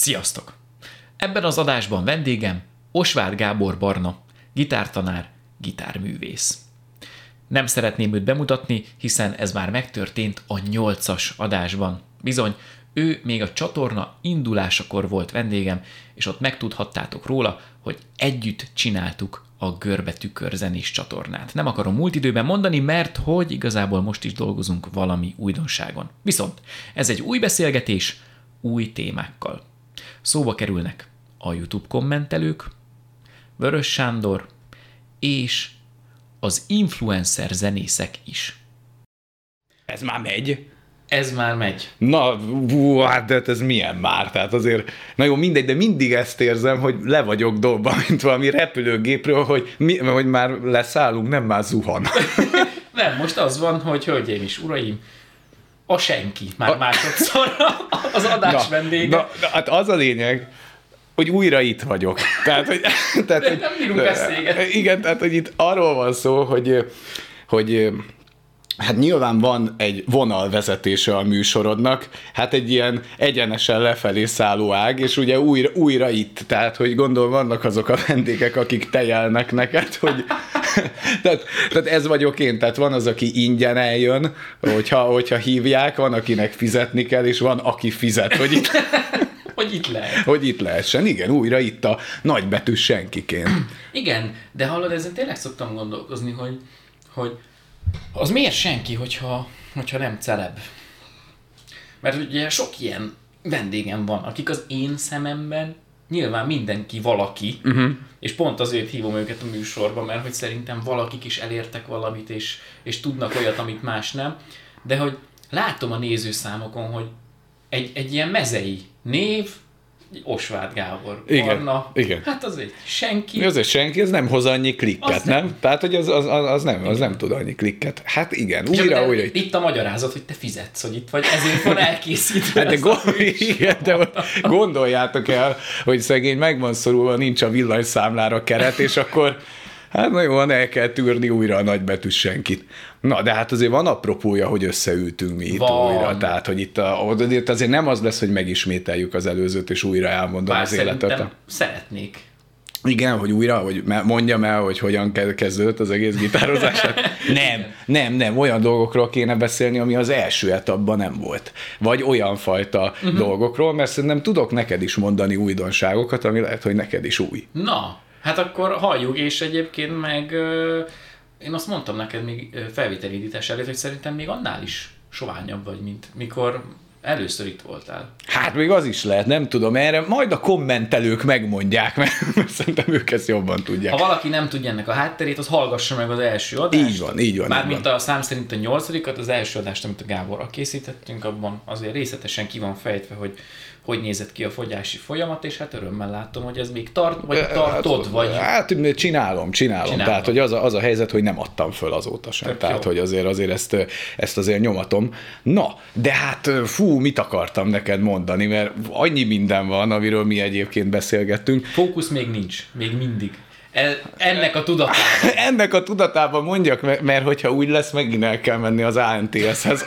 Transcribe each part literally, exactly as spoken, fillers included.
Sziasztok! Ebben az adásban vendégem Osváth Gábor Barna, gitártanár, gitárművész. Nem szeretném őt bemutatni, hiszen ez már megtörtént a nyolcas adásban. Bizony, ő még a csatorna indulásakor volt vendégem, és ott megtudhattátok róla, hogy együtt csináltuk a Görbe Tükör zenés csatornát. Nem akarom múlt időben mondani, mert hogy igazából most is dolgozunk valami újdonságon. Viszont ez egy új beszélgetés, új témákkal. Szóba kerülnek a YouTube kommentelők, Vörös Sándor és az influencer zenészek is. Ez már megy. Ez már megy. Na, hú, hát de ez milyen már? Tehát azért, na jó, mindegy, de mindig ezt érzem, hogy le vagyok dobva, mint valami repülőgépről, hogy, mi, hogy már leszállunk, nem már zuhan. Nem, most az van, hogy hölgyeim és uraim, a senki már a... másodszor az adás na, vendége. Na, na, hát az a lényeg, hogy újra itt vagyok. Tehát, hogy, tehát, de hogy, nem bírunk beszélgetni. Igen, tehát, hogy itt arról van szó, hogy, hogy hát nyilván van egy vonalvezetése a műsorodnak, hát egy ilyen egyenesen lefelé szálló ág, és ugye újra, újra itt, tehát, hogy gondolom vannak azok a vendégek, akik tejelnek neked, hogy tehát, tehát ez vagyok én, tehát van az, aki ingyen eljön, hogyha, hogyha hívják, van, akinek fizetni kell, és van, aki fizet, hogy itt, hogy itt lehet. Hogy itt lehessen, igen, újra itt a nagybetű senkiként. Igen, de hallod, ezen tényleg szoktam gondolkozni, hogy, hogy az miért senki, hogyha, hogyha nem celeb? Mert ugye sok ilyen vendégem van, akik az én szememben nyilván mindenki valaki, uh-huh. és pont azért hívom őket a műsorba, mert hogy szerintem valakik is elértek valamit, és, és tudnak olyat, amit más nem, de hogy látom a nézőszámokon, hogy egy, egy ilyen mezei név, Osváth Gábor Barna, igen, igen. Hát azért senki. Azért senki, ez nem hoz annyi klikket, az nem? nem? Tehát, hogy az, az, az, nem, az nem tud annyi klikket. Hát igen, és újra, újra. Itt, itt a magyarázat, hogy te fizetsz, hogy itt vagy, ezért van elkészítve. Hát de, gond, igen, de gondoljátok el, hogy szegény meg van szorulva, nincs a villanyszámlára keret, és akkor hát na jó, el kell tűrni újra a nagybetűs senkit. Na, de hát azért van apropója, hogy összeültünk mi itt van. Újra. Tehát, hogy itt a, azért nem az lesz, hogy megismételjük az előzőt, és újra elmondom Bár az életet. Szeretnék. Igen, hogy újra, hogy mondjam el, hogy hogyan kezdődött az egész gitározás. Nem, nem, nem, olyan dolgokról kéne beszélni, ami az első etapban nem volt. Vagy olyan fajta uh-huh. dolgokról, mert szerintem tudok neked is mondani újdonságokat, ami lehet, hogy neked is új. Na, hát akkor halljuk, és egyébként meg ö, én azt mondtam neked még felvételindítás előtt, hogy szerintem még annál is soványabb vagy, mint mikor először itt voltál. Hát még az is lehet, nem tudom, erre majd a kommentelők megmondják, mert szerintem ők ezt jobban tudják. Ha valaki nem tudja ennek a hátterét, az hallgassa meg az első adást. Így van, így van. Mármint a szám szerint a nyolcadikat, az első adást, amit a Gáborral készítettünk, abban azért részletesen ki van fejtve, hogy hogy nézett ki a fogyási folyamat, és hát örömmel látom, hogy ez még tart, vagy tartod, vagy... Hát csinálom, csinálom. csinálom. Tehát, hogy az a, az a helyzet, hogy nem adtam föl azóta sem. Tök Tehát, jó. hogy azért, azért ezt, ezt azért nyomatom. Na, de hát fú, mit akartam neked mondani, mert annyi minden van, amiről mi egyébként beszélgettünk. Fókusz még nincs, még mindig. Ennek a tudatában. Ennek a tudatában mondjak, mert hogyha úgy lesz, megint el kell menni az á en té es-hez.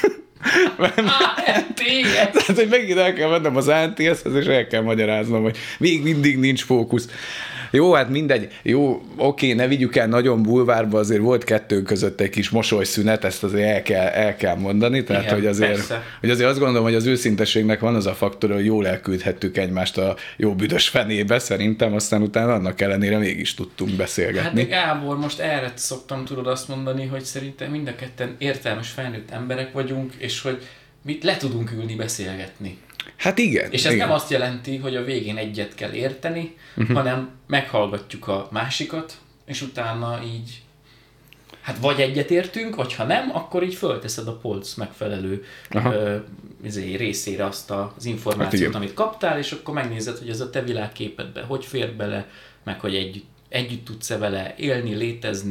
á en té es! Tehát, hogy megint el kell mennem az á en té es-hez, és el kell magyaráznom, hogy még mindig nincs fókusz. Jó, hát mindegy. Jó, oké, ne vigyük el nagyon bulvárba, azért volt kettőnk között egy kis mosolyszünet, ezt azért el kell, el kell mondani. Tehát, igen, hogy, azért, hogy azért azt gondolom, hogy az őszintességnek van az a faktor, hogy jól elküldhettük egymást a jó büdös fenébe, szerintem, aztán utána annak ellenére mégis tudtunk beszélgetni. Hát de Gábor, most erre szoktam tudod azt mondani, hogy szerintem mind a ketten értelmes felnőtt emberek vagyunk, és hogy mit le tudunk ülni beszélgetni. Hát igen. És ez igen. nem azt jelenti, hogy a végén egyet kell érteni, uh-huh. hanem meghallgatjuk a másikat, és utána így, hát vagy egyet értünk, vagy ha nem, akkor így fölteszed a polc megfelelő ö, részére azt az információt, hát amit kaptál, és akkor megnézed, hogy ez a te világképedbe hogy fér bele, meg hogy együtt, együtt tudsz-e vele élni, létezni,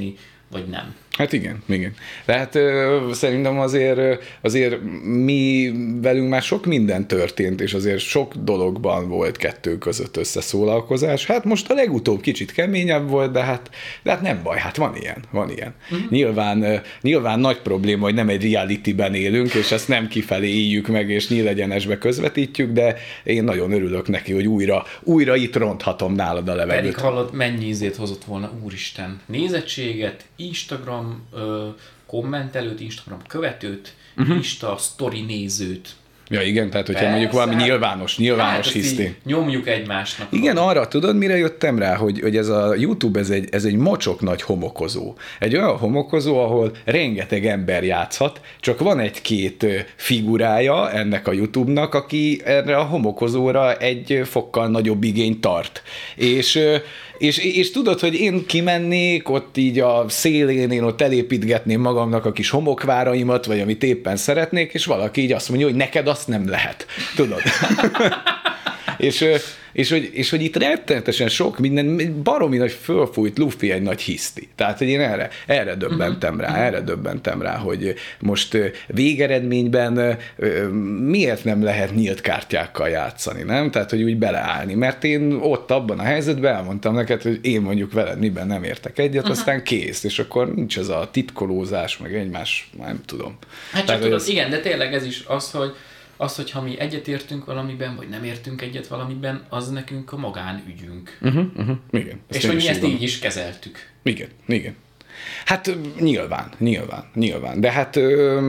vagy nem. Hát igen, igen. Tehát ö, szerintem azért, azért mi velünk már sok minden történt, és azért sok dologban volt kettő között összeszólalkozás. Hát most a legutóbb kicsit keményebb volt, de hát, de hát nem baj, hát van ilyen, van ilyen. Uh-huh. Nyilván, nyilván nagy probléma, hogy nem egy realityben élünk, és ezt nem kifelé éljük meg, és nyílegyenesbe közvetítjük, de én nagyon örülök neki, hogy újra, újra itt ronthatom nálad a levegőt. Pedig hallod, mennyi ízét hozott volna, úristen, nézettséget, Instagram ö, kommentelőt, Instagram követőt, uh-huh. Insta sztori nézőt. Ja igen, tehát hogyha Persze, mondjuk valami nyilvános, nyilvános hát hiszti. Nyomjuk egymásnak. Igen, van. Arra tudod, mire jöttem rá, hogy, hogy ez a YouTube, ez egy, ez egy mocsok nagy homokozó. Egy olyan homokozó, ahol rengeteg ember játszhat, csak van egy-két figurája ennek a YouTube-nak, aki erre a homokozóra egy fokkal nagyobb igényt tart. És És, és tudod, hogy én kimennék, ott így a szélén, én ott elépítgetném magamnak a kis homokváraimat, vagy amit éppen szeretnék, és valaki így azt mondja, hogy neked azt nem lehet. Tudod? és, és, hogy, és hogy itt rettenetesen sok minden, baromi nagy fölfújt lufi egy nagy hiszti. Tehát, hogy én erre, erre döbbentem rá, erre döbbentem rá, hogy most végeredményben miért nem lehet nyílt kártyákkal játszani, nem? Tehát, hogy úgy beleállni. Mert én ott abban a helyzetben elmondtam neked, hogy én mondjuk veled miben nem értek egyet, Aha. aztán kész, és akkor nincs ez a titkolózás, meg egymás, nem tudom. Hát csak Tehát, tudod, ez... igen, de tényleg ez is az, hogy az, hogyha mi egyetértünk valamiben, vagy nem értünk egyet valamiben, az nekünk a magánügyünk. Uh-huh, uh-huh. Igen, és hogy mi ezt így is kezeltük. Igen, igen. Hát nyilván, nyilván, nyilván. De hát,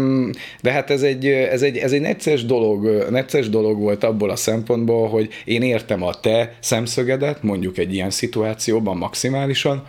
de hát ez, egy, ez, egy, ez egy necces dolog, necces dolog volt abból a szempontból, hogy én értem a te szemszögedet, mondjuk egy ilyen szituációban maximálisan,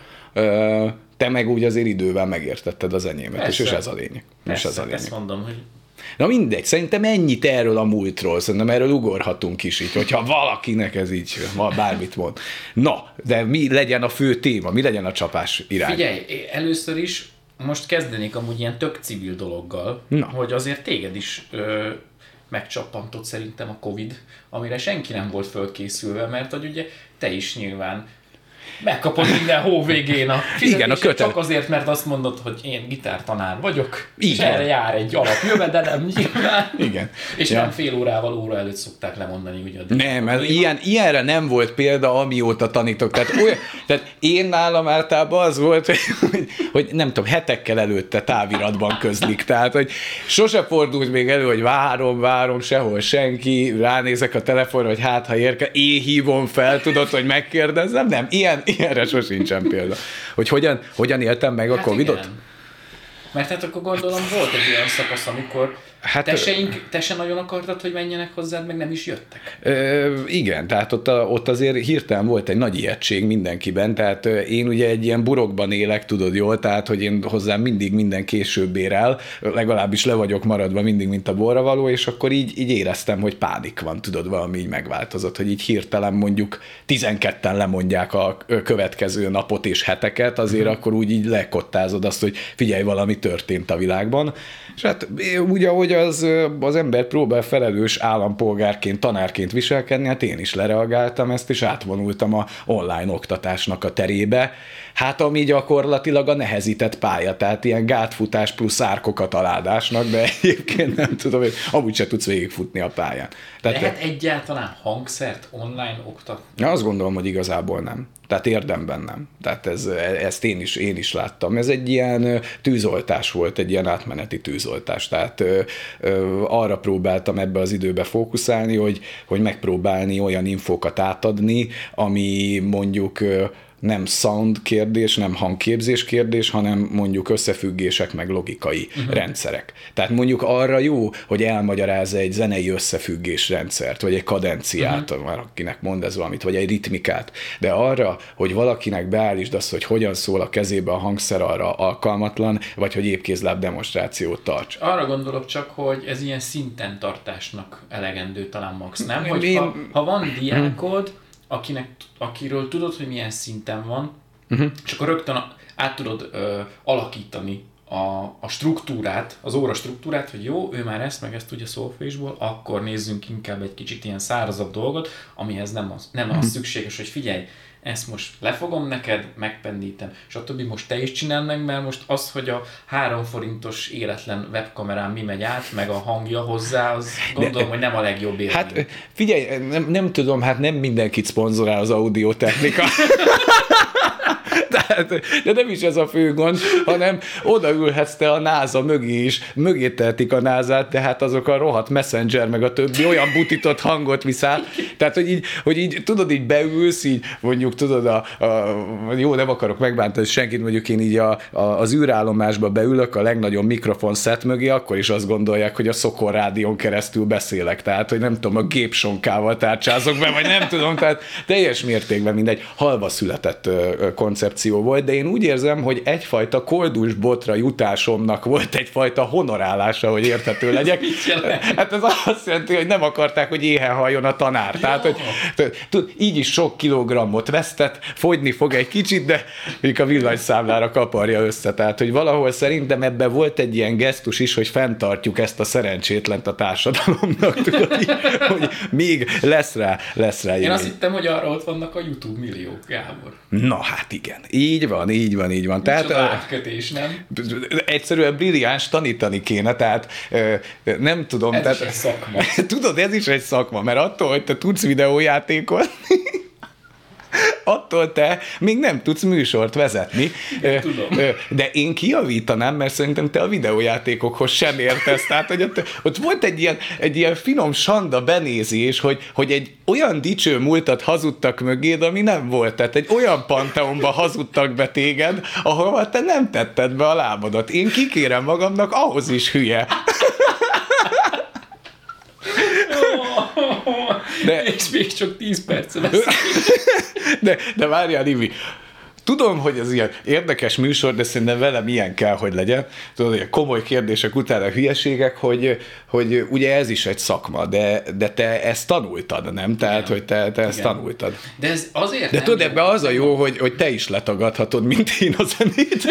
te meg úgy azért idővel megértetted az enyémet, és, és ez a lényeg. Persze, és ez a lényeg. Ezt mondom, hogy Na mindegy, szerintem ennyit erről a múltról, szerintem erről ugorhatunk is így, hogyha valakinek ez így bármit mond. Na, de mi legyen a fő téma, mi legyen a csapás irány? Figyelj, először is most kezdenék amúgy ilyen tök civil dologgal, Na. hogy azért téged is ö, megcsappantott szerintem a Covid, amire senki nem volt fölkészülve, mert hogy ugye te is nyilván megkapod minden hó végén a fizetését, csak azért, mert azt mondod, hogy én gitártanár vagyok, Igen. és erre jár egy alapjövedelem nyilván. Igen. És ja. nem fél órával óra előtt szokták lemondani. Ugye, nem, ez ilyen, ilyenre nem volt példa, amióta tanítok. Tehát, olyan, tehát én nálam általában az volt, hogy, hogy, hogy nem tudom, hetekkel előtte táviratban közlik. Tehát, hogy sose fordult még elő, hogy várom, várom, sehol senki, ránézek a telefonra, hogy hát, ha érke, én hívom fel, tudod, hogy megkérdezem. Nem, ilyen Ilyenre sosincsen példa. Hogy hogyan, hogyan éltem meg a hát Covidot? Igen. Mert hát akkor gondolom volt egy olyan szakasz, amikor hát, te, se, te se nagyon akartad, hogy menjenek hozzád, meg nem is jöttek. Ö, igen, tehát ott, a, ott azért hirtelen volt egy nagy ijegység mindenkiben, tehát én ugye egy ilyen burokban élek, tudod jól, tehát hogy én hozzám mindig minden később ér el, legalábbis le vagyok maradva mindig, mint a borravaló, és akkor így, így éreztem, hogy pánik van, tudod, valami így megváltozott, hogy így hirtelen mondjuk tizenketten lemondják a következő napot és heteket, azért hmm. akkor úgy így lekottázod azt, hogy figyelj, valami történt a világban. És hát úgy, ahogy az, az ember próbál felelős állampolgárként, tanárként viselkedni, hát én is lereagáltam ezt, és átvonultam a online oktatásnak a terébe. Hát ami gyakorlatilag a nehezített pálya, tehát ilyen gátfutás plusz árkokat aládásnak, de egyébként nem tudom, hogy amúgy se tudsz végigfutni a pályán. Tehát lehet egyáltalán hangszert online oktatni? Azt gondolom, hogy igazából nem. Tehát érdemben nem. Tehát ez, ezt én is, én is láttam. Ez egy ilyen tűzoltás volt, egy ilyen átmeneti tűzoltás. Tehát ö, ö, arra próbáltam ebbe az időbe fókuszálni, hogy, hogy megpróbálni olyan infókat átadni, ami mondjuk ö, nem sound kérdés, nem hangképzés kérdés, hanem mondjuk összefüggések meg logikai uh-huh. rendszerek. Tehát mondjuk arra jó, hogy elmagyarázza egy zenei összefüggés rendszert, vagy egy kadenciát, uh-huh. akinek mond ez valamit, vagy egy ritmikát. De arra, hogy valakinek beállítsd azt, hogy hogyan szól a kezébe a hangszer, arra alkalmatlan, vagy hogy épkézláb demonstrációt tarts. Arra gondolok csak, hogy ez ilyen szinten tartásnak elegendő talán max, nem? Hogy Én... ha, ha van diákod, akinek, akiről tudod, hogy milyen szinten van, uh-huh. és akkor rögtön át tudod ö, alakítani a, a struktúrát, az óra struktúrát, hogy jó, ő már ezt meg ezt tudja szolfésból, akkor nézzünk inkább egy kicsit ilyen szárazabb dolgot, amihez nem az, nem uh-huh. az szükséges, hogy figyelj, ezt most lefogom neked, megpendítem, stb. Most te is csináld meg, mert most az, hogy a három forintos életlen webkamerán mi megy át, meg a hangja hozzá, az gondolom, de, hogy nem a legjobb élmény. Hát figyelj, nem, nem tudom, hát nem mindenkit szponzorál az audiotechnika. Tehát, de nem is ez a fő gond, hanem odaülhetsz te a NASA mögé is, mögé tehetik a názát, tehát azok a rohadt Messenger, meg a többi olyan butított hangot viszál, tehát, hogy így, hogy így tudod, így beülsz, így mondjuk tudod, a, a, jó, nem akarok megbántani senkit, mondjuk én így a, a, az űrállomásba beülök a legnagyobb mikrofon szett mögé, akkor is azt gondolják, hogy a Szokor rádión keresztül beszélek, tehát, hogy nem tudom, a gépsonkával tárcsázok be, vagy nem tudom, tehát teljes mértékben mindegy halva született koncepció volt, de én úgy érzem, hogy egyfajta koldus botra jutásomnak volt egyfajta honorálása, hogy érthető legyek. Hát ez azt jelenti, hogy nem akarták, hogy éhen halljon a tanár. Tehát, hogy tud, így is sok kilogrammot vesztett, fogyni fog egy kicsit, de még a villanyszámlára kaparja össze. Tehát, hogy valahol szerintem ebben volt egy ilyen gesztus is, hogy fenntartjuk ezt a szerencsétlent a társadalomnak, tudod, így, hogy még lesz rá, lesz rá. Én ilyen. Azt hittem, hogy arra ott vannak a YouTube milliók, Gábor. Na hát igen. Így van, így van, így van. Tehát átkötés, nem? Egyszerűen brilliáns tanítani kéne, tehát nem tudom. Ez tehát, is egy szakma. Tudod, ez is egy szakma, mert attól, hogy te tudsz videójátékot, attól te még nem tudsz műsort vezetni. Tudom. De én kijavítanám, mert szerintem te a videójátékokhoz sem értesz. Tehát, hogy ott, ott volt egy ilyen, egy ilyen finom sanda benézés, hogy, hogy egy olyan dicső múltat hazudtak mögéd, ami nem volt. Tehát egy olyan panteonba hazudtak be téged, ahol te nem tetted be a lábadat. Én kikérem magamnak, ahhoz is hülye. De, és még csak tíz perc lesz. De, de várjál, Ivi, tudom, hogy ez ilyen érdekes műsor, de szerintem velem ilyen kell, hogy legyen. Tudod, hogy a komoly kérdések után a hülyeségek, hogy, hogy ugye ez is egy szakma, de, de te ezt tanultad, nem? Tehát, igen. hogy te, te ezt igen. tanultad. De ez azért De nem tudod, jó, ebben az a jó, hogy, hogy te is letagadhatod, mint én a zenét.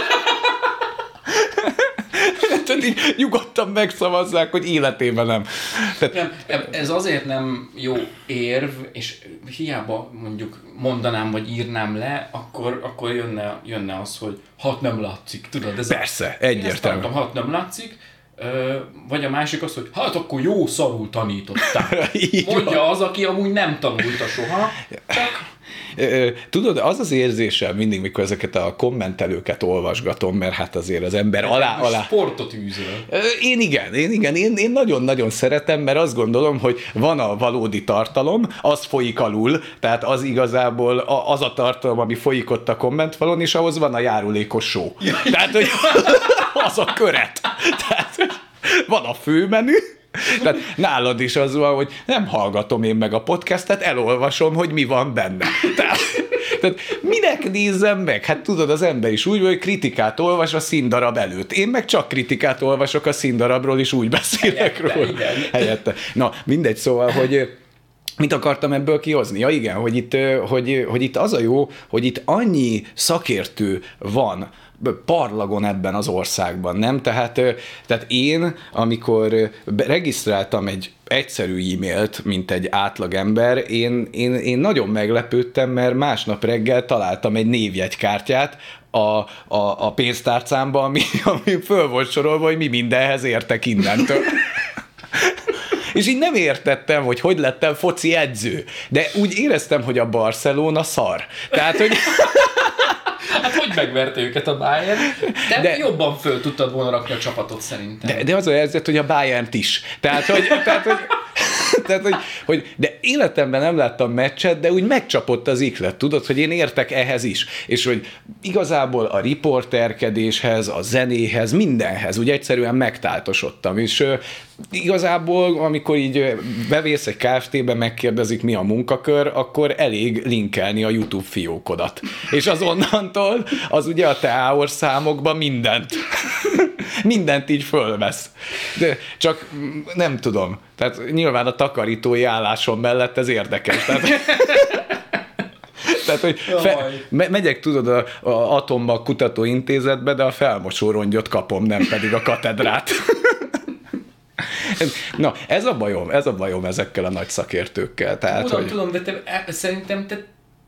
Tehát így nyugodtan megszavazzák, hogy életében nem. Tehát... nem. Ez azért nem jó érv, és hiába mondjuk mondanám, vagy írnám le, akkor, akkor jönne, jönne az, hogy hat nem látszik. Tudod, ez persze, a... egyértelmű. hat nem látszik, vagy a másik az, hogy hát akkor jó szarul tanították. Mondja van. Az, aki amúgy nem tanulta soha, csak... Tudod, az az érzésem mindig, mikor ezeket a kommentelőket olvasgatom, mert hát azért az ember de alá... alá... sportot űzöl. Én igen, én igen, én, én nagyon-nagyon szeretem, mert azt gondolom, hogy van a valódi tartalom, az folyik alul, tehát az igazából az a tartalom, ami folyik ott a kommentfalon, és ahhoz van a járulékos show. Tehát, hogy az a köret. Tehát, van a főmenü, tehát nálad is az van, hogy nem hallgatom én meg a podcastet, elolvasom, hogy mi van benne. Tehát, tehát minek nézzem meg? Hát tudod, az ember is úgy, hogy kritikát olvas a színdarab előtt. Én meg csak kritikát olvasok a színdarabról, és úgy beszélek helyette, róla. igen. Helyette. Na, mindegy, szóval, hogy... Mit akartam ebből kihozni? Ja igen, hogy itt, hogy, hogy itt az a jó, hogy itt annyi szakértő van parlagon ebben az országban, nem? Tehát, tehát én, amikor regisztráltam egy egyszerű e-mailt, mint egy átlagember, én, én, én nagyon meglepődtem, mert másnap reggel találtam egy névjegykártyát a, a, a pénztárcámba, ami, ami föl volt sorolva, hogy mi mindenhez értek innentől. És így nem értettem, hogy hogy lettem foci edző. De úgy éreztem, hogy a Barcelona szar. Tehát, hogy... Hát hogy megverte őket a Bayern? De, de jobban föl tudtad volna rakni a csapatot szerintem. De, de az a helyzet, hogy a Bayernt is. Tehát, hogy... Tehát, hogy Tehát, hogy, hogy, de életemben nem láttam meccset, de úgy megcsapott az iklet, tudod, hogy én értek ehhez is. És hogy igazából a riporterkedéshez, a zenéhez, mindenhez, úgy egyszerűen megtáltosodtam. És uh, igazából, amikor így bevész egy ká ef té-be, megkérdezik, mi a munkakör, akkor elég linkelni a YouTube fiókodat. És azonnantól az ugye a te számokban mindent. Mindent így fölvesz. De csak nem tudom. Tehát nyilván a takarítói állásom mellett ez érdekes. Tehát, tehát hogy fe, me, megyek, tudod, a, a Atombak Kutatóintézetbe, de a felmosó rongyot kapom, nem pedig a katedrát. Na, ez a bajom, ez a bajom ezekkel a nagy szakértőkkel. Tehát, tudom, hogy... tudom, de te, szerintem te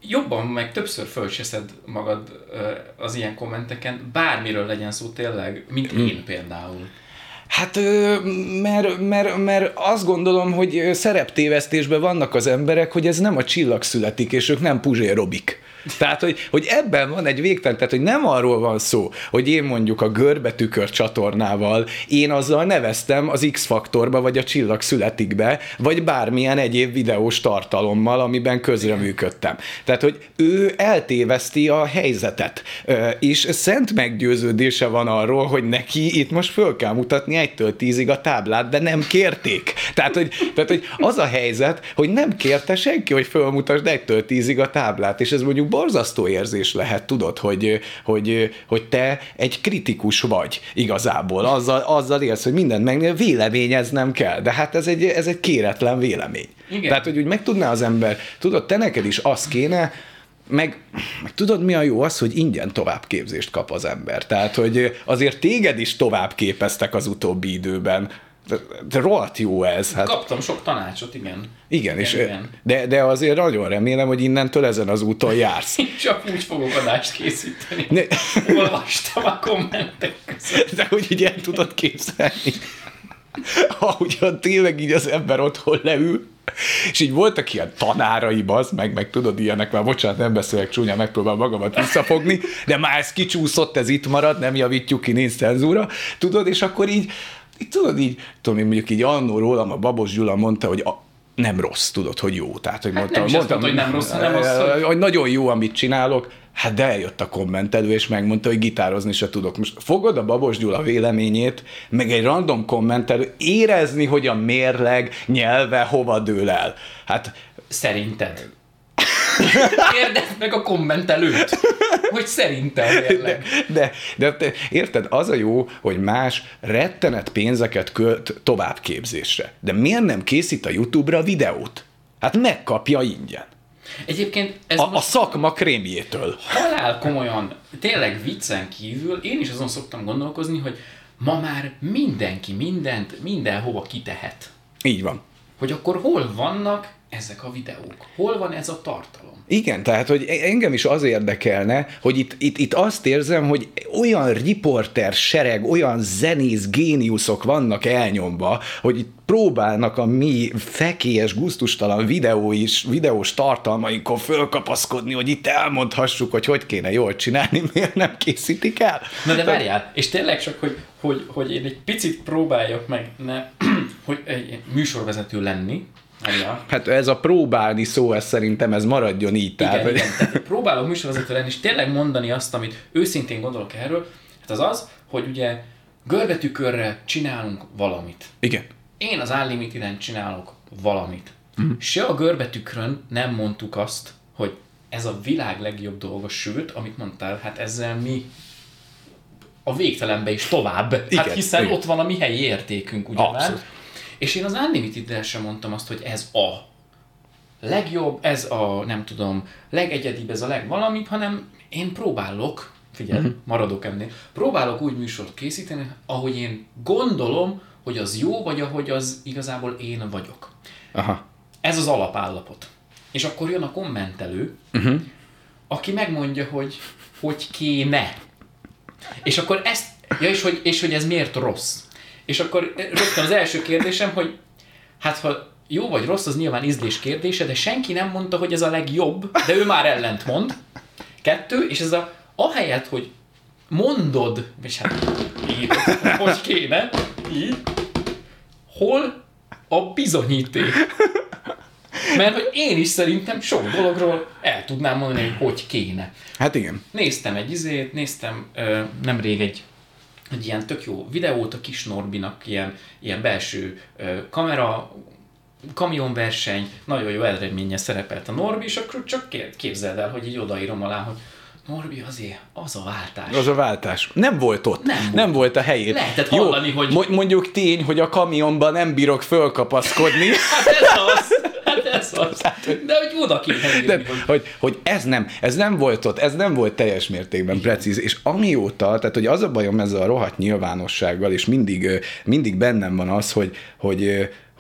jobban, meg többször fölcseszed magad az ilyen kommenteken, bármiről legyen szó tényleg, mint én hmm. például. Hát, mert, mert, mert azt gondolom, hogy szereptévesztésben vannak az emberek, hogy ez nem a csillag születik, és ők nem Puzsér Robik. Tehát, hogy, hogy ebben van egy végtelen, tehát, hogy nem arról van szó, hogy én mondjuk a Görbetükör csatornával, én azzal neveztem az X-faktorba, vagy a Csillag születikbe, vagy bármilyen egyéb videós tartalommal, amiben közreműködtem. Tehát, hogy ő eltéveszti a helyzetet, és szent meggyőződése van arról, hogy neki itt most föl kell mutatni egytől tízig a táblát, de nem kérték. Tehát, hogy, tehát, hogy az a helyzet, hogy nem kérte senki, hogy fölmutasd egytől tízig a táblát, és ez mondjuk borzasztó érzés lehet, tudod, hogy, hogy, hogy te egy kritikus vagy igazából. Azzal, azzal élsz, hogy mindent meg véleményeznem kell, de hát ez egy, ez egy kéretlen vélemény. Igen. Tehát, hogy úgy meg tudná az ember, tudod, te neked is az kéne, meg, meg tudod, mi a jó az, hogy ingyen továbbképzést kap az ember. Tehát, hogy azért téged is tovább képeztek az utóbbi időben. De, de rohadt jó ez. Hát. Kaptam sok tanácsot, igen. Igen, igen, és igen. De, de azért nagyon remélem, hogy innentől ezen az úton jársz. Csak úgy fogok adást készíteni. Ne. Olvastam a kommentek között. De hogy így el tudod képzelni. Ahogyan tényleg így az ember otthon leül, és így voltak ilyen tanárai, bazd, meg, meg tudod, ilyenek, már bocsánat, nem beszélek csúnyán, megpróbál magamat visszafogni, de már ez kicsúszott, ez itt marad, nem javítjuk ki, nincs cenzúra, tudod, és akkor így Így, tudod így, tudom én mondjuk így annó rólam a Babos Gyula mondta, hogy a, nem rossz, tudod, hogy jó. Tehát, hogy hát mondta, nem mondtam, mondta, hogy nem rossz, hanem az, hogy... hogy nagyon jó, amit csinálok. Hát de eljött a kommentelő, és megmondta, hogy gitározni se tudok. Most fogod a Babos Gyula véleményét, meg egy random kommentelő, érezni, hogy a mérleg nyelve hova dől el. Hát... Szerinted? Kérdezd meg a kommentelőt, hogy szerintem mérleg. De, de, de érted, az a jó, hogy más rettenet pénzeket költ továbbképzésre. De miért nem készít a YouTube-ra videót? Hát megkapja ingyen. Egyébként ez a, a szakma krémjétől. Halál komolyan, tényleg viccen kívül, én is azon szoktam gondolkozni, hogy ma már mindenki mindent, mindenhova kitehet. Így van. Hogy akkor hol vannak ezek a videók? Hol van ez a tartalom? Igen, tehát, hogy engem is az érdekelne, hogy itt, itt, itt azt érzem, hogy olyan riporter sereg, olyan zenész géniuszok vannak elnyomva, hogy itt próbálnak a mi fekélyes, gusztustalan videó is, videós tartalmainkon fölkapaszkodni, hogy itt elmondhassuk, hogy hogy kéne jól csinálni, miért nem készítik el. Na de várjál, és tényleg csak, hogy, hogy, hogy én egy picit próbáljak meg ne, hogy egy műsorvezető lenni. Várjál. Hát ez a próbálni szó, ez szerintem ez maradjon így. Igen, tehát, igen. Tehát próbálok műsorvezető lenni, és tényleg mondani azt, amit őszintén gondolok erről, hát az az, hogy ugye görbetükörrel csinálunk valamit. Igen. Én az Unlimiteden csinálok valamit. Mm. Se a görbetükrön nem mondtuk azt, hogy ez a világ legjobb dolga, sőt, amit mondtál, hát ezzel mi a végtelenbe is tovább. Igen, hát hiszen igen. Ott van a mi helyi értékünk, ugye már. És én az Unlimited-del sem mondtam azt, hogy ez a legjobb, ez a, nem tudom, legegyedibb, ez a legvalamit, hanem én próbálok, figyelj, uh-huh. maradok ennél, próbálok úgy műsort készíteni, ahogy én gondolom, hogy az jó, vagy ahogy az igazából én vagyok. Aha. Ez az alapállapot. És akkor jön a kommentelő, uh-huh. aki megmondja, hogy hogy kéne. És akkor ezt, ja, és hogy, és hogy ez miért rossz. És akkor rögtön az első kérdésem, hogy hát ha jó vagy rossz, az nyilván ízlés kérdése, de senki nem mondta, hogy ez a legjobb, de ő már ellent mond. Kettő, és ez a ahelyett, hogy mondod, és hát így, hogy kéne, így, hol a bizonyíték? Mert hogy én is szerintem sok dologról el tudnám mondani, hogy hogy kéne. Hát igen. Néztem egy izét, néztem ö, nemrég egy egy ilyen tök jó videót a Kis Norbinak, ilyen, ilyen belső ö, kamera, kamionverseny, nagyon jó eredménye szerepelt a Norbi, és akkor csak képzeld el, hogy így odaírom alá, hogy Norbi, azért az a váltás. Az a váltás. Nem volt ott. Nem, nem volt. volt a helyét. Lehetett hallani, jó, hogy... Mondjuk tény, hogy a kamionban nem bírok fölkapaszkodni. Hát ez az. Hát ez az. De hogy oda kéne írni, hogy... Hogy, hogy ez nem, ez nem volt ott, ez nem volt teljes mértékben igen. precíz, és amióta, tehát hogy az a bajom ezzel a rohadt nyilvánossággal, és mindig, mindig bennem van az, hogy, hogy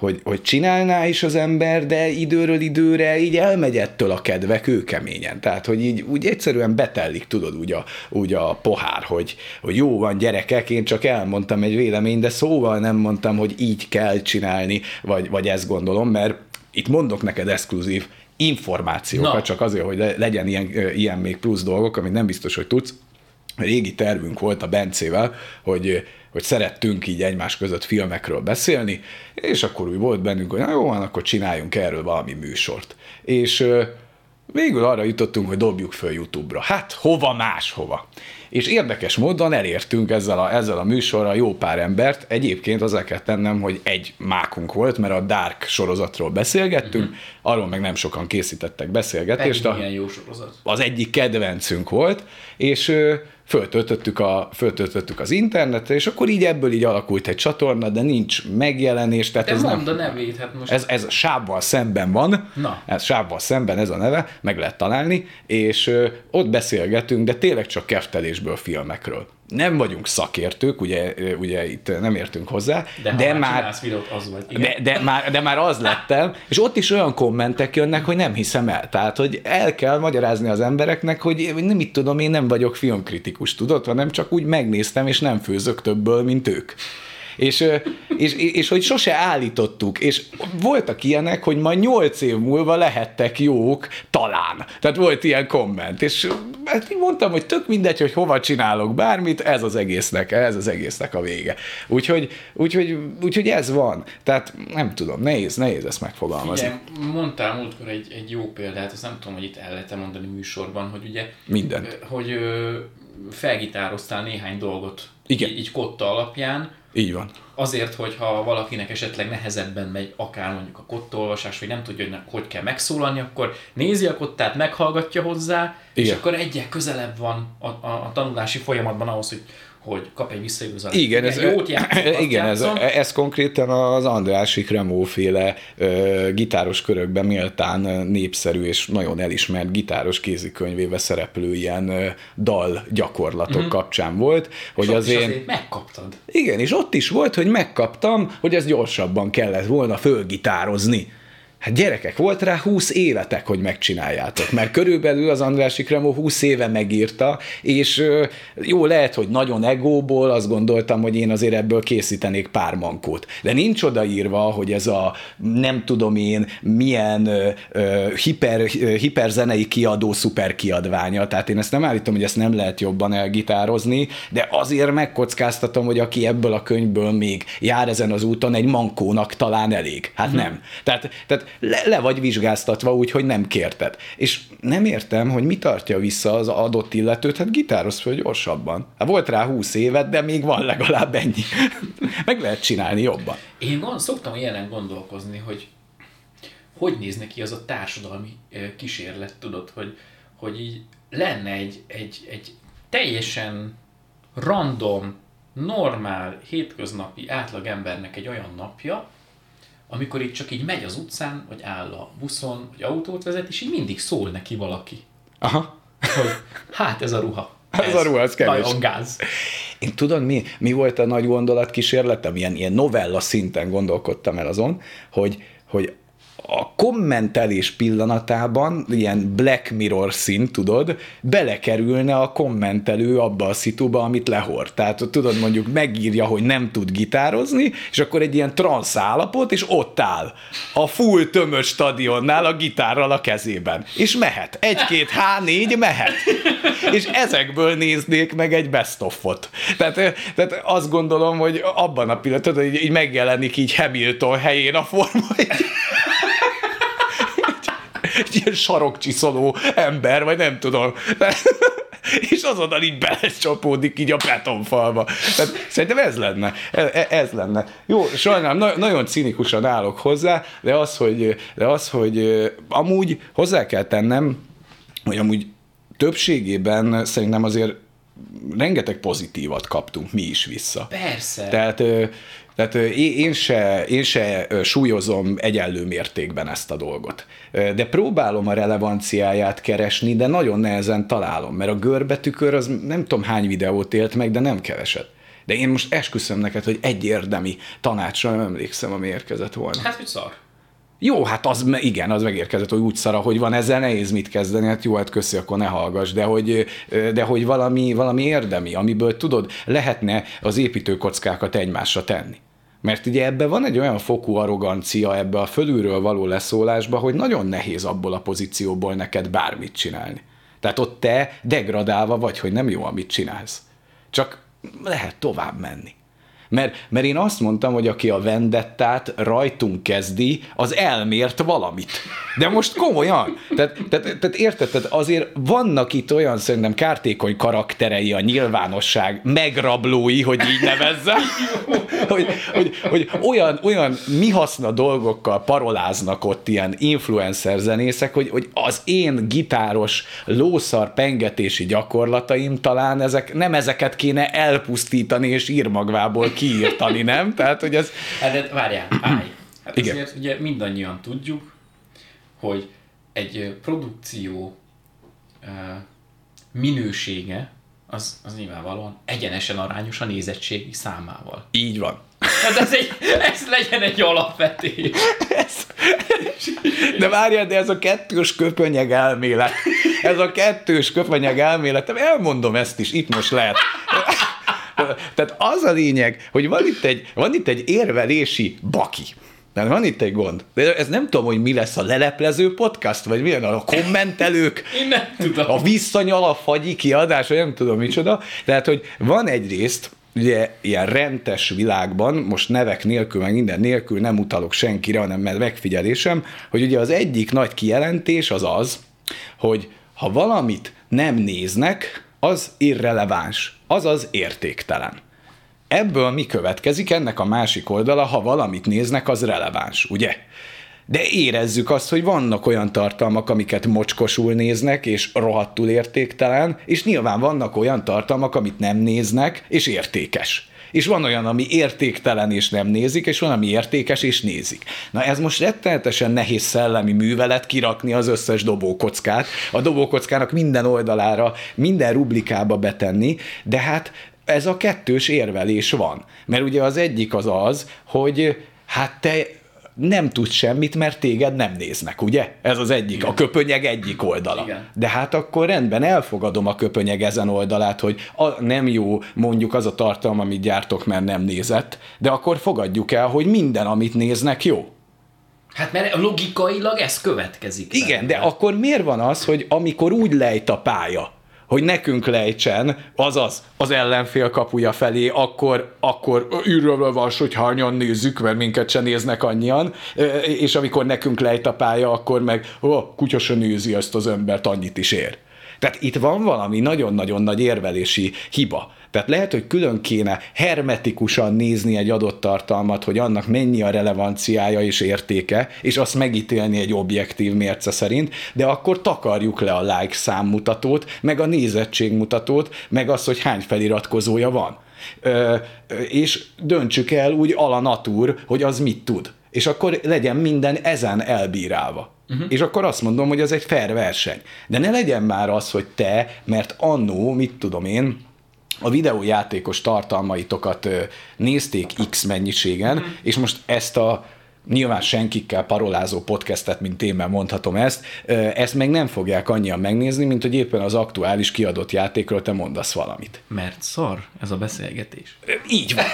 hogy, hogy csinálná is az ember, de időről időre így elmegy ettől a kedve kőkeményen. Tehát, hogy így úgy egyszerűen betellik, tudod, úgy a, úgy a pohár, hogy, hogy jó van gyerekek, én csak elmondtam egy véleményt, de szóval nem mondtam, hogy így kell csinálni, vagy, vagy ezt gondolom, mert itt mondok neked exkluzív információkat, no. csak azért, hogy legyen ilyen, ilyen még plusz dolgok, amit nem biztos, hogy tudsz. Régi tervünk volt a Bencével, hogy, hogy szerettünk így egymás között filmekről beszélni, és akkor úgy volt bennünk, hogy na jó van, akkor csináljunk erről valami műsort. És végül arra jutottunk, hogy dobjuk föl YouTube-ra. Hát hova máshova. És érdekes módon elértünk ezzel a, ezzel a műsorral jó pár embert. Egyébként hozzá kell tennem, hogy egy mákunk volt, mert a Dark sorozatról beszélgettünk, uh-huh. arról meg nem sokan készítettek beszélgetést. Egy ilyen jó sorozat. Az egyik kedvencünk volt, és föltöltöttük, a, föltöltöttük az internetre, és akkor így ebből így alakult egy csatorna, de nincs megjelenés. Tehát de ez mondd nem, a nevét, hát most... Ez, ez sávval szemben van, Na. ez sávval szemben ez a neve, meg lehet találni, és ö, ott beszélgetünk, de tényleg csak keftelésből filmekről. Nem vagyunk szakértők, ugye, ugye itt nem értünk hozzá, de, de, ha már, már videót, az vagy, igen. de, de, már, de már az lettem, és ott is olyan kommentek jönnek, hogy nem hiszem el. Tehát, hogy el kell magyarázni az embereknek, hogy nem mit tudom, én nem vagyok filmkritikus, tudod, hanem csak úgy megnéztem, és nem főzök többből, mint ők. És, és, és, és hogy sose állítottuk, és voltak ilyenek, hogy majd nyolc év múlva lehettek jók, talán. Tehát volt ilyen komment, és hát mondtam, hogy tök mindegy, hogy hova csinálok bármit, ez az egésznek, ez az egésznek a vége. Úgyhogy, úgyhogy, úgyhogy ez van. Tehát nem tudom, nehéz, nehéz ezt megfogalmazni. Igen, mondtál múltkor egy, egy jó példát, azt nem tudom, hogy itt el lehet mondani műsorban, hogy ugye... Mindent. Hogy felgitároztál néhány dolgot Igen. így, így kotta alapján. Így van. Azért, hogyha valakinek esetleg nehezebben megy akár mondjuk a kottaolvasás, vagy nem tudja, hogy hogy kell megszólalni, akkor nézi a kottát, meghallgatja hozzá, igen. és akkor egyel közelebb van a, a, a tanulási folyamatban ahhoz, hogy hogy kap egy visszaigazat. Igen, ez, jót játszom, igen ez, ez konkrétan az Andrássy Kremó féle uh, gitáros körökben méltán népszerű és nagyon elismert gitáros kézikönyvébe szereplő ilyen uh, dal gyakorlatok uh-huh. kapcsán volt. Hogy és az én... én... azért megkaptad. Igen, és ott is volt, hogy megkaptam, hogy ez gyorsabban kellett volna fölgitározni. Hát gyerekek, volt rá húsz évetek, hogy megcsináljátok, mert körülbelül az Andrássy Kremó húsz éve megírta, és jó, lehet, hogy nagyon egóból azt gondoltam, hogy én azért ebből készítenék pár mankót. De nincs odaírva, hogy ez a nem tudom én milyen uh, hiper, hiperzenei kiadó szuper kiadványa, tehát én ezt nem állítom, hogy ezt nem lehet jobban elgitározni, de azért megkockáztatom, hogy aki ebből a könyvből még jár ezen az úton, egy mankónak talán elég. Hát uh-huh. nem. Tehát, tehát Le, le vagy vizsgáztatva úgy, hogy nem kérted. És nem értem, hogy mi tartja vissza az adott illetőt, hát gitározz föl gyorsabban. Hát volt rá húsz évet, de még van legalább ennyi. Meg lehet csinálni jobban. Én gond, szoktam ilyenen gondolkozni, hogy hogy néz neki az a társadalmi kísérlet, tudod, hogy, hogy így lenne egy, egy, egy teljesen random, normál, hétköznapi átlagembernek egy olyan napja, amikor itt csak így megy az utcán, vagy áll a buszon, vagy autót vezet, és így mindig szól neki valaki. Aha. Hogy hát ez a ruha. Ez, ez a ruha, ez kevés. Nagyon gáz. Én tudod, mi, mi volt a nagy gondolatkísérletem? Ilyen, ilyen novella szinten gondolkodtam el azon, hogy, hogy a kommentelés pillanatában, ilyen Black Mirror szint, tudod, belekerülne a kommentelő abba a szituba, amit lehord. Tehát tudod, mondjuk megírja, hogy nem tud gitározni, és akkor egy ilyen transz állapot, és ott áll a full tömött stadionnál a gitárral a kezében. És mehet. Egy-két há négy mehet. És ezekből néznék meg egy best of-ot. Tehát, tehát azt gondolom, hogy abban a pillanatban, hogy így megjelenik így Hamilton helyén a forma, egy ilyen sarokcsiszoló ember, vagy nem tudom. És azonnal így belecsapódik így a betonfalba. Tehát szerintem ez lenne. Ez lenne. Jó, sajnálom, na- nagyon cinikusan állok hozzá, de az, hogy, de az, hogy amúgy hozzá kell tennem, hogy amúgy többségében szerintem azért rengeteg pozitívat kaptunk mi is vissza. Persze. Tehát Tehát én se, én se súlyozom egyenlő mértékben ezt a dolgot. De próbálom a relevanciáját keresni, de nagyon nehezen találom, mert a görbetükör az nem tudom hány videót élt meg, de nem keveset. De én most esküszöm neked, hogy egy érdemi tanácsra nem emlékszem, ami érkezett volna. Hát, hogy szar. Jó, hát az, igen, az megérkezett, hogy úgy szara, hogy van ezzel nehéz mit kezdeni, hát jó, hát köszi, akkor ne hallgass, de hogy, de hogy valami, valami érdemi, amiből tudod, lehetne az építőkockákat egymásra tenni. Mert ugye ebben van egy olyan fokú arrogancia ebbe a fölülről való leszólásba, hogy nagyon nehéz abból a pozícióból neked bármit csinálni. Tehát ott te degradálva vagy, hogy nem jó, amit csinálsz. Csak lehet tovább menni. Mert, mert én azt mondtam, hogy aki a vendettát rajtunk kezdi, az elmért valamit. De most komolyan. Tehát, tehát, tehát érted, tehát azért vannak itt olyan szerintem kártékony karakterei a nyilvánosság, megrablói, hogy így nevezzem, hogy, hogy, hogy olyan, olyan mi haszna dolgokkal paroláznak ott ilyen influencer zenészek, hogy, hogy az én gitáros lószar pengetési gyakorlataim talán ezek, nem ezeket kéne elpusztítani és írmagvából kiírtani, nem? Tehát, hogy ez... Hát várjál, állj. Hát igen. Azért ugye mindannyian tudjuk, hogy egy produkció minősége az, az nyilvánvalóan egyenesen arányos a nézettségi számával. Így van. Hát ez, egy, ez legyen egy alapvetés. Ez, de várjál, de ez a kettős köpönyeg elmélet. Ez a kettős köpönyeg elmélet. Elmondom ezt is, itt most lehet. Tehát az a lényeg, hogy van itt egy, van itt egy érvelési baki. Tehát van itt egy gond. De ez nem tudom, hogy mi lesz a leleplező podcast, vagy milyen a kommentelők, Én nem tudom. a visszanyal a fagyi kiadás, vagy nem tudom micsoda. Tehát, hogy van egyrészt, ugye ilyen rentes világban, most nevek nélkül, meg minden nélkül nem utalok senkire, hanem megfigyelésem, hogy ugye az egyik nagy kijelentés az az, hogy ha valamit nem néznek, az irreleváns, azaz értéktelen. Ebből mi következik? Ennek a másik oldala, ha valamit néznek, az releváns, ugye? De érezzük azt, hogy vannak olyan tartalmak, amiket mocskosul néznek, és rohadtul értéktelen, és nyilván vannak olyan tartalmak, amit nem néznek, és értékes. És van olyan, ami értéktelen és nem nézik, és van, ami értékes és nézik. Na ez most rettenetesen nehéz szellemi művelet kirakni az összes dobókockát, a dobókockának minden oldalára, minden rublikába betenni, de hát ez a kettős érvelés van. Mert ugye az egyik az az, hogy hát te nem tudsz semmit, mert téged nem néznek, ugye? Ez az egyik, igen. A köpönyeg egyik oldala. Igen. De hát akkor rendben, elfogadom a köpönyeg ezen oldalát, hogy a, nem jó mondjuk az a tartalom, amit gyártok, mert nem nézett, de akkor fogadjuk el, hogy minden, amit néznek, jó. Hát mert logikailag ez következik. Igen, szerintem. de akkor miért van az, hogy amikor úgy lejt a pálya, hogy nekünk lejtsen, azaz az ellenfél kapuja felé, akkor, akkor irreleváns, hogy hányan nézzük, mert minket se néznek annyian, és amikor nekünk lejt a pálya, akkor meg ó, kutya se nézi ezt az embert, annyit is ér. Tehát itt van valami nagyon-nagyon nagy érvelési hiba. Tehát lehet, hogy külön kéne hermetikusan nézni egy adott tartalmat, hogy annak mennyi a relevanciája és értéke, és azt megítélni egy objektív mérce szerint, de akkor takarjuk le a like számmutatót, meg a nézettségmutatót, meg azt, hogy hány feliratkozója van. Ö, és döntsük el úgy a la natur, hogy az mit tud. És akkor legyen minden ezen elbírálva. Uh-huh. És akkor azt mondom, hogy ez egy fair verseny. De ne legyen már az, hogy te, mert annó, mit tudom én, a videójátékos tartalmaitokat nézték X mennyiségen, uh-huh. és most ezt a nyilván senkikkel parolázó podcastet, mint én, mondhatom ezt, ezt meg nem fogják annyian megnézni, mint hogy éppen az aktuális kiadott játékról te mondasz valamit. Mert szar ez a beszélgetés. Így van.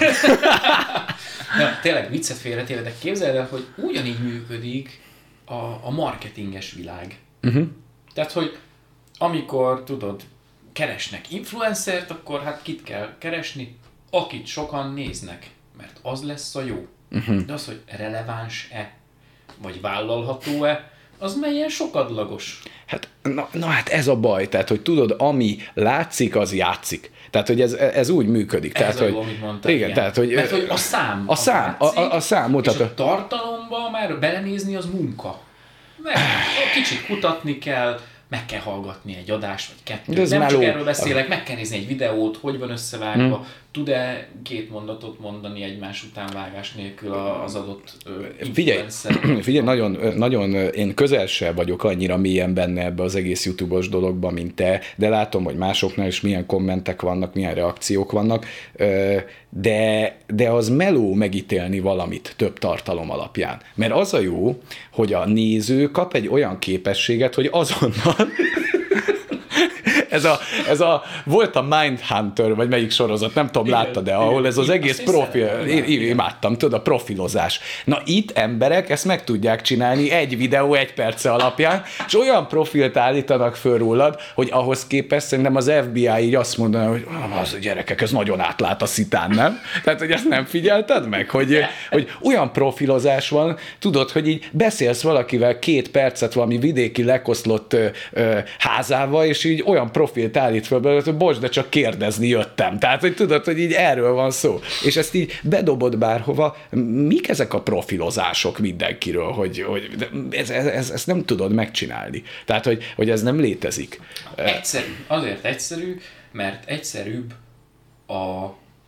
Na, tényleg viccet félretéve, de képzeld el, hogy ugyanígy működik a, a marketinges világ. Uh-huh. Tehát, hogy amikor, tudod, keresnek influencert, akkor hát kit kell keresni? Akit sokan néznek, mert az lesz a jó. Uh-huh. De az, hogy releváns-e, vagy vállalható-e, az melyen sokadlagos. Hát, na, na hát ez a baj, tehát, hogy tudod, ami látszik, az játszik. Tehát, hogy ez, ez úgy működik. Ez tehát, a hogy, jó, amit mondtál, igen, tehát, hogy, mert hogy a szám a szám, látszik, a, a szám mutató. És a tartalomba már belenézni az munka. Mert kicsit kutatni kell, meg kell hallgatni egy adást, vagy kettőt. Ez nem meló. csak erről beszélek, meg kell nézni egy videót, hogy van összevágva, hmm. tud-e két mondatot mondani egymás után vágás nélkül az adott influencer. Figyelj, figyelj nagyon, nagyon, én közel sem vagyok annyira mélyen benne ebbe az egész YouTube-os dologba, mint te, de látom, hogy másoknál is milyen kommentek vannak, milyen reakciók vannak, de, de az meló megítélni valamit több tartalom alapján. Mert az a jó, hogy a néző kap egy olyan képességet, hogy azonnal ez a, ez a, volt a Mindhunter, vagy melyik sorozat, nem tudom, igen, láttad, de ahol ez az egész profil, én, én imádtam, tudod, a profilozás. Na itt emberek ezt meg tudják csinálni egy videó egy perce alapján, és olyan profilt állítanak föl rólad, hogy ahhoz képest szerintem az ef bé i így azt mondaná, hogy az a gyerekek, ez nagyon átlát a szitán, nem? Tehát, hogy ezt nem figyelted meg, hogy, hogy olyan profilozás van, tudod, hogy így beszélsz valakivel két percet valami vidéki lekoszlott ö, ö, házával, és így olyan profilt állít föl belőle, hogy bocs, de csak kérdezni jöttem. Tehát, hogy tudod, hogy így erről van szó. És ezt így bedobod bárhova. Mik ezek a profilozások mindenkiről, hogy, hogy ez, ez, ezt nem tudod megcsinálni. Tehát, hogy, hogy ez nem létezik. Egyszerű. Azért egyszerű, mert egyszerűbb a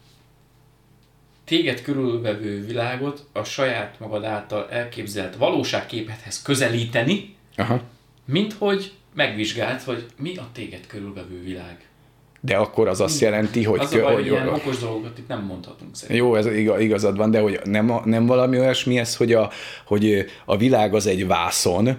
téged körülvevő világot a saját magad által elképzelt valóságképethez közelíteni, aha, mint hogy megvizsgált, hogy mi a téged körülvevő világ. De akkor az azt jelenti, hogy... Az a baj, hogy ilyen hogy, okos dolgokat itt nem mondhatunk szerintem. Jó, ez igazad van, de hogy nem, nem valami olyasmi ez, hogy a, hogy a világ az egy vászon,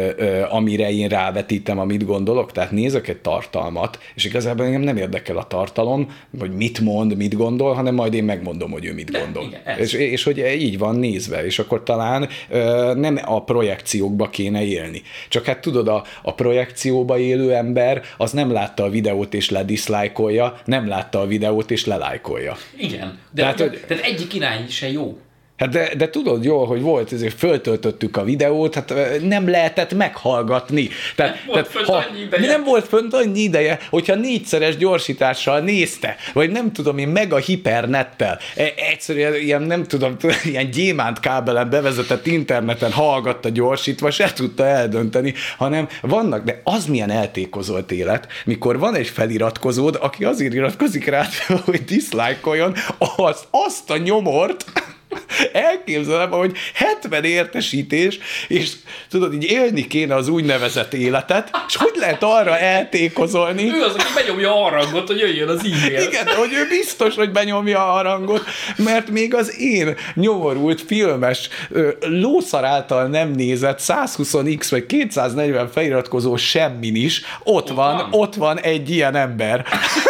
amire én rávetítem, amit gondolok, tehát nézek egy tartalmat, és igazából engem nem érdekel a tartalom, hogy mit mond, mit gondol, hanem majd én megmondom, hogy ő mit de, gondol. Igen, és, és hogy így van nézve, és akkor talán nem a projekciókba kéne élni. Csak hát tudod, a, a projekcióba élő ember az nem látta a videót és lediszlájkolja, nem látta a videót és lelájkolja. Igen, de tehát, hogy, tehát egyik irány se jó. Hát de, de tudod jól, hogy volt, ezért föltöltöttük a videót, hát nem lehetett meghallgatni. Tehát, nem, volt tehát, ha, nem volt fönt annyi ideje, hogyha négyszeres gyorsítással nézte, vagy nem tudom én, meg a hipernettel, egyszerűen ilyen, nem tudom, ilyen gyémánt kábelen bevezetett interneten hallgatta gyorsítva, se tudta eldönteni, hanem vannak, de az milyen eltékozolt élet, mikor van egy feliratkozód, aki azért iratkozik rá, hogy diszlájkoljon, azt, azt a nyomort, elképzelem, hogy hetven értesítés, és tudod, így élni kéne az úgynevezett életet, és hogy lehet arra eltékozolni? Ő az, aki benyomja a harangot, hogy jöjjön az e-mail. Igen, hogy ő biztos, hogy benyomja a harangot, mert még az én nyomorult filmes, lószar által nem nézett száz húsz x vagy kétszáznegyven feliratkozó semmin is, ott, ott van, van, ott van egy ilyen ember.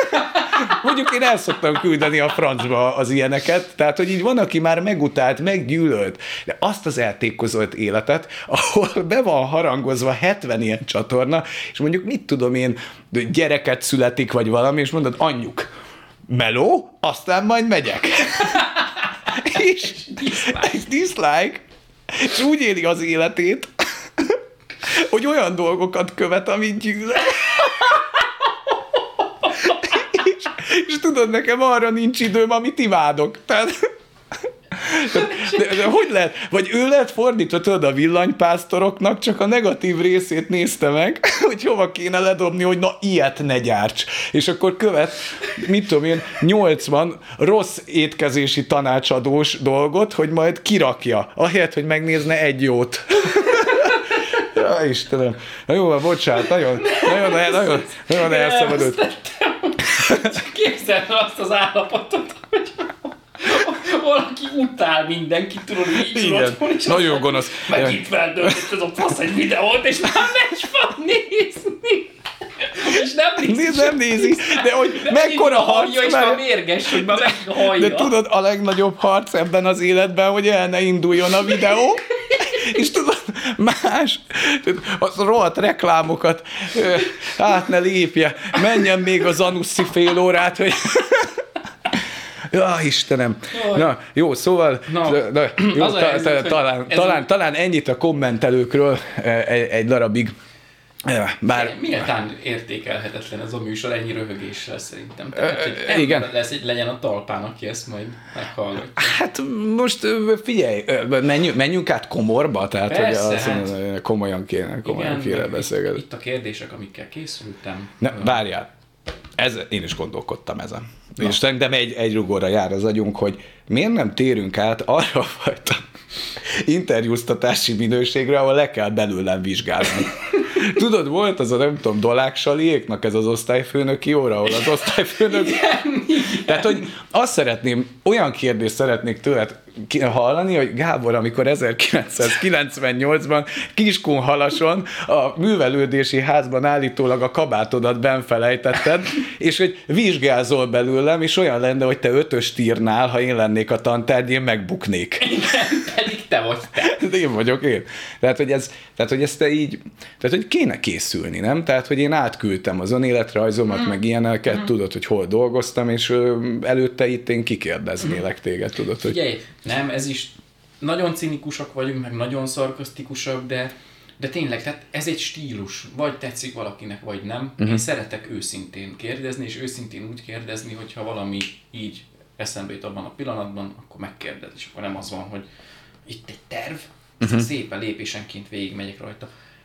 Mondjuk én el szoktam küldeni a francba az ilyeneket, tehát, hogy így van, aki már megutált, meggyűlölt, de azt az eltékozolt életet, ahol be van harangozva hetven ilyen csatorna, és mondjuk mit tudom én, gyereket születik, vagy valami, és mondod, anyjuk, meló, aztán majd megyek. és dislike. dislike, és úgy éli az életét, hogy olyan dolgokat követ, amit gyűlöl. És tudod, nekem arra nincs időm, amit imádok. Tehát, de, de, de hogy lehet? Vagy ő lett fordítva, tudod, a villanypásztoroknak, csak a negatív részét nézte meg, hogy hova kéne ledobni, hogy na, ilyet ne gyárts. És akkor követ, mit tudom én, nyolcvan rossz étkezési tanácsadós dolgot, hogy majd kirakja, ahelyett, hogy megnézne egy jót. Ja, Istenem. Na jó, bocsánat, nagyon, nagyon, nagyon, nagyon, nagyon elszabadult. Csak képzeld azt az állapotot, hogy valaki utál mindenkit, tudod, így otthon, és nagyon gonosz. Megint feldöltött ez a fasz egy videót, és már megy fog nézni. És nem nézi. Nézd, nem nézi, de hogy de mekkora harc. És már mérges, hogy már meghallja. De tudod, a legnagyobb harc ebben az életben, hogy el ne induljon a videó. És tudod, más, az rohadt reklámokat át ne lépje, menjen még az anuszi fél órát, hogy... Ja, Istenem. Na, jó, szóval no, na, jó, ta, ta, talán, talán, talán ennyit a kommentelőkről egy, egy darabig. Bár... Méltán értékelhetetlen ez a műsor ennyi röhögéssel szerintem. Tehát, hogy Ö, igen. lesz, egy, legyen a talpán, aki ezt majd meghallgatja. Hát most figyelj, menjünk, menjünk át komorba, tehát Persze, hogy azt hát. mondom, komolyan kéne, komolyan Igen, kéne beszélgetni. Itt, itt a kérdések, amikkel készültem. Ne, várjál, ez, én is gondolkodtam ezen. Na. És szerintem egy, egy rugóra jár az agyunk, hogy miért nem térünk át arra a fajta interjúztatási minőségre, ahol le kell belőlem vizsgálni. Tudod, volt az a, nem tudom, Dolák Saliéknak ez az osztályfőnöki óra, ahol az osztályfőnök... Igen, igen. Tehát, hogy azt szeretném, olyan kérdést szeretnék tőled hallani, hogy Gábor, amikor ezerkilencszázkilencvennyolcban Kiskunhalason a művelődési házban állítólag a kabátodat benfelejtetted, és hogy vizsgázol belőlem, és olyan lenne, hogy te ötöst írnál, ha én lennék a tantárgy, én megbuknék. Igen, pedig te vagy te. De én vagyok én. Tehát, hogy ez, tehát, hogy ezt te így, tehát, hogy kéne készülni, nem? Tehát, hogy én átküldtem az önéletrajzomat, mm. meg ilyeneket, mm. tudod, hogy hol dolgoztam, és előtte itt én kikérdeznélek téged, tudod, hogy... Figyelj, nem, ez is nagyon cinikusak vagyunk, meg nagyon szarkasztikusak, de, de tényleg, tehát ez egy stílus. Vagy tetszik valakinek, vagy nem. Uh-huh. Én szeretek őszintén kérdezni, és őszintén úgy kérdezni, hogyha valami így eszembe jut abban a pillanatban, akkor megkérdez, és akkor nem az van, hogy itt egy terv, uh-huh. szépen lépésenként végigmegyek rajta.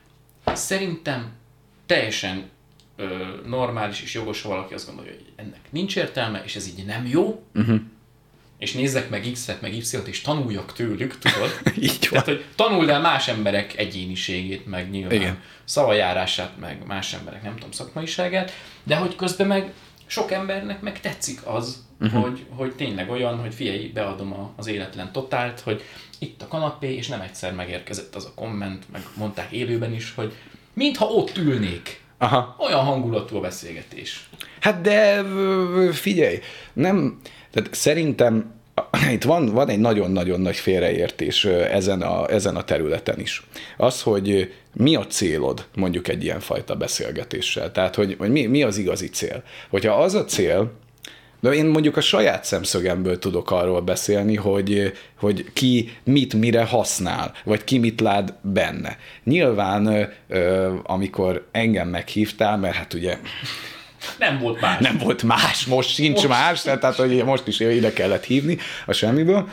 Szerintem teljesen ö, normális és jogos, ha valaki azt gondolja, hogy ennek nincs értelme, és ez így nem jó, uh-huh. és nézzek meg X-et, meg Y-t, és tanuljak tőlük, tudod? Így van. Tehát, hogy tanuld el más emberek egyéniségét, meg nyilván igen. szavajárását, meg más emberek, nem tudom, szakmaiságát, de hogy közben meg sok embernek meg tetszik az, uh-huh. hogy, hogy tényleg olyan, hogy figyelj, beadom a, az életlen totált, hogy itt a kanapé, és nem egyszer megérkezett az a komment, meg mondták élőben is, hogy mintha ott ülnék. Aha. Olyan hangulatú a beszélgetés. Hát de figyelj, nem, tehát szerintem itt van, van egy nagyon-nagyon nagy félreértés ezen a, ezen a területen is. Az, hogy mi a célod mondjuk egy ilyen fajta beszélgetéssel. Tehát, hogy, hogy mi, mi az igazi cél. Hogyha az a cél, de én mondjuk a saját szemszögemből tudok arról beszélni, hogy, hogy ki mit mire használ, vagy ki mit lát benne. Nyilván, amikor engem meghívtál, mert hát ugye... Nem volt más. Nem volt más, most sincs most. más, tehát hogy most is ide kellett hívni a semmiből.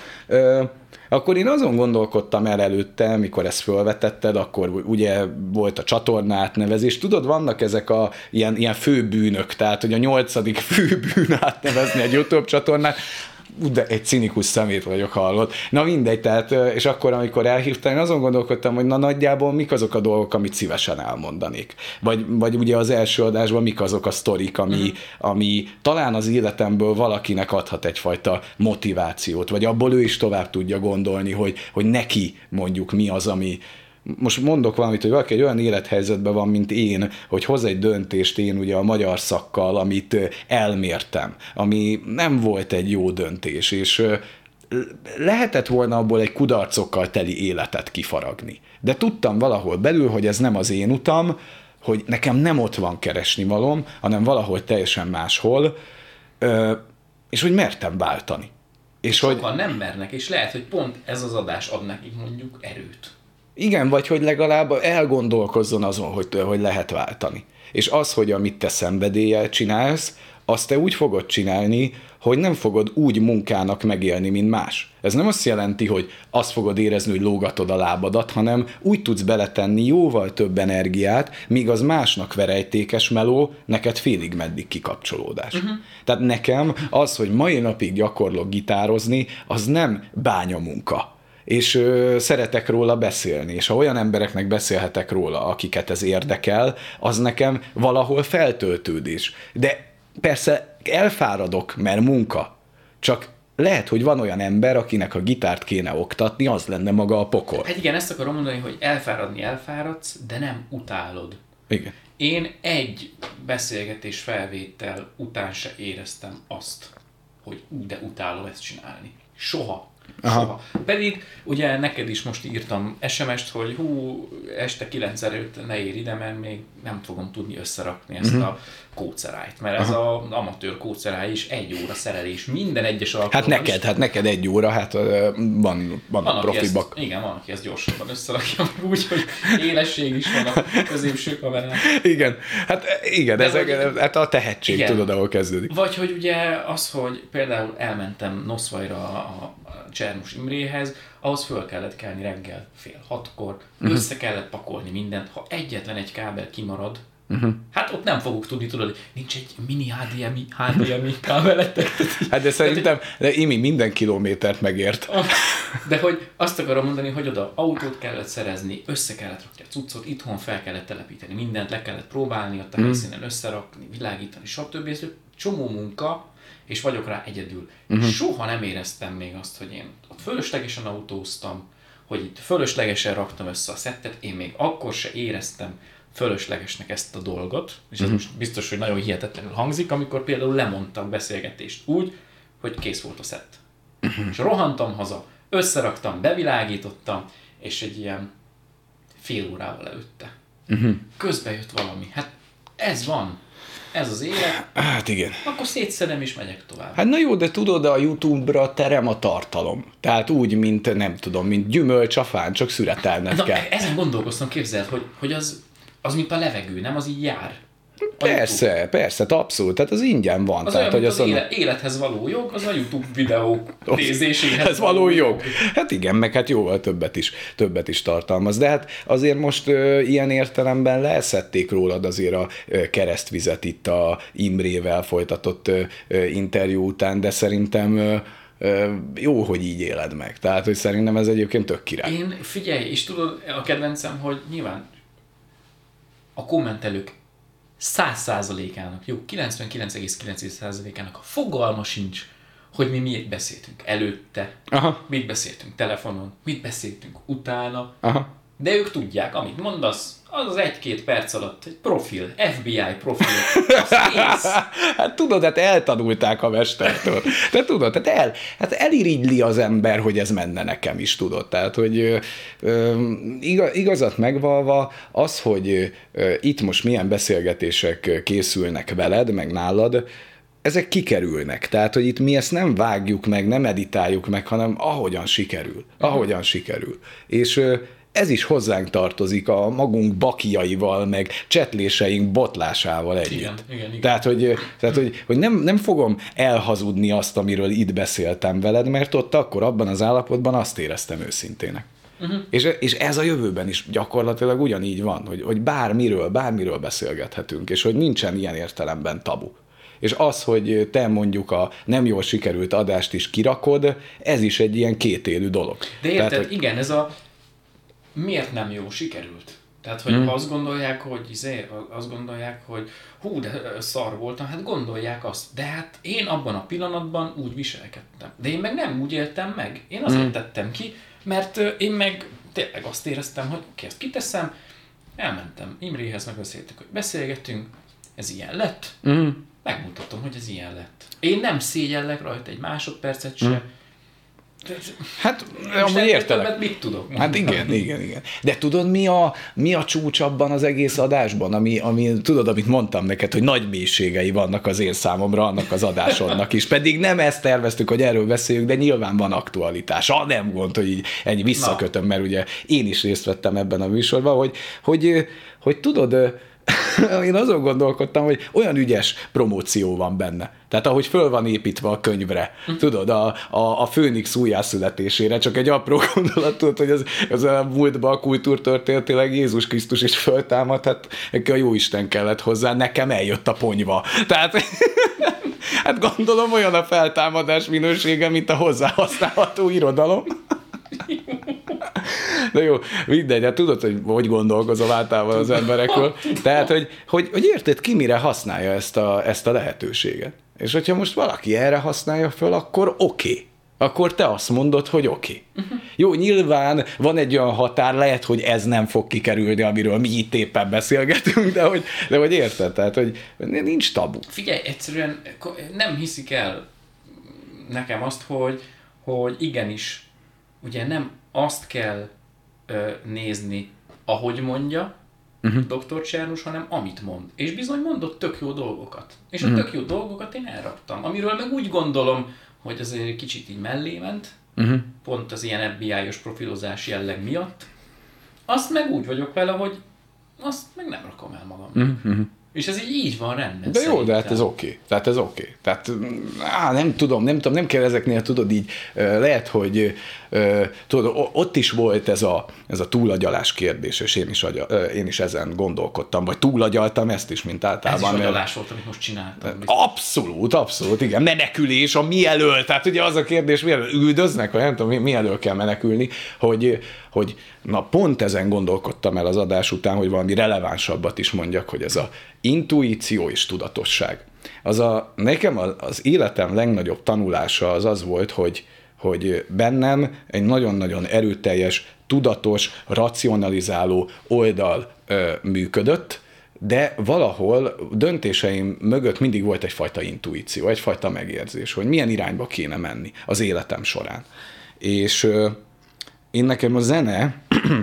Akkor én azon gondolkodtam el előtte, mikor ezt felvetetted, akkor ugye volt a csatorna átnevezés. Tudod, vannak ezek a ilyen, ilyen főbűnök, tehát hogy a nyolcadik főbűn átnevezni egy YouTube csatornát, de egy cinikus szemét vagyok, hallott. Na mindegy, tehát, és akkor, amikor elhívtam, én azon gondolkodtam, hogy na nagyjából mik azok a dolgok, amit szívesen elmondanék. Vagy, vagy ugye az első adásban mik azok a sztorik, ami, mm. ami talán az életemből valakinek adhat egyfajta motivációt, vagy abból ő is tovább tudja gondolni, hogy, hogy neki mondjuk mi az, ami... Most mondok valamit, hogy valaki egy olyan élethelyzetben van, mint én, hogy hoz egy döntést én ugye a magyar szakkal, amit elmértem, ami nem volt egy jó döntés, és lehetett volna abból egy kudarcokkal teli életet kifaragni. De tudtam valahol belül, hogy ez nem az én utam, hogy nekem nem ott van keresnivalom, hanem valahol teljesen máshol, és hogy mertem váltani. És Sokan hogy... nem mernek, és lehet, hogy pont ez az adás ad nekik mondjuk erőt. Igen, vagy hogy legalább elgondolkozzon azon, hogy, hogy lehet váltani. És az, hogy amit te szenvedéllyel csinálsz, azt te úgy fogod csinálni, hogy nem fogod úgy munkának megélni, mint más. Ez nem azt jelenti, hogy azt fogod érezni, hogy lógatod a lábadat, hanem úgy tudsz beletenni jóval több energiát, míg az másnak verejtékes meló, neked félig meddig kikapcsolódás. Uh-huh. Tehát nekem az, hogy mai napig gyakorlok gitározni, az nem bányamunka. És ö, szeretek róla beszélni, és ha olyan embereknek beszélhetek róla, akiket ez érdekel, az nekem valahol feltöltődés. De persze elfáradok, mert munka. Csak lehet, hogy van olyan ember, akinek a gitárt kéne oktatni, az lenne maga a pokol. Hát igen, ezt akarom mondani, hogy elfáradni elfáradsz, de nem utálod. Igen. Én egy beszélgetés felvétel után se éreztem azt, hogy ú, de utálom ezt csinálni. Soha. Aha. Soha. Pedig ugye neked is most írtam es em est, hogy hú, este kilenc előtt ne ér ide, mert még nem fogom tudni összerakni ezt uh-huh. a kódszerájt. Mert ez az amatőr kódszeráj is egy óra szerelés, minden egyes alkalommal. Hát neked, is. hát neked egy óra, hát van, van, van a profibak. Igen, van, aki ezt gyorsabban összerakja, úgy, hogy élesség is van a középső kamerán. Igen, hát igen, ez hogy, hát a tehetség, igen. tudod, ahol kezdődik. Vagy hogy ugye az, hogy például elmentem Noszvajra a Csernus Imréhez, ahhoz föl kellett kelni reggel fél hatkor, uh-huh. össze kellett pakolni mindent, ha egyetlen egy kábel kimarad, uh-huh. hát ott nem fogok tudni, tudod, hogy nincs egy mini há dé em i, há dé em i kábeletek. Hát de szerintem, de Imi minden kilométert megért. De hogy azt akarom mondani, hogy oda autót kellett szerezni, össze kellett rakni a cuccot, itthon fel kellett telepíteni mindent, le kellett próbálni, ott a uh-huh. helyszínen összerakni, világítani, stb. Ez csomó munka, és vagyok rá egyedül. Uh-huh. Soha nem éreztem még azt, hogy én ott fölöslegesen autóztam, hogy itt fölöslegesen raktam össze a szettet, én még akkor se éreztem fölöslegesnek ezt a dolgot, és ez uh-huh. most biztos, hogy nagyon hihetetlenül hangzik, amikor például lemondtam beszélgetést úgy, hogy kész volt a szett. Uh-huh. És rohantam haza, összeraktam, bevilágítottam, és egy ilyen fél órával előtte. Uh-huh. Közben jött valami. Hát ez van. Ez az élet. Hát igen. Akkor szétszedem és megyek tovább. Hát na jó, de tudod, a YouTube-ra terem a tartalom. Tehát úgy, mint nem tudom, mint gyümölcs a fán, csak szüretelned na, kell. Ezen gondolkoztam, képzeld, hogy, hogy az, az mint a levegő, nem? Az így jár. Persze, YouTube. persze, abszolút, tehát az ingyen van. Az tehát, olyan, hogy az a... élethez való jog, az a YouTube videó nézéséhez ez való jog. jog. Hát igen, meg hát jóval többet is, többet is tartalmaz. De hát azért most ö, ilyen értelemben leszedték rólad azért a ö, keresztvizet itt a Imrével folytatott ö, ö, interjú után, de szerintem ö, ö, jó, hogy így éled meg. Tehát, hogy szerintem ez egyébként tök király. Én figyelj, és tudod, a kedvencem, hogy nyilván a kommentelők száz százalékának, jó, kilencvenkilenc egész kilenc százalékának a fogalma sincs, hogy mi miért beszéltünk előtte, aha. mit beszéltünk telefonon, mit beszéltünk utána, aha. de ők tudják, amit mondasz, az az egy-két perc alatt egy profil, ef bé i profil, az kész. Hát tudod, hát eltanulták a mestertől. De tudod, hát, el, hát elirigyli az ember, hogy ez menne nekem is, tudod. Tehát, hogy ö, ö, igazat megvalva az, hogy ö, itt most milyen beszélgetések készülnek veled, meg nálad, ezek kikerülnek. Tehát, hogy itt mi ezt nem vágjuk meg, nem editáljuk meg, hanem ahogyan sikerül. Ahogyan sikerül. És ö, ez is hozzánk tartozik a magunk bakiaival, meg csetléseink botlásával együtt. Igen, igen, igen. Tehát, hogy, tehát, hogy, hogy nem, nem fogom elhazudni azt, amiről itt beszéltem veled, mert ott akkor abban az állapotban azt éreztem őszintének. Uh-huh. És, és ez a jövőben is gyakorlatilag ugyanígy van, hogy, hogy bármiről, bármiről beszélgethetünk, és hogy nincsen ilyen értelemben tabu. És az, hogy te mondjuk a nem jól sikerült adást is kirakod, ez is egy ilyen kétélű dolog. De érted, Tehát, hogy... igen, ez a miért nem jó sikerült? Tehát, hogy hmm. azt gondolják, hogy izé, azt gondolják, hogy hú, de szar voltam, hát gondolják azt. De hát én abban a pillanatban úgy viselkedtem. De én meg nem úgy éltem meg. Én azért hmm. tettem ki, mert én meg tényleg azt éreztem, hogy oké, ezt kiteszem, elmentem Imréhez, megbeszéltük, hogy beszélgetünk, ez ilyen lett, hmm. megmutatom, hogy ez ilyen lett. Én nem szégyellek rajta egy másodpercet sem, hmm. Hát, amúgy értelek. Mit tudok? Hát igen, igen, igen. De tudod, mi a, mi a csúcs abban az egész adásban, ami, ami, tudod, amit mondtam neked, hogy nagy mélységei vannak az én számomra, annak az adásodnak is. Pedig nem ezt terveztük, hogy erről beszéljünk, de nyilván van aktualitás. Ah, nem gond, hogy így ennyi visszakötöm, mert ugye én is részt vettem ebben a műsorban, hogy, hogy, hogy tudod, én azon gondolkodtam, hogy olyan ügyes promóció van benne. Tehát ahogy föl van építve a könyvre, uh-huh. tudod, a, a, a Főnix újjászületésére, csak egy apró gondolat, tudod, hogy az, az a múltban a kultúrtörténetileg Jézus Krisztus is föltámad, hát a Jóisten kellett hozzá, nekem eljött a ponyva. Tehát hát gondolom olyan a feltámadás minősége, mint a hozzáhasználható irodalom. De jó, mindegy, hát tudod, hogy hogy gondolkozom általában az emberekről. Tehát, hogy, hogy, hogy érted, ki mire használja ezt a, ezt a lehetőséget. És hogyha most valaki erre használja föl, akkor oké. Okay. Akkor te azt mondod, hogy oké. Okay. Uh-huh. Jó, nyilván van egy olyan határ, lehet, hogy ez nem fog kikerülni, amiről mi itt éppen beszélgetünk, de hogy, de hogy érted, tehát, hogy nincs tabu. Figyelj, egyszerűen nem hiszik el nekem azt, hogy hogy igenis, ugye nem azt kell ö, nézni, ahogy mondja uh-huh. doktor Csernus, hanem amit mond. És bizony mondott tök jó dolgokat. És a uh-huh. tök jó dolgokat én elraktam. Amiről meg úgy gondolom, hogy azért kicsit így mellé ment, uh-huh. pont az ilyen ef bé i-os profilozás jelleg miatt. Azt meg úgy vagyok vele, hogy azt meg nem rakom el magam. Uh-huh. És ez így, így van rendben. De jó, szerintem. De hát ez oké. Okay. Tehát ez oké. Okay. Tehát á, nem tudom, nem tudom, nem kell ezeknél, tudod így, lehet, hogy tudod, ott is volt ez a, ez a túlagyalás kérdés, és én is, agya, én is ezen gondolkodtam, vagy túlagyaltam ezt is, mint általában. Ez is agyalás volt, amit most csináltam. Abszolút, abszolút, igen. Menekülés a mi elől. Tehát ugye az a kérdés, mi elől üldöznek, vagy nem tudom, mi, mi elől kell menekülni, hogy, hogy na pont ezen gondolkodtam el az adás után, hogy valami relevánsabbat is mondjak, hogy ez a intuíció és tudatosság. Az a, nekem az életem legnagyobb tanulása az az volt, hogy, hogy bennem egy nagyon-nagyon erőteljes, tudatos, racionalizáló oldal ö, működött, de valahol döntéseim mögött mindig volt egyfajta intuíció, egyfajta megérzés, hogy milyen irányba kéne menni az életem során. És ö, én nekem a zene,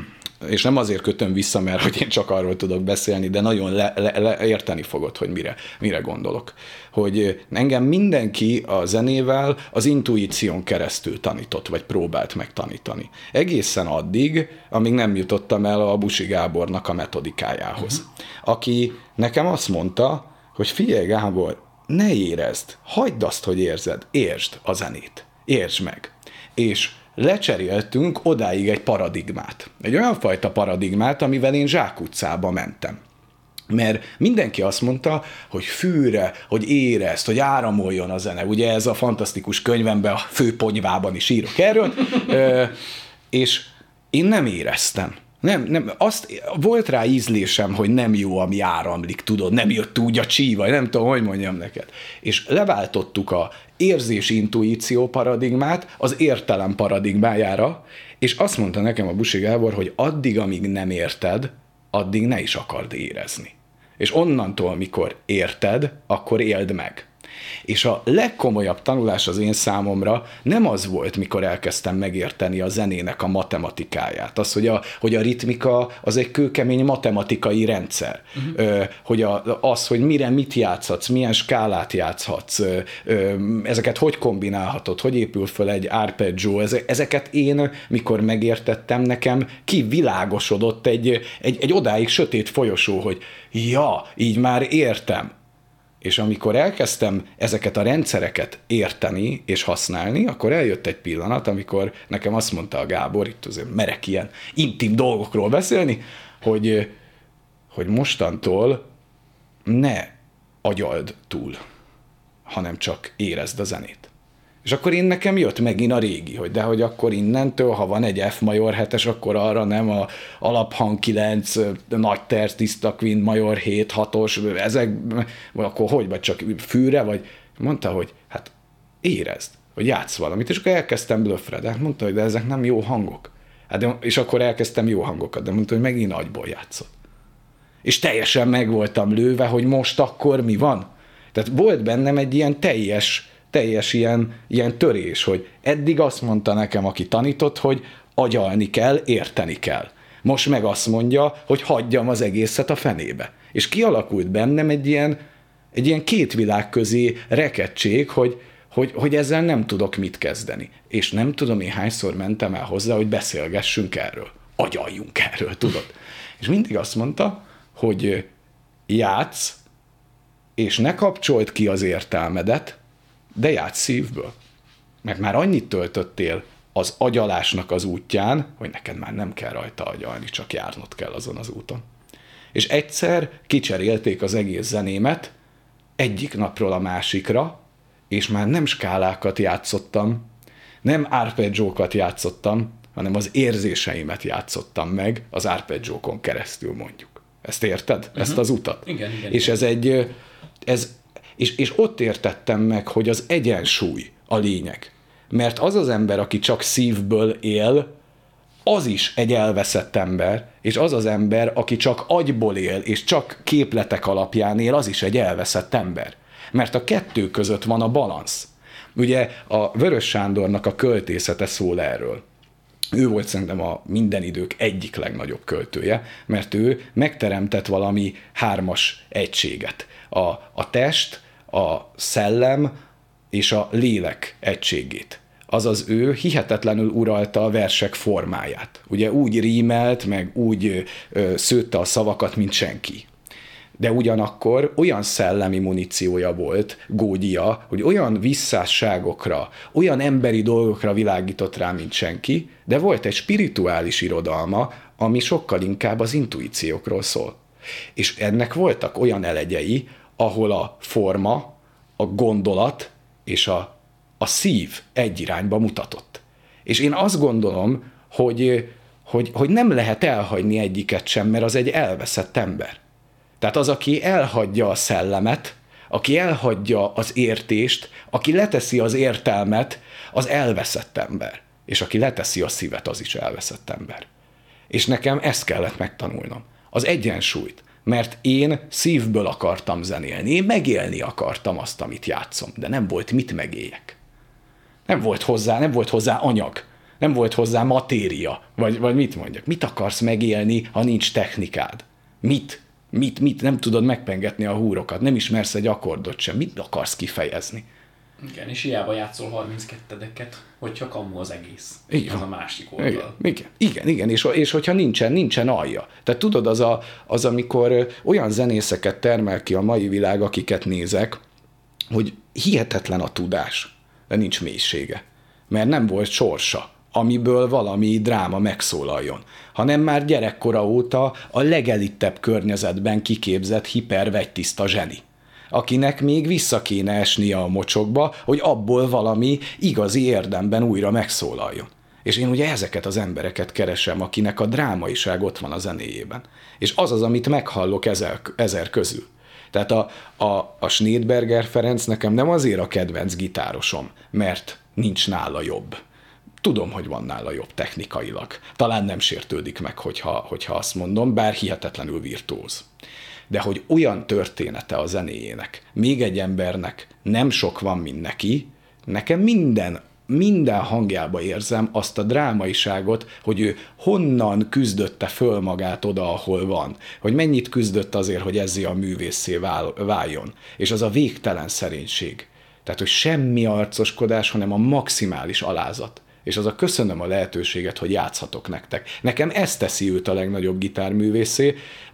és nem azért kötöm vissza, mert hogy én csak arról tudok beszélni, de nagyon le, le, le, érteni fogod, hogy mire, mire gondolok. Hogy engem mindenki a zenével az intuíción keresztül tanított, vagy próbált megtanítani. Egészen addig, amíg nem jutottam el a Busi Gábornak a metodikájához. Uh-huh. Aki nekem azt mondta, hogy figyelj Gábor, ne érezd, hagyd azt, hogy érzed, értsd a zenét, értsd meg. És lecseréltünk odáig egy paradigmát. Egy olyan fajta paradigmát, amivel én zsákutcába mentem. Mert mindenki azt mondta, hogy fűre, hogy érezd, hogy áramoljon a zene. Ugye ez a fantasztikus könyvemben, a Főponyvában is írok erről. Ö, és én nem éreztem. Nem, nem, azt, volt rá ízlésem, hogy nem jó, ami áramlik, tudod, nem jött úgy a csí, vagy nem tudom, hogy mondjam neked. És leváltottuk a érzés-intuíció paradigmát az értelem paradigmájára, és azt mondta nekem a Busi Gábor, hogy addig, amíg nem érted, addig ne is akard érezni. És onnantól, mikor érted, akkor éld meg. És a legkomolyabb tanulás az én számomra nem az volt, mikor elkezdtem megérteni a zenének a matematikáját. Az, hogy a, hogy a ritmika az egy kőkemény matematikai rendszer. Uh-huh. Ö, hogy a, az, hogy mire mit játszhatsz, milyen skálát játszhatsz, ö, ö, ezeket hogy kombinálhatod, hogy épül föl egy arpeggio, ezeket én, mikor megértettem, nekem kivilágosodott egy, egy, egy odáig sötét folyosó, hogy ja, így már értem. És amikor elkezdtem ezeket a rendszereket érteni és használni, akkor eljött egy pillanat, amikor nekem azt mondta a Gábor, itt azért merek ilyen intim dolgokról beszélni, hogy, hogy mostantól ne agyald túl, hanem csak érezd a zenét. És akkor én nekem jött megint a régi, hogy de hogy akkor innentől, ha van egy F major hetes, akkor arra nem a alaphang kilenc, nagy terc, tiszta kvint, major hét, hatos, ezek, vagy akkor hogy, vagy csak fűre, vagy mondta, hogy hát érezd, hogy játsz valamit, és akkor elkezdtem blöffre, de mondta, hogy de ezek nem jó hangok. Hát de, és akkor elkezdtem jó hangokat, de mondta, hogy megint agyból játszott. És teljesen meg voltam lőve, hogy most akkor mi van. Tehát volt bennem egy ilyen teljes teljes ilyen, ilyen törés, hogy eddig azt mondta nekem, aki tanított, hogy agyalni kell, érteni kell. Most meg azt mondja, hogy hagyjam az egészet a fenébe. És kialakult bennem egy ilyen, egy ilyen két világ közé rekettség, hogy, hogy, hogy ezzel nem tudok mit kezdeni. És nem tudom én hányszor mentem el hozzá, hogy beszélgessünk erről. Agyaljunk erről, tudod. És mindig azt mondta, hogy játsz, és ne kapcsold ki az értelmedet, de játsz szívből. Mert már annyit töltöttél az agyalásnak az útján, hogy neked már nem kell rajta agyalni, csak járnod kell azon az úton. És egyszer kicserélték az egész zenémet egyik napról a másikra, és már nem skálákat játszottam, nem arpeggiókat játszottam, hanem az érzéseimet játszottam meg az arpeggiókon keresztül, mondjuk. Ezt érted? Uh-huh. Ezt az utat? Igen, igen. És ez egy... Ez, És, és ott értettem meg, hogy az egyensúly a lényeg. Mert az az ember, aki csak szívből él, az is egy elveszett ember, és az az ember, aki csak agyból él, és csak képletek alapján él, az is egy elveszett ember. Mert a kettő között van a balansz. Ugye a Vörös Sándornak a költészete szól erről. Ő volt szerintem a minden idők egyik legnagyobb költője, mert ő megteremtett valami hármas egységet. A, a test, a szellem és a lélek egységét. Azaz ő hihetetlenül uralta a versek formáját. Ugye úgy rímelt, meg úgy ö, szőtte a szavakat, mint senki. De ugyanakkor olyan szellemi muníciója volt, gógyia, hogy olyan visszásságokra, olyan emberi dolgokra világított rá, mint senki, de volt egy spirituális irodalma, ami sokkal inkább az intuíciókról szól. És ennek voltak olyan elegyei, ahol a forma, a gondolat és a, a szív egy irányba mutatott. És én azt gondolom, hogy, hogy, hogy nem lehet elhagyni egyiket sem, mert az egy elveszett ember. Tehát az, aki elhagyja a szellemet, aki elhagyja az értést, aki leteszi az értelmet, az elveszett ember. És aki leteszi a szívet, az is elveszett ember. És nekem ezt kellett megtanulnom. Az egyensúlyt. Mert én szívből akartam zenélni. Én megélni akartam azt, amit játszom. De nem volt mit megéljek. Nem volt hozzá, nem volt hozzá anyag. Nem volt hozzá matéria. Vagy, vagy mit mondjak? Mit akarsz megélni, ha nincs technikád? Mit? Mit, mit, nem tudod megpengetni a húrokat, nem ismersz egy akkordot sem, mit akarsz kifejezni? Igen, és hiába játszol harminckettedeket, hogyha kamu az egész. Igen. Az a másik oldal. Igen, igen, igen, igen. És, és hogyha nincsen, nincsen alja. Tehát tudod, az, a, az, amikor olyan zenészeket termel ki a mai világ, akiket nézek, hogy hihetetlen a tudás, de nincs mélysége. Mert nem volt sorsa, amiből valami dráma megszólaljon, hanem már gyerekkora óta a legelittebb környezetben kiképzett hipervegytiszta zseni, akinek még vissza kéne esnie a mocsokba, hogy abból valami igazi érdemben újra megszólaljon. És én ugye ezeket az embereket keresem, akinek a drámaiság ott van a zenéjében. És az az, amit meghallok ezer, ezer közül. Tehát a, a, a Schneidberger Ferenc nekem nem azért a kedvenc gitárosom, mert nincs nála jobb. Tudom, hogy van nála jobb technikailag. Talán nem sértődik meg, hogyha, hogyha azt mondom, bár hihetetlenül virtuóz. De hogy olyan története a zenéjének, még egy embernek nem sok van, mint neki, nekem minden, minden hangjába érzem azt a drámaiságot, hogy ő honnan küzdötte föl magát oda, ahol van. Hogy mennyit küzdött azért, hogy ezzé a művészé váljon. És az a végtelen szerénység. Tehát, hogy semmi arcoskodás, hanem a maximális alázat. És az a köszönöm a lehetőséget, hogy játszhatok nektek. Nekem ez teszi őt a legnagyobb gitárművészé,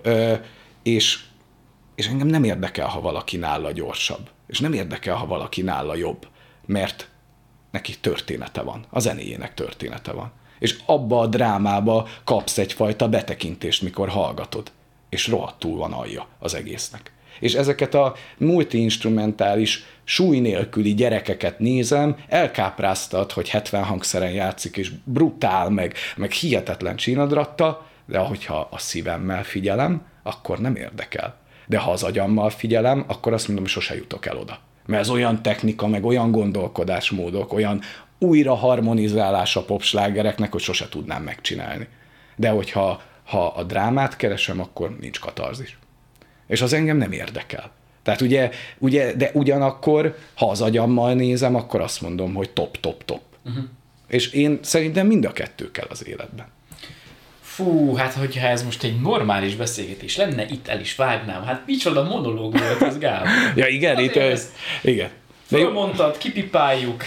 és, és engem nem érdekel, ha valaki nála gyorsabb. És nem érdekel, ha valaki nála jobb. Mert neki története van. A zenéjének története van. És abba a drámába kapsz egyfajta betekintést, mikor hallgatod. És rohadtul van alja az egésznek. És ezeket a multi-instrumentális, súly nélküli gyerekeket nézem, elkápráztat, hogy hetven hangszeren játszik, és brutál, meg, meg hihetetlen csínadratta, de ahogyha a szívemmel figyelem, akkor nem érdekel. De ha az agyammal figyelem, akkor azt mondom, hogy sose jutok el oda. Mert ez olyan technika, meg olyan gondolkodásmódok, olyan újra harmonizálás a popslágereknek, hogy sose tudnám megcsinálni. De hogyha ha a drámát keresem, akkor nincs katarzis. És az engem nem érdekel. Tehát ugye, ugye, de ugyanakkor, ha az agyammal nézem, akkor azt mondom, hogy top, top, top. Uh-huh. És én szerintem mind a kettő kell az életben. Fú, hát hogyha ez most egy normális beszélgetés lenne, itt el is vágnám. Hát micsoda monológ volt ez, Gábor. Ja igen, itt, ezt, igen. Fölmondtad, kipipáljuk.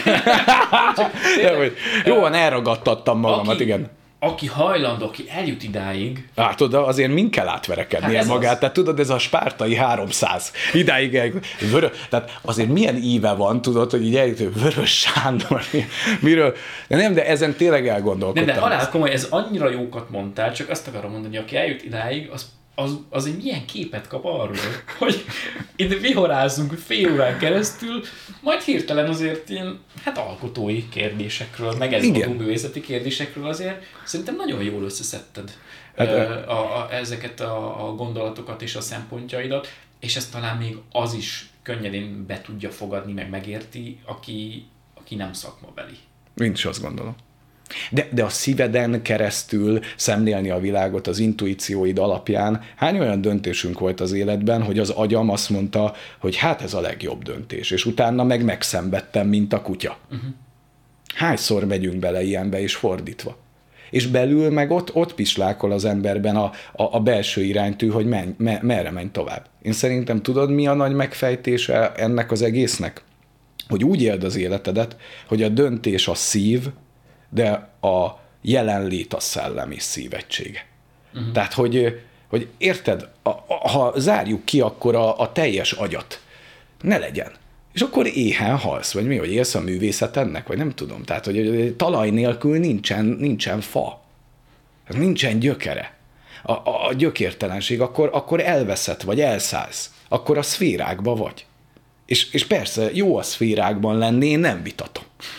Jó, van, elragadtattam magamat, aki, igen. Aki hajlandó, aki eljut idáig. Hát tudod, azért mind kell átverekednie hát magát. Az... Tehát tudod, ez a spártai háromszáz. Idáig el... Vörö... Tehát azért milyen íve van, tudod, hogy így eljut, hogy Vörös Sándor. Miről? De nem, de ezen tényleg elgondolkodtam. Nem, de halál komoly, ez annyira jókat mondtál, csak azt akarom mondani, hogy aki eljut idáig, az Az, az egy milyen képet kap arról, hogy itt vihorázzunk fél órán keresztül, majd hirtelen azért ilyen, hát alkotói kérdésekről, meg előadóművészeti kérdésekről azért szerintem nagyon jól összeszedted hát, a, a, ezeket a, a gondolatokat és a szempontjaidat, és ezt talán még az is könnyedén be tudja fogadni, meg megérti, aki, aki nem szakmabeli. Én is azt gondolom. De, de a szíveden keresztül szemlélni a világot az intuícióid alapján, hány olyan döntésünk volt az életben, hogy az agyam azt mondta, hogy hát ez a legjobb döntés, és utána meg megszenvedtem, mint a kutya. Uh-huh. Hányszor megyünk bele ilyenbe, és fordítva. És belül meg ott, ott pislákol az emberben a, a, a belső iránytű, hogy menj, me, merre menj tovább. Én szerintem tudod, mi a nagy megfejtése ennek az egésznek? Hogy úgy éld az életedet, hogy a döntés a szív, de a jelenlét a szellem és szívegysége. Uh-huh. Tehát, hogy, hogy érted, a, a, ha zárjuk ki, akkor a, a teljes agyat ne legyen. És akkor éhen halsz, vagy mi, hogy élsz a művészetednek, vagy nem tudom. Tehát, hogy talaj nélkül nincsen, nincsen fa. Nincsen gyökere. A, a, a gyökértelenség, akkor, akkor elveszett, vagy elszállsz. Akkor a szférákba vagy. És, és persze, jó a szférákban lenni, én nem vitatom.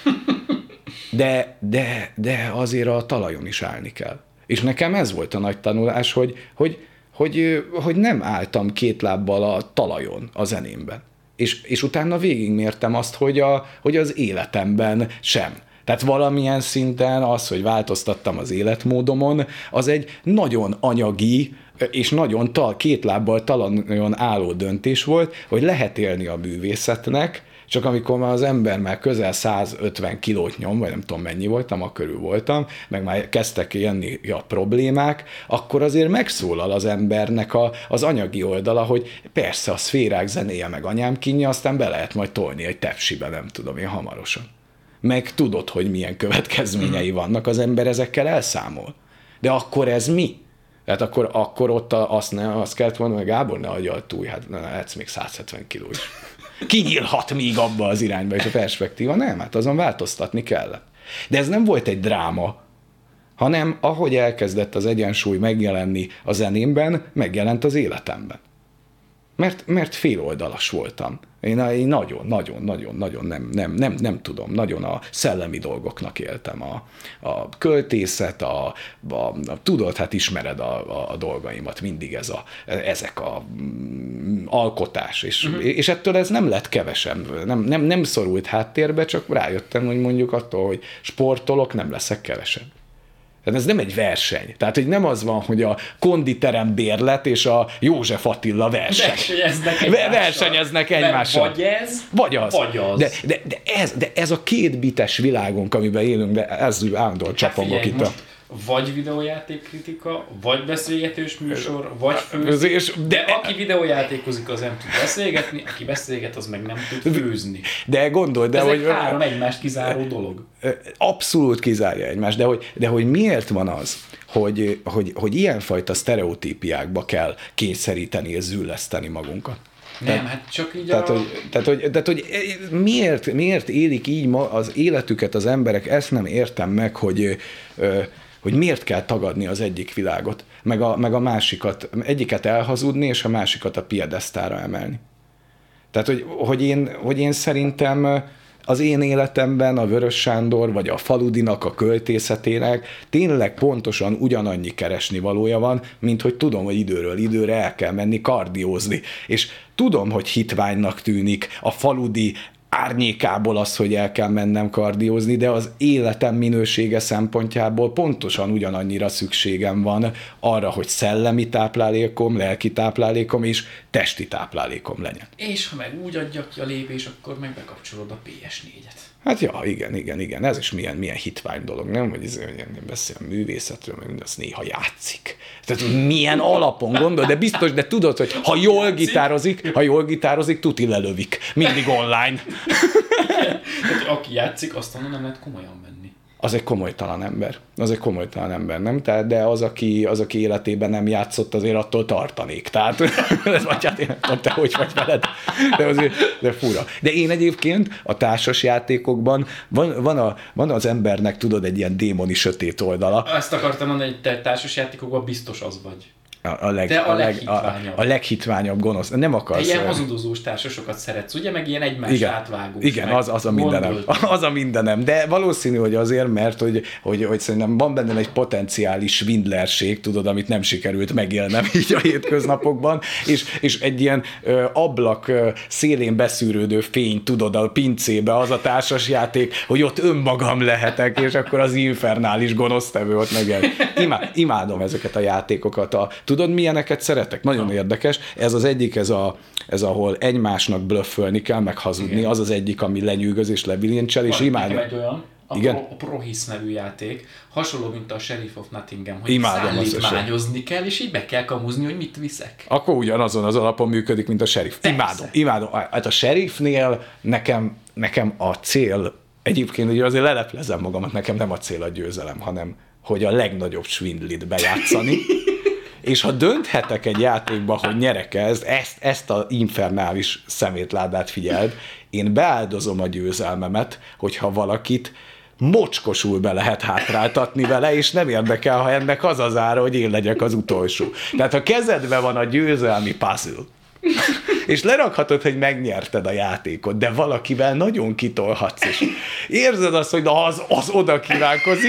De, de, de azért a talajon is állni kell. És nekem ez volt a nagy tanulás, hogy, hogy, hogy, hogy nem álltam két lábbal a talajon a zenémben. És, és utána végigmértem azt, hogy, a, hogy az életemben sem. Tehát valamilyen szinten az, hogy változtattam az életmódomon, az egy nagyon anyagi és nagyon tal, két lábbal talajon álló döntés volt, hogy lehet élni a művészetnek, csak amikor már az ember már közel százötven kilót nyom, vagy nem tudom mennyi voltam, akkor körül voltam, meg már kezdtek jönni a problémák, akkor azért megszólal az embernek a, az anyagi oldala, hogy persze a szférák zenéje meg anyám kínja, aztán be lehet majd tolni egy tepsibe, nem tudom én, hamarosan. Meg tudod, hogy milyen következményei vannak, az ember ezekkel elszámol. De akkor ez mi? Tehát akkor, akkor ott azt, ne, azt kellett mondani, hogy Gábor, ne adjál túl, hát lehetsz még százhetven kiló is. Kinyílhat még abba az irányba, és a perspektíva nem, hát azon változtatni kellett. De ez nem volt egy dráma, hanem ahogy elkezdett az egyensúly megjelenni a zenémben, megjelent az életemben. Mert, mert féloldalas voltam. Én, én nagyon, nagyon, nagyon, nagyon nem, nem, nem, nem tudom, nagyon a szellemi dolgoknak éltem. A, a költészet, a, a, a, tudod, hát ismered a, a, a dolgaimat, mindig ez a, ezek a mm, alkotás, és, uh-huh. és ettől ez nem lett kevesebb, nem, nem, nem szorult háttérbe, csak rájöttem, hogy mondjuk attól, hogy sportolok, nem leszek kevesebb. Tehát ez nem egy verseny. Tehát, hogy nem az van, hogy a konditerem bérlet és a József Attila verseny. Versenyeznek egymással. Versenyeznek egymással. Vagy ez, vagy az. Vagy az. De, de, de, ez, de ez a két bites világunk, amiben élünk, de ez állandóan hát csapongok itt a... Vagy videójátékkritika, vagy beszélgetős műsor, vagy főzés. De, de aki videójátékozik, az nem tud beszélgetni, aki beszélget, az meg nem tud főzni. De gondolj, de ez hogy... egy három egymást kizáró dolog. Abszolút kizárja egymást, de hogy, de hogy miért van az, hogy, hogy, hogy ilyenfajta sztereotípiákba kell kényszeríteni és zülleszteni magunkat? Nem, tehát, hát csak így tehát, a... hogy, tehát, hogy, tehát, hogy miért, miért élik így ma az életüket az emberek, ezt nem értem meg, hogy... hogy miért kell tagadni az egyik világot, meg a, meg a másikat, egyiket elhazudni, és a másikat a piedesztára emelni. Tehát, hogy, hogy, én, hogy én szerintem az én életemben a Vörös Sándor, vagy a Faludinak a költészetének tényleg pontosan ugyanannyi keresni valója van, mint hogy tudom, hogy időről időre el kell menni kardiózni. És tudom, hogy hitványnak tűnik a Faludi árnyékából az, hogy el kell mennem kardiózni, de az életem minősége szempontjából pontosan ugyanannyira szükségem van arra, hogy szellemi táplálékom, lelki táplálékom és testi táplálékom legyen. És ha meg úgy adja ki a lépés, akkor meg bekapcsolod a pé es négyet. Hát ja, igen, igen, igen. Ez is milyen, milyen hitvány dolog, nem? Hogy ez, beszél a művészetről, meg mindazt néha játszik. Tehát milyen alapon gondol, de biztos, de tudod, hogy ha jól gitározik, ha jól gitározik, tuti lelövik. Mindig online. Tehát, aki játszik, azt onnan nem lehet komolyan venni. Az egy komolytalan ember. Az egy komolytalan ember, nem? Tehát, de az aki, az, aki életében nem játszott, azért attól tartanék. Tehát, vagy hát én nem tudom, te hogy vagy veled. De azért, de fura. De én egyébként a társas játékokban van, van, a, van az embernek, tudod, egy ilyen démoni sötét oldala. Azt akartam mondani, hogy te társas játékokban biztos az vagy. A, a, leg, De a, a, leg, leghitványabb. a, a leghitványabb gonosz. Nem akarsz... Ilyen hazudozós társasokat szeretsz, ugye? Meg ilyen egymás igen, átvágós. igen, az, az a mindenem. Az a mindenem. De valószínű, hogy azért, mert hogy, hogy, hogy szerintem van bennem egy potenciális svindlerség, tudod, amit nem sikerült megélnem így a hétköznapokban, és, és egy ilyen ö, ablak ö, szélén beszűrődő fény, tudod, a pincébe az a társasjáték, hogy ott önmagam lehetek, és akkor az infernális gonosztevő ott meg. Imá, imádom ezeket a játékokat. A, tudod, milyeneket szeretek? Nagyon érdekes. Ez az egyik, ez, a, ez ahol egymásnak blöffölni kell, meg hazudni. Igen. Az az egyik, ami lenyűgöz és lebilincsel, és imádom. Egy olyan, a, igen? Pro, a Prohisz nevű játék, hasonló, mint a Sheriff of Nottingham, hogy imádom szállítmányozni kell, és így meg kell kamuzni, hogy mit viszek. Akkor ugyanazon az alapon működik, mint a Sheriff. Persze. Imádom, imádom. Hát a Sheriffnél nekem, nekem a cél, egyébként ugye azért leleplezem magamat, nekem nem a cél a győzelem, hanem hogy a legnagyobb svindlit bejátszani. És ha dönthetek egy játékba, hogy nyerek ezt, ezt, ezt a infernális szemétládát figyeld, én beáldozom a győzelmemet, hogyha valakit mocskosul be lehet hátráltatni vele, és nem érdekel, ha ennek az az ára, hogy én legyek az utolsó. Tehát ha kezedben van a győzelmi puzzle, és lerakhatod, hogy megnyerted a játékot, de valakivel nagyon kitolhatsz, és érzed azt, hogy na, az, az oda kívánkozik,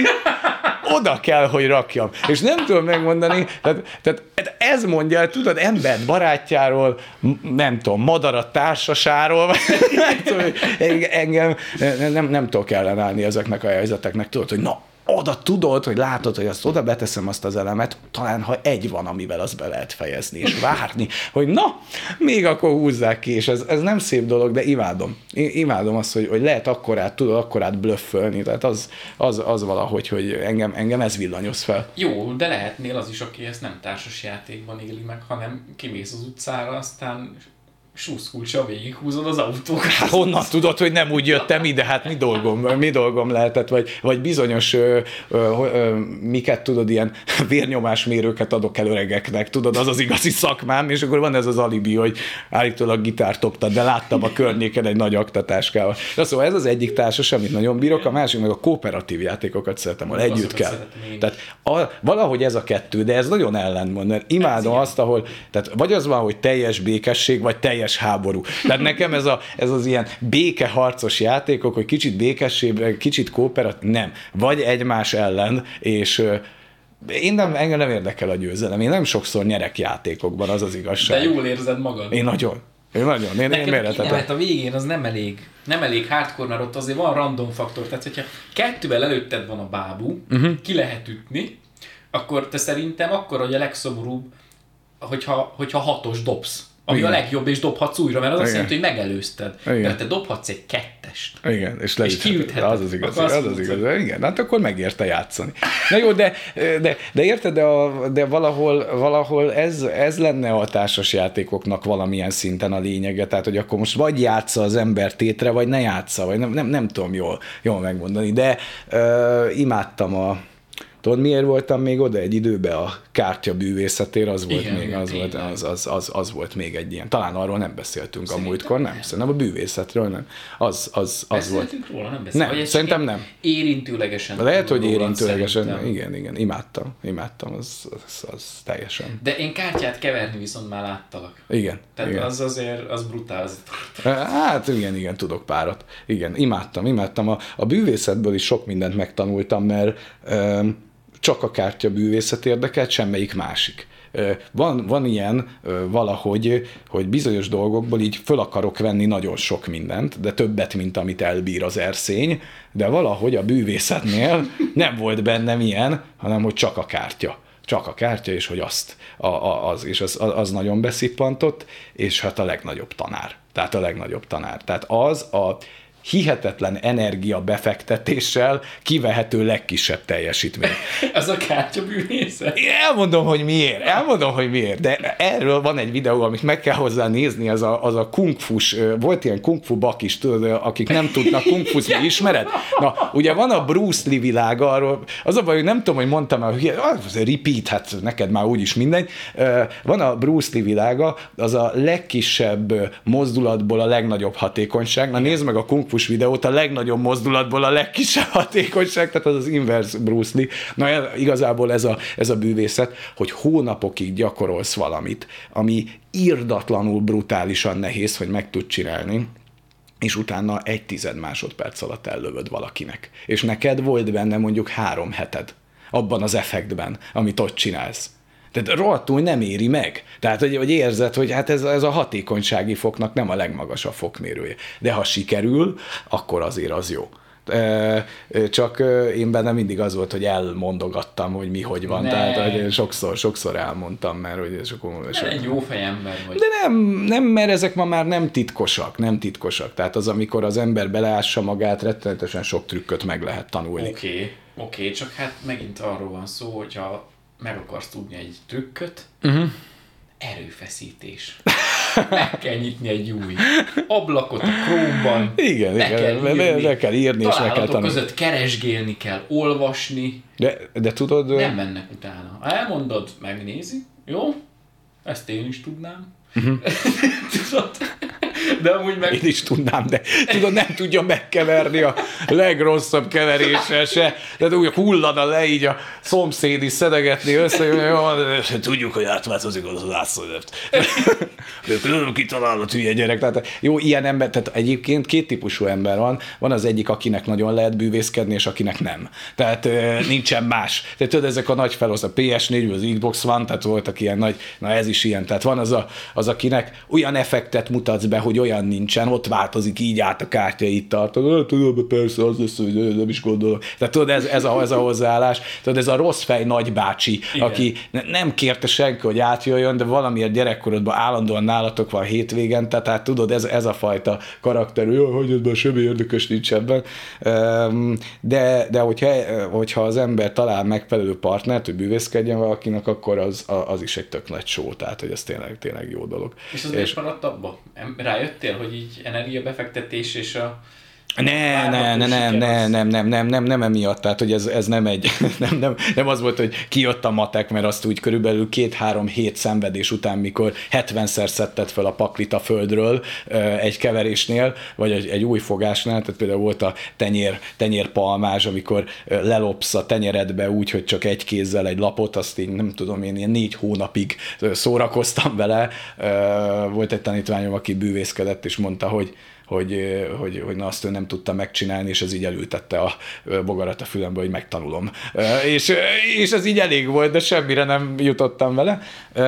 oda kell, hogy rakjam. És nem tudom megmondani, tehát, tehát ez mondja el, tudod, embert barátjáról, nem tudom, madarat társasáról, nem tudom, engem nem, nem, nem tudok ellenállni ezeknek a helyzeteknek, tudod, hogy na, oda tudod, hogy látod, hogy azt oda beteszem azt az elemet, talán ha egy van, amivel azt be lehet fejezni, és várni, hogy na, még akkor húzzák ki, és ez, ez nem szép dolog, de imádom. I- imádom azt, hogy, hogy lehet akkorát, tudod akkorát blöffölni, tehát az, az, az valahogy, hogy engem, engem ez villanyoz fel. Jó, de lehetnél az is, aki ezt nem társas játékban éli meg, hanem kimész az utcára, aztán súszkulcsa végighúzod az autókat. Hát honnan tudod, hogy nem úgy jöttem ide? Hát mi dolgom, mi dolgom lehetett, vagy, vagy bizonyos ö, ö, ö, miket tudod, ilyen vérnyomásmérőket adok el öregeknek, tudod, az az igazi szakmám, és akkor van ez az alibi, hogy állítólag gitárt oktat, de láttam a környéken egy nagy aktatáskával. De szóval ez az egyik társas, amit nagyon bírok, a másik meg a kooperatív játékokat szeretem, ahol együtt kell. Tehát a, valahogy ez a kettő, de ez nagyon ellentmond, mert imádom ez azt, ahol, tehát vagy az van, hogy teljes békesség, vagy teljes háború. Tehát nekem ez, a, ez az ilyen békeharcos játékok, hogy kicsit békesség, kicsit kooperatív, nem. Vagy egymás ellen, és én nem, engem nem érdekel a győzelem. Én nem sokszor nyerek játékokban, az az igazság. De jól érzed magad. Én nagyon. Én nagyon. Én, Nekem én kinevet a végén az nem elég, nem elég hardcore, mert ott azért van random faktor. Tehát, hogyha kettővel előtted van a bábú, uh-huh. ki lehet ütni, akkor te szerintem akkor, hogy a legszomorúbb, hogyha, hogyha hatos dobsz. Ami igen. a legjobb, és dobhatsz újra, mert az igen. azt jelenti, hogy megelőzted. Igen. Mert te dobhatsz egy kettest. Igen, és, és kiütheted. Az az igaz, az az igaz. Igen, hát akkor megérte játszani. Na jó, de, de, de érted, de, a, de valahol, valahol ez, ez lenne a társas játékoknak valamilyen szinten a lényege, tehát hogy akkor most vagy játsza az ember tétre, vagy ne játsza, vagy nem, nem, nem tudom jól, jól megmondani, de uh, imádtam a Tudod, miért voltam még oda egy időben a kártya bűvészetér, az volt, igen, még, az, volt, az, az, az, az volt még egy ilyen. Talán arról nem beszéltünk szerintem a múltkor, nem? Szerintem a bűvészetről nem. Az, az, az volt. Róla, nem beszéltünk. Nem, szerintem nem. Érintőlegesen. Lehet, hogy érintőlegesen. Szerintem. Igen, igen, imádtam. Imádtam, az, az, az teljesen. De én kártyát keverni viszont már láttalak. Igen. Tehát igen. az azért, az brutál. Az hát igen, igen, tudok párat. Igen, imádtam, imádtam. A, a bűvészetből is sok mindent megtanultam, mert um, csak a kártya bűvészet érdekelt, semmelyik másik. Van, van ilyen valahogy, hogy bizonyos dolgokból így föl akarok venni nagyon sok mindent, de többet, mint amit elbír az erszény, de valahogy a bűvészetnél nem volt bennem ilyen, hanem hogy csak a kártya. Csak a kártya, és hogy azt, a, a, az, és az, az nagyon beszippantott, és hát a legnagyobb tanár. Tehát a legnagyobb tanár. Tehát az a hihetetlen energia befektetéssel kivehető legkisebb teljesítmény. Ez a kártyabűvészet? Én elmondom, hogy miért. Elmondom, hogy miért. De erről van egy videó, amit meg kell hozzá nézni, az a, az a kungfus, volt ilyen kungfu bakis, tudod, akik nem tudnak kungfuzni, ismered? Na, ugye van a Bruce Lee világa, arról, az a baj, hogy nem tudom, hogy mondtam el, hogy repeat, hát neked már úgyis mindegy. Van a Bruce Lee világa, az a legkisebb mozdulatból a legnagyobb hatékonyság. Na nézd meg a kung kung-fus videót, a legnagyobb mozdulatból a legkisebb hatékonyság, tehát az az inverse Bruce Lee. Na igazából ez a, ez a bűvészet, hogy hónapokig gyakorolsz valamit, ami irdatlanul brutálisan nehéz, hogy meg tud csinálni, és utána egy tized másodperc alatt ellövöd valakinek. És neked volt benne mondjuk három heted abban az effektben, amit ott csinálsz. Tehát rohadtul nem éri meg. Tehát, hogy, hogy érzed, hogy hát ez, ez a hatékonysági foknak nem a legmagasabb fokmérője. De ha sikerül, akkor azért az jó. Csak én bennem mindig az volt, hogy elmondogattam, hogy mi, hogy van. Ne. Tehát hogy sokszor, sokszor elmondtam, mert hogy sokszor... Sok... egy jó fejember vagy. De nem, nem, mert ezek ma már nem titkosak, nem titkosak. Tehát az, amikor az ember beleássa magát, rettenetesen sok trükköt meg lehet tanulni. Oké, okay. oké, okay, csak hát megint arról van szó, hogyha meg akarsz tudni egy trükköt, uh-huh. erőfeszítés. Meg kell nyitni egy új ablakot a Chrome-ban. Igen, le igen, kell írni, le kell írni és meg kell tanulni. Között keresgélni kell, olvasni. De, de tudod... Nem mennek utána. Ha elmondod, megnézi, jó? Ezt én is tudnám. Uh-huh. Tudod? De amúgy meg... Én is tudnám, de tudod, nem tudja megkeverni a legrosszabb keveréssel se. De úgy hullana le így a szomszéd is szedegetni össze, hogy tudjuk, hogy átváltozik az az ászolőt. Különben kitalál a hülye gyerek. Tehát jó, ilyen ember, tehát egyébként két típusú ember van. Van az egyik, akinek nagyon lehet bűvészkedni, és akinek nem. Tehát nincsen más. Tehát tudod, ezek a nagy felosz, a pé es négy, az Xbox One, tehát voltak ilyen nagy, na ez is ilyen. Tehát van az, a, az akinek olyan effektet mutatsz be, hogy olyan nincsen, ott változik így át a kártya, itt tartod, tudod, persze, az lesz, hogy nem is gondolok. Tehát tudod, ez, ez, a, ez a hozzáállás, tudod, ez a rossz fej nagybácsi, igen. Aki nem kérte senki, hogy átjöjjön, de valamiért gyerekkorodban állandóan nálatok van hétvégen, tehát tudod, ez, ez a fajta karakter, hogy hogy ebben semmi érdekes nincs ebben. De, de hogyha, hogyha az ember talál megfelelő partnert, hogy bűvészkedjen valakinek, akkor az, az is egy tök nagy show, tehát hogy ez tényleg, tényleg jó dolog. És az miért maradt abba? Rájöttél, hogy így energiabefektetés és a Ne, ne, ne, nem, nem, nem, nem, nem, nem, nem emiatt, tehát hogy ez, ez nem egy, nem, nem, nem az volt, hogy kijött a matek, mert azt úgy körülbelül két-három hét szenvedés után, mikor hetvenszer szedted fel a paklit a földről egy keverésnél, vagy egy, egy új fogásnál, tehát például volt a tenyér, tenyérpalmázs, amikor lelopsz a tenyeredbe úgy, hogy csak egy kézzel egy lapot, azt én nem tudom, én ilyen négy hónapig szórakoztam vele. Volt egy tanítványom, aki bűvészkedett, és mondta, hogy Hogy, hogy, hogy na azt ő nem tudta megcsinálni, és ez így elültette a bogarat a fülembe, hogy megtanulom. És, és ez így elég volt, de semmire nem jutottam vele.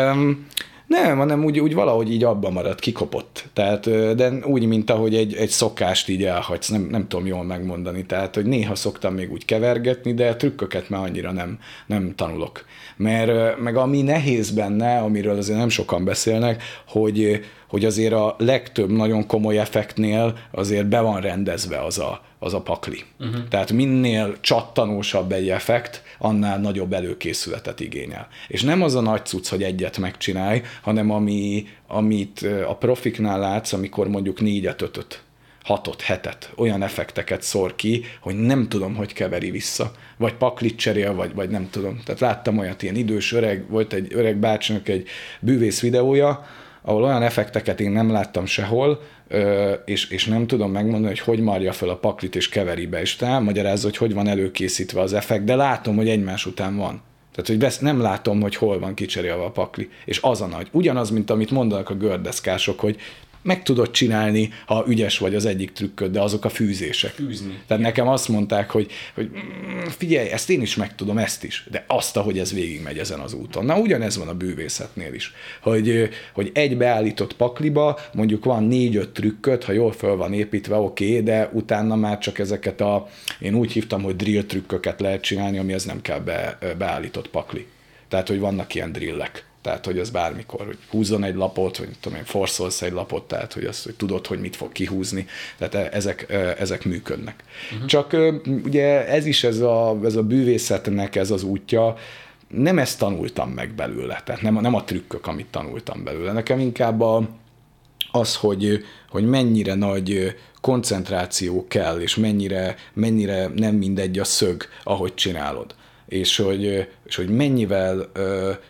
Nem, hanem úgy, úgy valahogy így abba maradt, kikopott. Tehát, de úgy, mint ahogy egy, egy szokást így elhagysz, nem, nem tudom jól megmondani. Tehát, hogy néha szoktam még úgy kevergetni, de trükköket már annyira nem, nem tanulok. Mert meg ami nehéz benne, amiről azért nem sokan beszélnek, hogy, hogy azért a legtöbb nagyon komoly effektnél azért be van rendezve az a, az a pakli. Uh-huh. Tehát minél csattanósabb egy effekt, annál nagyobb előkészületet igényel. És nem az a nagy cucc, hogy egyet megcsinálj, hanem ami, amit a profiknál látsz, amikor mondjuk négyet, ötöt, hatot, hetet, olyan effekteket szor ki, hogy nem tudom, hogy keveri vissza. Vagy paklit cserél, vagy, vagy nem tudom. Tehát láttam olyat, ilyen idős öreg, volt egy öreg bácsinak egy bűvész videója, ahol olyan effekteket én nem láttam sehol, és, és nem tudom megmondani, hogy hogy marja fel a paklit és keveri be, és elmagyarázza, hogy hogy van előkészítve az effekt, de látom, hogy egymás után van. Tehát, hogy nem látom, hogy hol van kicserélve a pakli, és az a nagy. Ugyanaz, mint amit mondanak a gördeszkások, hogy meg tudod csinálni, ha ügyes vagy az egyik trükköd, de azok a fűzések. Fűzni. Tehát nekem azt mondták, hogy, hogy figyelj, ezt én is meg tudom, ezt is, de azt, ahogy ez végigmegy ezen az úton. Na, ugyanez van a bűvészetnél is, hogy, hogy egy beállított pakliba mondjuk van négy-öt trükköt, ha jól föl van építve, oké, okay, de utána már csak ezeket a, én úgy hívtam, hogy drill trükköket lehet csinálni, ami ez nem kell be, beállított pakli. Tehát, hogy vannak ilyen drillek. Tehát, hogy az bármikor, hogy húzzon egy lapot, vagy tudom én, forszolsz egy lapot, tehát, hogy azt, hogy tudod, hogy mit fog kihúzni. Tehát ezek, ezek működnek. Uh-huh. Csak ugye ez is, ez a, ez a bűvészetnek ez az útja, nem ezt tanultam meg belőle, tehát nem, nem a trükkök, amit tanultam belőle. Nekem inkább a, az, hogy, hogy mennyire nagy koncentráció kell, és mennyire, mennyire nem mindegy a szög, ahogy csinálod. És hogy, és hogy mennyivel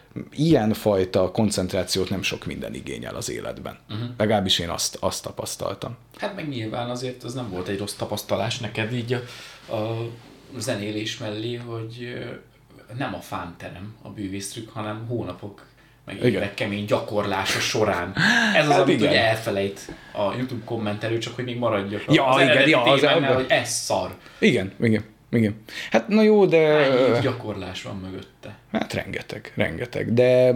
ilyenfajta koncentrációt nem sok minden igényel az életben. Uh-huh. Legalábbis én azt, azt tapasztaltam. Hát meg nyilván azért az nem volt egy rossz tapasztalás neked így a, a zenélés mellé, hogy nem a fánterem a bűvésztrükk, hanem hónapok, meg évek kemény gyakorlása során. Ez az, hát amit ugye elfelejt a YouTube kommentelő, csak hogy még maradjak ja, az igen, eredeti ja, az témánál, hogy ez szar. Igen, igen. Igen. Hát na jó, de... Hány év gyakorlás van mögötte? Hát rengeteg, rengeteg. De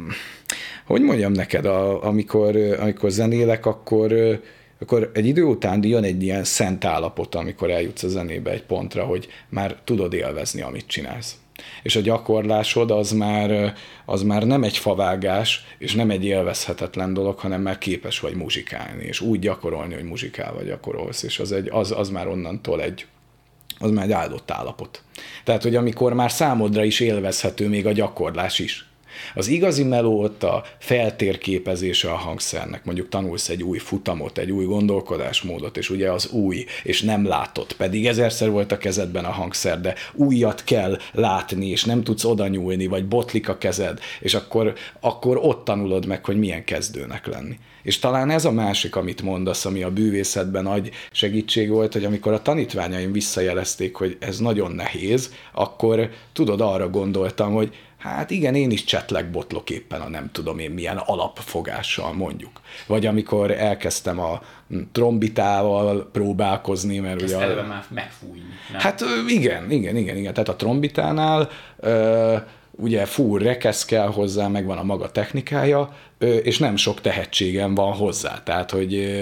hogy mondjam neked, a, amikor, amikor zenélek, akkor, akkor egy idő után jön egy ilyen szent állapot, amikor eljutsz a zenébe egy pontra, hogy már tudod élvezni, amit csinálsz. És a gyakorlásod az már, az már nem egy favágás, és nem egy élvezhetetlen dolog, hanem már képes vagy muzsikálni, és úgy gyakorolni, hogy muzsikálva gyakorolsz, és az, egy, az, az már onnantól egy az már egy áldott állapot. Tehát, hogy amikor már számodra is élvezhető még a gyakorlás is. Az igazi meló ott a feltérképezése a hangszernek. Mondjuk tanulsz egy új futamot, egy új gondolkodásmódot, és ugye az új, és nem látott. Pedig ezerszer volt a kezedben a hangszer, de újat kell látni, és nem tudsz oda nyúlni, vagy botlik a kezed, és akkor, akkor ott tanulod meg, hogy milyen kezdőnek lenni. És talán ez a másik, amit mondasz, ami a bűvészetben nagy segítség volt, hogy amikor a tanítványaim visszajelezték, hogy ez nagyon nehéz, akkor tudod, arra gondoltam, hogy hát igen, én is csetlek botlok éppen a nem tudom én milyen alapfogással mondjuk. Vagy amikor elkezdtem a trombitával próbálkozni, mert ezt ugye... eleve már megfújni. Nem? Hát igen, igen, igen, igen. Tehát a trombitánál ö, ugye fúr, rekesz kell hozzá, megvan a maga technikája, és nem sok tehetségem van hozzá. Tehát, hogy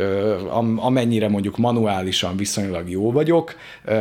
amennyire mondjuk manuálisan viszonylag jó vagyok,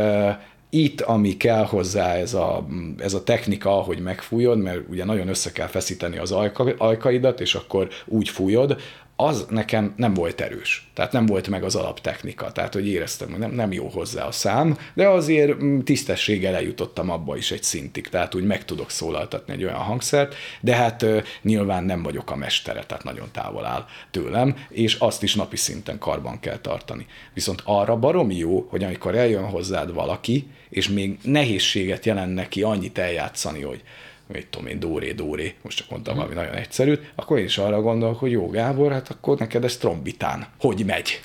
itt, ami kell hozzá ez a, ez a technika, hogy megfújod, mert ugye nagyon össze kell feszíteni az ajka, ajkaidat, és akkor úgy fújod, az nekem nem volt erős. Tehát nem volt meg az alaptechnika. Tehát, hogy éreztem, hogy nem, nem jó hozzá a szám, de azért tisztességgel eljutottam abba is egy szintig. Tehát úgy meg tudok szólaltatni egy olyan hangszert, de hát nyilván nem vagyok a mestere, tehát nagyon távol áll tőlem, és azt is napi szinten karban kell tartani. Viszont arra baromi jó, hogy amikor eljön hozzád valaki, és még nehézséget jelent neki annyit eljátszani, hogy mit tudom én, dóré, dóré, most csak mondtam valami nagyon egyszerűt, akkor én is arra gondolok, hogy jó Gábor, hát akkor neked ez trombitán. Hogy megy?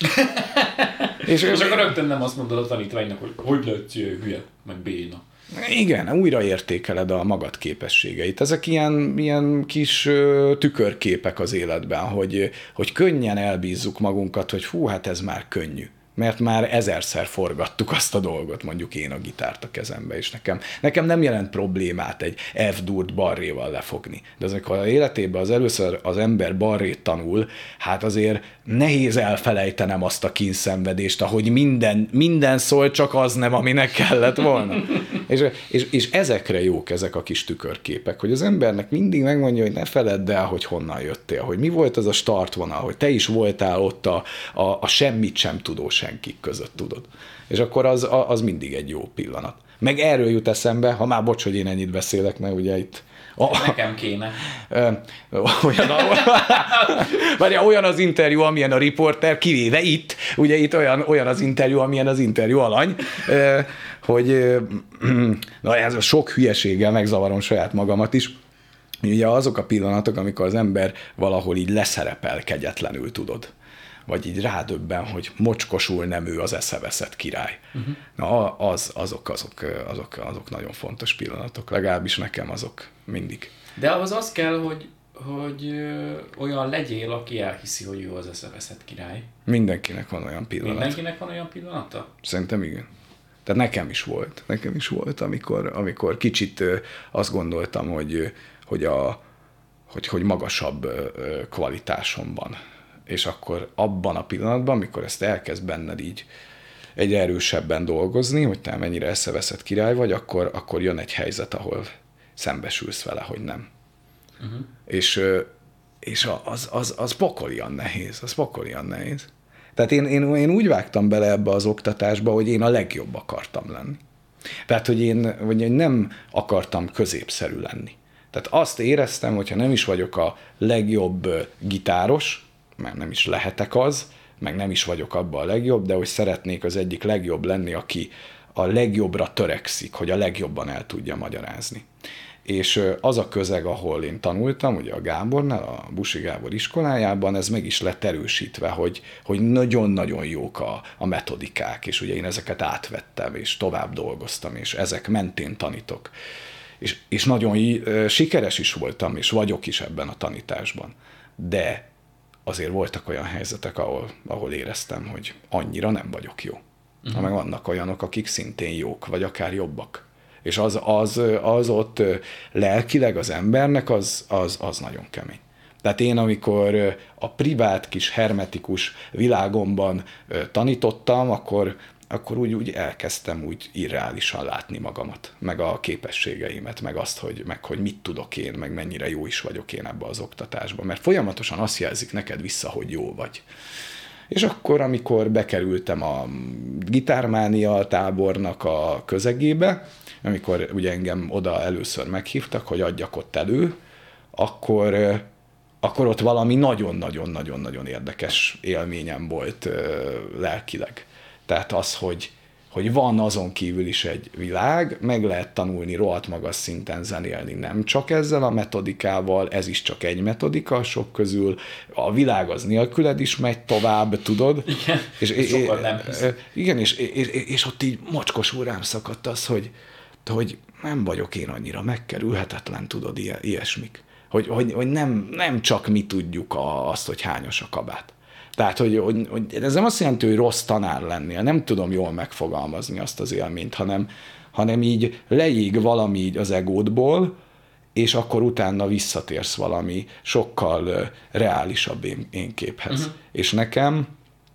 és, és akkor rögtön nem azt mondod a tanítványnak, hogy hogy lehetsz hülye, meg béna. Igen, újraértékeled a magad képességeit. Ezek ilyen, ilyen kis ö, tükörképek az életben, hogy, hogy könnyen elbízzuk magunkat, hogy hú, hát ez már könnyű. Mert már ezerszer forgattuk azt a dolgot, mondjuk én a gitárt a kezembe, és nekem, nekem nem jelent problémát egy F-durt barréval lefogni. De az, amikor az életében az először az ember barrét tanul, hát azért nehéz elfelejtenem azt a kínszenvedést, ahogy minden, minden szól, csak az nem, aminek kellett volna. és, és, és ezekre jók ezek a kis tükörképek, hogy az embernek mindig megmondja, hogy ne feledd el, hogy honnan jöttél, hogy mi volt az a startvonal, hogy te is voltál ott a, a, a semmit sem tudó senkik között, tudod. És akkor az, az mindig egy jó pillanat. Meg erről jut eszembe, ha már bocs, hogy én ennyit beszélek, mert ugye itt... Oh, nekem kéne. Olyan, a, olyan az interjú, amilyen a riporter, kivéve itt, ugye itt olyan, olyan az interjú, amilyen az interjú alany, hogy na, ez sok hülyeséggel megzavarom saját magamat is. Ugye azok a pillanatok, amikor az ember valahol így leszerepel kegyetlenül, tudod. Vagy így rádöbben, hogy mocskosul nem ő az eszeveszett király. Uh-huh. Na, az, azok, azok, azok, azok nagyon fontos pillanatok. Legalábbis nekem azok mindig. De ahhoz az kell, hogy, hogy olyan legyél, aki elhiszi, hogy ő az eszeveszett király. Mindenkinek van olyan pillanat. Mindenkinek van olyan pillanata? Szerintem igen. Tehát nekem is volt. Nekem is volt, amikor, amikor kicsit azt gondoltam, hogy, hogy, a, hogy, hogy magasabb kvalitásom van. És akkor abban a pillanatban, amikor ezt elkezd benned így egyre erősebben dolgozni, hogy te mennyire eszeveszett király vagy, akkor, akkor jön egy helyzet, ahol szembesülsz vele, hogy nem. Uh-huh. És, és az, az, az pokolian nehéz, az pokolian nehéz. Tehát én, én, én úgy vágtam bele ebbe az oktatásba, hogy én a legjobb akartam lenni. Tehát, hogy én, hogy én nem akartam középszerű lenni. Tehát azt éreztem, hogyha nem is vagyok a legjobb gitáros, mert nem is lehetek az, meg nem is vagyok abban a legjobb, de hogy szeretnék az egyik legjobb lenni, aki a legjobbra törekszik, hogy a legjobban el tudja magyarázni. és az a közeg, ahol én tanultam, ugye a Gábornál, a Busi Gábor iskolájában, ez meg is lett erősítve, hogy, hogy nagyon-nagyon jók a, a metodikák, és ugye én ezeket átvettem, és tovább dolgoztam, és ezek mentén tanítok. És, és nagyon sikeres is voltam, és vagyok is ebben a tanításban. De azért voltak olyan helyzetek, ahol, ahol éreztem, hogy annyira nem vagyok jó. Uh-huh. Meg vannak olyanok, akik szintén jók, vagy akár jobbak. És az, az, az ott lelkileg az embernek, az, az, az nagyon kemény. Tehát én, amikor a privát kis hermetikus világomban tanítottam, akkor, akkor úgy, úgy elkezdtem úgy irreálisan látni magamat, meg a képességeimet, meg azt, hogy, meg hogy mit tudok én, meg mennyire jó is vagyok én ebbe az oktatásba. Mert folyamatosan azt jelzik neked vissza, hogy jó vagy. És akkor, amikor bekerültem a Gitármánia tábornak a közegébe, amikor ugye engem oda először meghívtak, hogy adjak ott elő, akkor, akkor ott valami nagyon-nagyon-nagyon-nagyon érdekes élményem volt lelkileg. Tehát az, hogy, hogy van azon kívül is egy világ, meg lehet tanulni rohadt magas szinten zenélni, nem csak ezzel a metodikával, ez is csak egy metodika sok közül, a világ az nélküled is megy tovább, tudod? Igen, és, sokan nem. Igen, és, és, és ott így mocskosul rám szakadt az, hogy, hogy nem vagyok én annyira megkerülhetetlen, tudod, ilyesmik. Hogy, hogy, hogy nem, nem csak mi tudjuk azt, hogy hányos a kabát. Tehát, hogy, hogy, hogy ez nem azt jelenti, hogy rossz tanár lennél, nem tudom jól megfogalmazni azt az élményt, hanem, hanem így leég valami így az egódból, és akkor utána visszatérsz valami sokkal reálisabb én, én képhez. Uh-huh. És nekem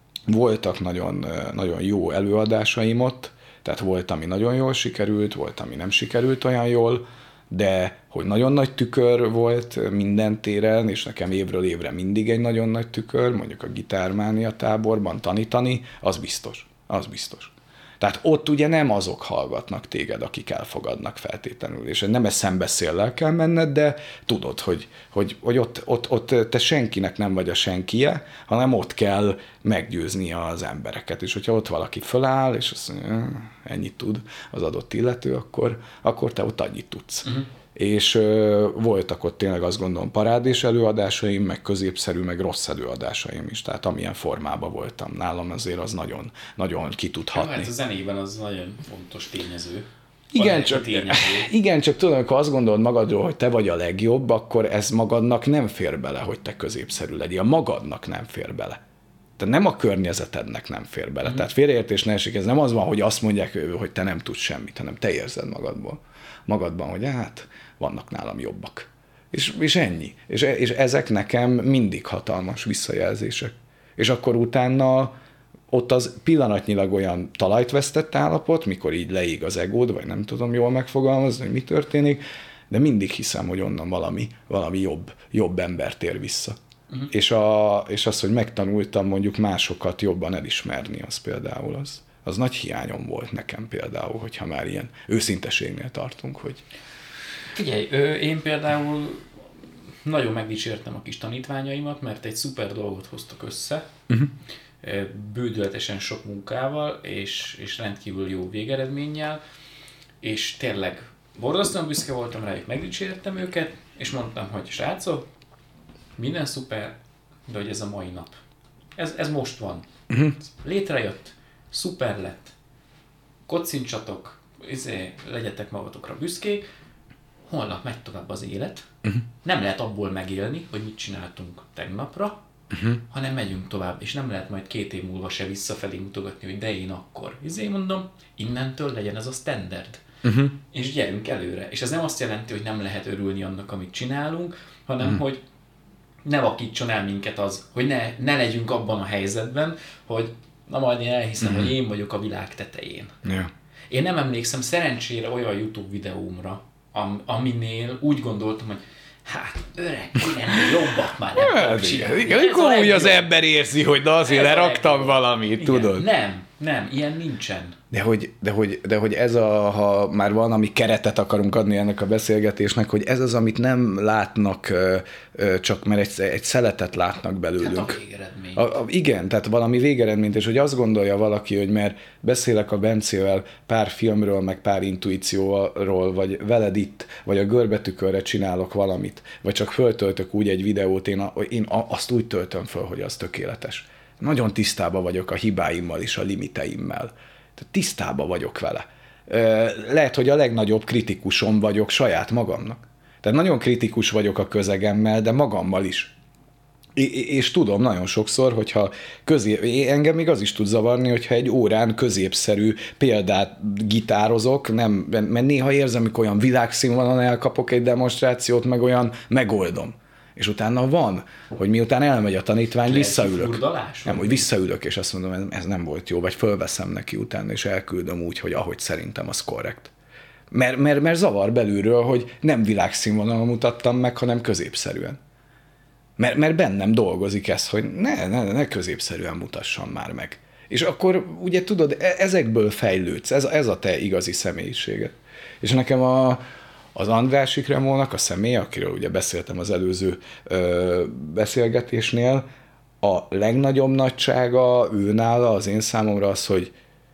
voltak nagyon, nagyon jó előadásaim ott, tehát volt, ami nagyon jól sikerült, volt, ami nem sikerült olyan jól, de hogy nagyon nagy tükör volt minden téren, és nekem évről évre mindig egy nagyon nagy tükör, mondjuk a Gitármánia táborban tanítani, az biztos, az biztos. Tehát ott ugye nem azok hallgatnak téged, akik elfogadnak feltétlenül, és nem ez szembeszéllel kell menned, de tudod, hogy, hogy, hogy ott, ott, ott te senkinek nem vagy a senkie, hanem ott kell meggyőznie az embereket, és hogyha ott valaki föláll, és azt mondja, ennyit tud az adott illető, akkor, akkor te ott annyit tudsz. Uh-huh. És ö, voltak ott tényleg azt gondolom parádés előadásaim, meg középszerű, meg rossz előadásaim is, tehát amilyen formában voltam nálam, azért az nagyon, nagyon ki tud hatni. Hát a zenében az nagyon fontos tényező. Igen csak, igen, csak tudom, amikor azt gondolod magadról, hogy te vagy a legjobb, akkor ez magadnak nem fér bele, hogy te középszerű legyél. Magadnak nem fér bele. Tehát nem a környezetednek nem fér bele. Mm. Tehát félreértés ne esik, ez nem az van, hogy azt mondják, hogy te nem tudsz semmit, hanem te érzed magadból. Magadban, hogy hát vannak nálam jobbak. És, és ennyi. És, és ezek nekem mindig hatalmas visszajelzések. És akkor utána ott az pillanatnyilag olyan talajt vesztett állapot, mikor így leég az egód, vagy nem tudom jól megfogalmazni, hogy mi történik, de mindig hiszem, hogy onnan valami, valami jobb, jobb ember tér vissza. Uh-huh. És, a, és az, hogy megtanultam mondjuk másokat jobban elismerni, az például az, az nagy hiányom volt nekem például, hogyha már ilyen őszinteségnél tartunk, hogy... Figyelj, én például nagyon megdicsértem a kis tanítványaimat, mert egy szuper dolgot hoztak össze, uh-huh. bődületesen sok munkával, és, és rendkívül jó végeredménnyel, és tényleg borzasztóan büszke voltam rájuk, megdicsértem őket, és mondtam, hogy srácok, minden szuper, de hogy ez a mai nap. Ez, ez most van. Uh-huh. Létrejött, szuper lett, kocincsatok, izé, legyetek magatokra büszkék, holnap megy tovább az élet, uh-huh. nem lehet abból megélni, hogy mit csináltunk tegnapra, uh-huh. hanem megyünk tovább, és nem lehet majd két év múlva se visszafelé mutogatni, hogy de én akkor. Izé mondom, innentől legyen ez a standard. Uh-huh. És gyerünk előre. És ez nem azt jelenti, hogy nem lehet örülni annak, amit csinálunk, hanem uh-huh. hogy ne vakítson el minket az, hogy ne, ne legyünk abban a helyzetben, hogy na majd én elhiszem, uh-huh. hogy én vagyok a világ tetején. Yeah. Én nem emlékszem szerencsére olyan YouTube videómra, am, aminél úgy gondoltam, hogy hát öreg, igen, jobbak már nem tudom csinálni. Igen, akkor úgy az ember érzi, hogy na azért leraktam valamit, igen, tudod? Nem. Nem, ilyen nincsen. De hogy, de, hogy, de hogy ez a, ha már valami keretet akarunk adni ennek a beszélgetésnek, hogy ez az, amit nem látnak, csak mert egy, egy szeletet látnak belőlünk. Hát a végeredmény. A, a, igen, tehát valami végeredményt, és hogy azt gondolja valaki, hogy mert beszélek a Bencével pár filmről, meg pár intuícióról, vagy veled itt, vagy a görbetükörre csinálok valamit, vagy csak föltöltök úgy egy videót, én, a, én azt úgy töltöm föl, hogy az tökéletes. Nagyon tisztában vagyok a hibáimmal és a limiteimmel. Tehát tisztában vagyok vele. Lehet, hogy a legnagyobb kritikusom vagyok saját magamnak. Tehát nagyon kritikus vagyok a közegemmel, de magammal is. És tudom nagyon sokszor, hogyha közé... engem még az is tud zavarni, hogyha egy órán középszerű példát gitározok, nem, mert néha érzem, amikor olyan világszínvonalon elkapok egy demonstrációt, meg olyan megoldom. És utána van, hogy miután elmegy a tanítvány, visszaülök. Nem, hogy visszaülök, és azt mondom, ez nem volt jó, vagy fölveszem neki utána, és elküldöm úgy, hogy ahogy szerintem az korrekt. Mert, mert, mert zavar belülről, hogy nem világszínvonalon mutattam meg, hanem középszerűen. Mert, mert bennem dolgozik ez, hogy ne, ne, ne középszerűen mutassam már meg. És akkor ugye tudod, ezekből fejlődsz, ez, ez a te igazi személyiséged. És nekem a Az András Ikremónak a személy, akiről ugye beszéltem az előző ö, beszélgetésnél, a legnagyobb nagysága őnála az én számomra az, hogy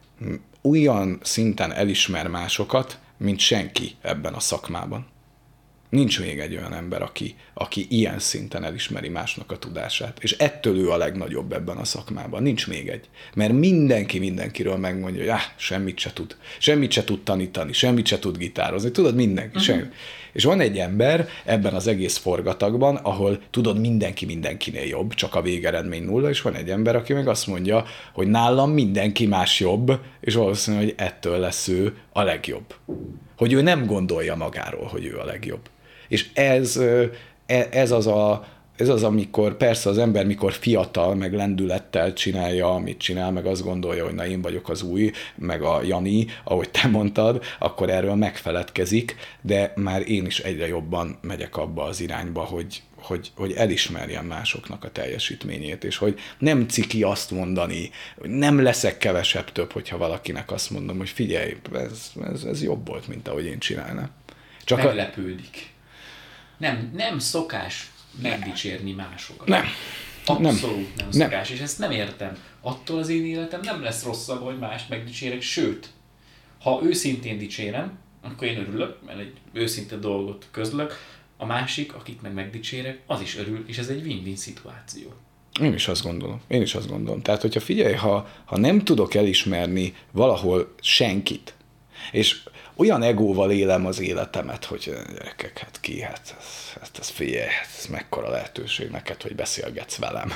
olyan szinten elismer másokat, mint senki ebben a szakmában. Nincs még egy olyan ember, aki, aki ilyen szinten elismeri másnak a tudását. És ettől ő a legnagyobb ebben a szakmában. Nincs még egy. Mert mindenki mindenkiről megmondja, hogy áh, semmit se tud. Semmit se tud tanítani, semmit se tud gitározni. Tudod, mindenki. Uh-huh. Semmi. És van egy ember ebben az egész forgatagban, ahol tudod, mindenki mindenkinél jobb, csak a végeredmény nulla, és van egy ember, aki meg azt mondja, hogy nálam mindenki más jobb, és valószínűleg, hogy ettől lesz ő a legjobb. Hogy ő nem gondolja magáról, hogy ő a legjobb. És ez, ez, az a, ez az, amikor persze az ember, mikor fiatal, meg lendülettel csinálja, amit csinál, meg azt gondolja, hogy na én vagyok az új, meg a Jani, ahogy te mondtad, akkor erről megfeledkezik, de már én is egyre jobban megyek abba az irányba, hogy, hogy, hogy elismerjem másoknak a teljesítményét, és hogy nem ciki azt mondani, hogy nem leszek kevesebb több, hogyha valakinek azt mondom, hogy figyelj, ez, ez, ez jobb volt, mint ahogy én csinálnám. Csak meglepődik. Nem, nem szokás megdicsérni másokat. Nem. Abszolút nem, nem szokás, nem. És ezt nem értem. Attól az én életem nem lesz rosszabb, hogy mást megdicsérek, sőt, ha őszintén dicsérem, akkor én örülök, mert egy őszinte dolgot közlök, a másik, akit meg megdicsérek, az is örül, és ez egy win-win szituáció. Én is azt gondolom. Én is azt gondolom. Tehát, hogyha figyelj, ha, ha nem tudok elismerni valahol senkit, és olyan egóval élem az életemet, hogy gyerekek, hát ki, hát ez, ez, ez figyelj, ez mekkora lehetőség neked, hogy beszélgetsz velem.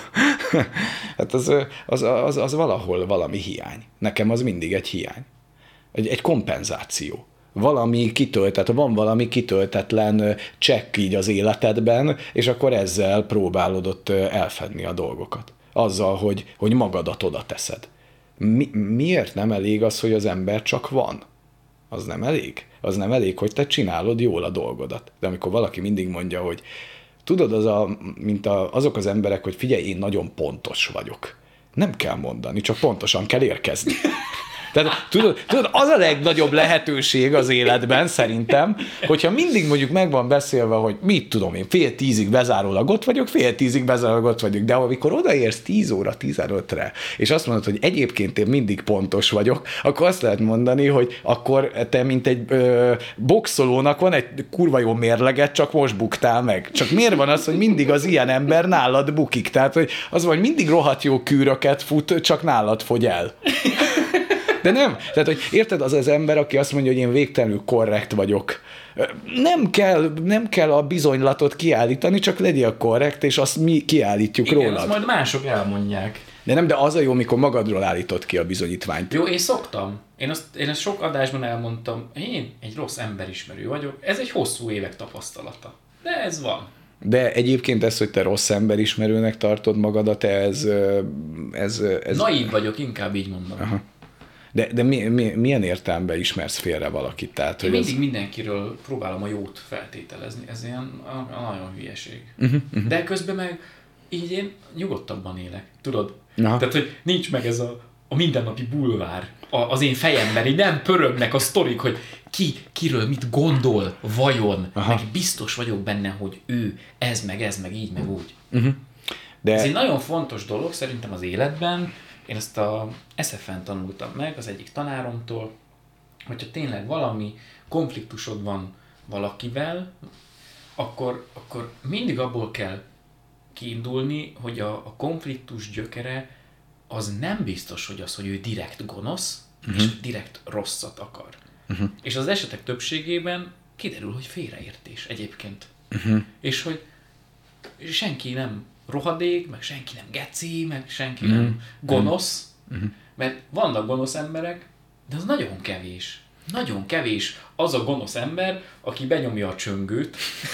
Hát az, az, az, az valahol valami hiány. Nekem az mindig egy hiány. Egy, egy kompenzáció. Valami kitöltet, van valami kitöltetlen csekk így az életedben, és akkor ezzel próbálod ott elfedni a dolgokat. Azzal, hogy, hogy magadat oda teszed. Mi, miért nem elég az, hogy az ember csak van? Az nem elég. Az nem elég, hogy te csinálod jól a dolgodat. De amikor valaki mindig mondja, hogy tudod, az a, mint a, azok az emberek, hogy figyelj, én nagyon pontos vagyok. Nem kell mondani, csak pontosan kell érkezni. Tehát tudod, tudod, az a legnagyobb lehetőség az életben szerintem, hogyha mindig mondjuk meg van beszélve, hogy mit tudom én, fél tízig bezárólag ott vagyok, fél tízig bezárólag ott vagyok, de amikor odaérsz tíz óra tizenötre, és azt mondod, hogy egyébként én mindig pontos vagyok, akkor azt lehet mondani, hogy akkor te, mint egy ö, boxolónak van egy kurva jó mérleget, csak most buktál meg. Csak miért van az, hogy mindig az ilyen ember nálad bukik? Tehát, hogy az vagy mindig rohadt jó kűröket fut, csak nálad fogy el. De nem. Tehát, hogy érted, az az ember, aki azt mondja, hogy én végtelenül korrekt vagyok. Nem kell, nem kell a bizonylatot kiállítani, csak legyél korrekt, és azt mi kiállítjuk igen, rólad. Azt majd mások elmondják. De nem, de az a jó, mikor magadról állítod ki a bizonyítványt. Jó, én szoktam. Én, azt, én ezt sok adásban elmondtam. Én egy rossz emberismerő vagyok. Ez egy hosszú évek tapasztalata. De ez van. De egyébként ez, hogy te rossz emberismerőnek tartod magadat, ez... ez, ez... Naív vagyok, inkább így mondom. Aha. De, de mi, mi, milyen értelemben ismersz félre valakit? Tehát, én hogy mindig ez... mindenkiről próbálom a jót feltételezni. Ez ilyen a, a nagyon hülyeség. Uh-huh, uh-huh. De közben meg így én nyugodtabban élek. Tudod? Aha. Tehát, hogy nincs meg ez a a mindennapi bulvár a, az én fejemben, így nem pörögnek a sztorik, hogy ki, kiről mit gondol, vajon, Aha. meg biztos vagyok benne, hogy ő ez, meg ez, meg így, meg úgy. Uh-huh. De... Ez egy nagyon fontos dolog szerintem az életben. Én ezt a es ef en tanultam meg az egyik tanáromtól, hogyha tényleg valami konfliktusod van valakivel, akkor, akkor mindig abból kell kiindulni, hogy a, a konfliktus gyökere az nem biztos, hogy az, hogy ő direkt gonosz, uh-huh. és direkt rosszat akar. Uh-huh. És az esetek többségében kiderül, hogy félreértés egyébként. Uh-huh. És hogy senki nem rohadék, meg senki nem geci, meg senki uh-huh. nem gonosz, uh-huh. mert vannak gonosz emberek, de az nagyon kevés. Nagyon kevés az a gonosz ember, aki benyomja a csöngőt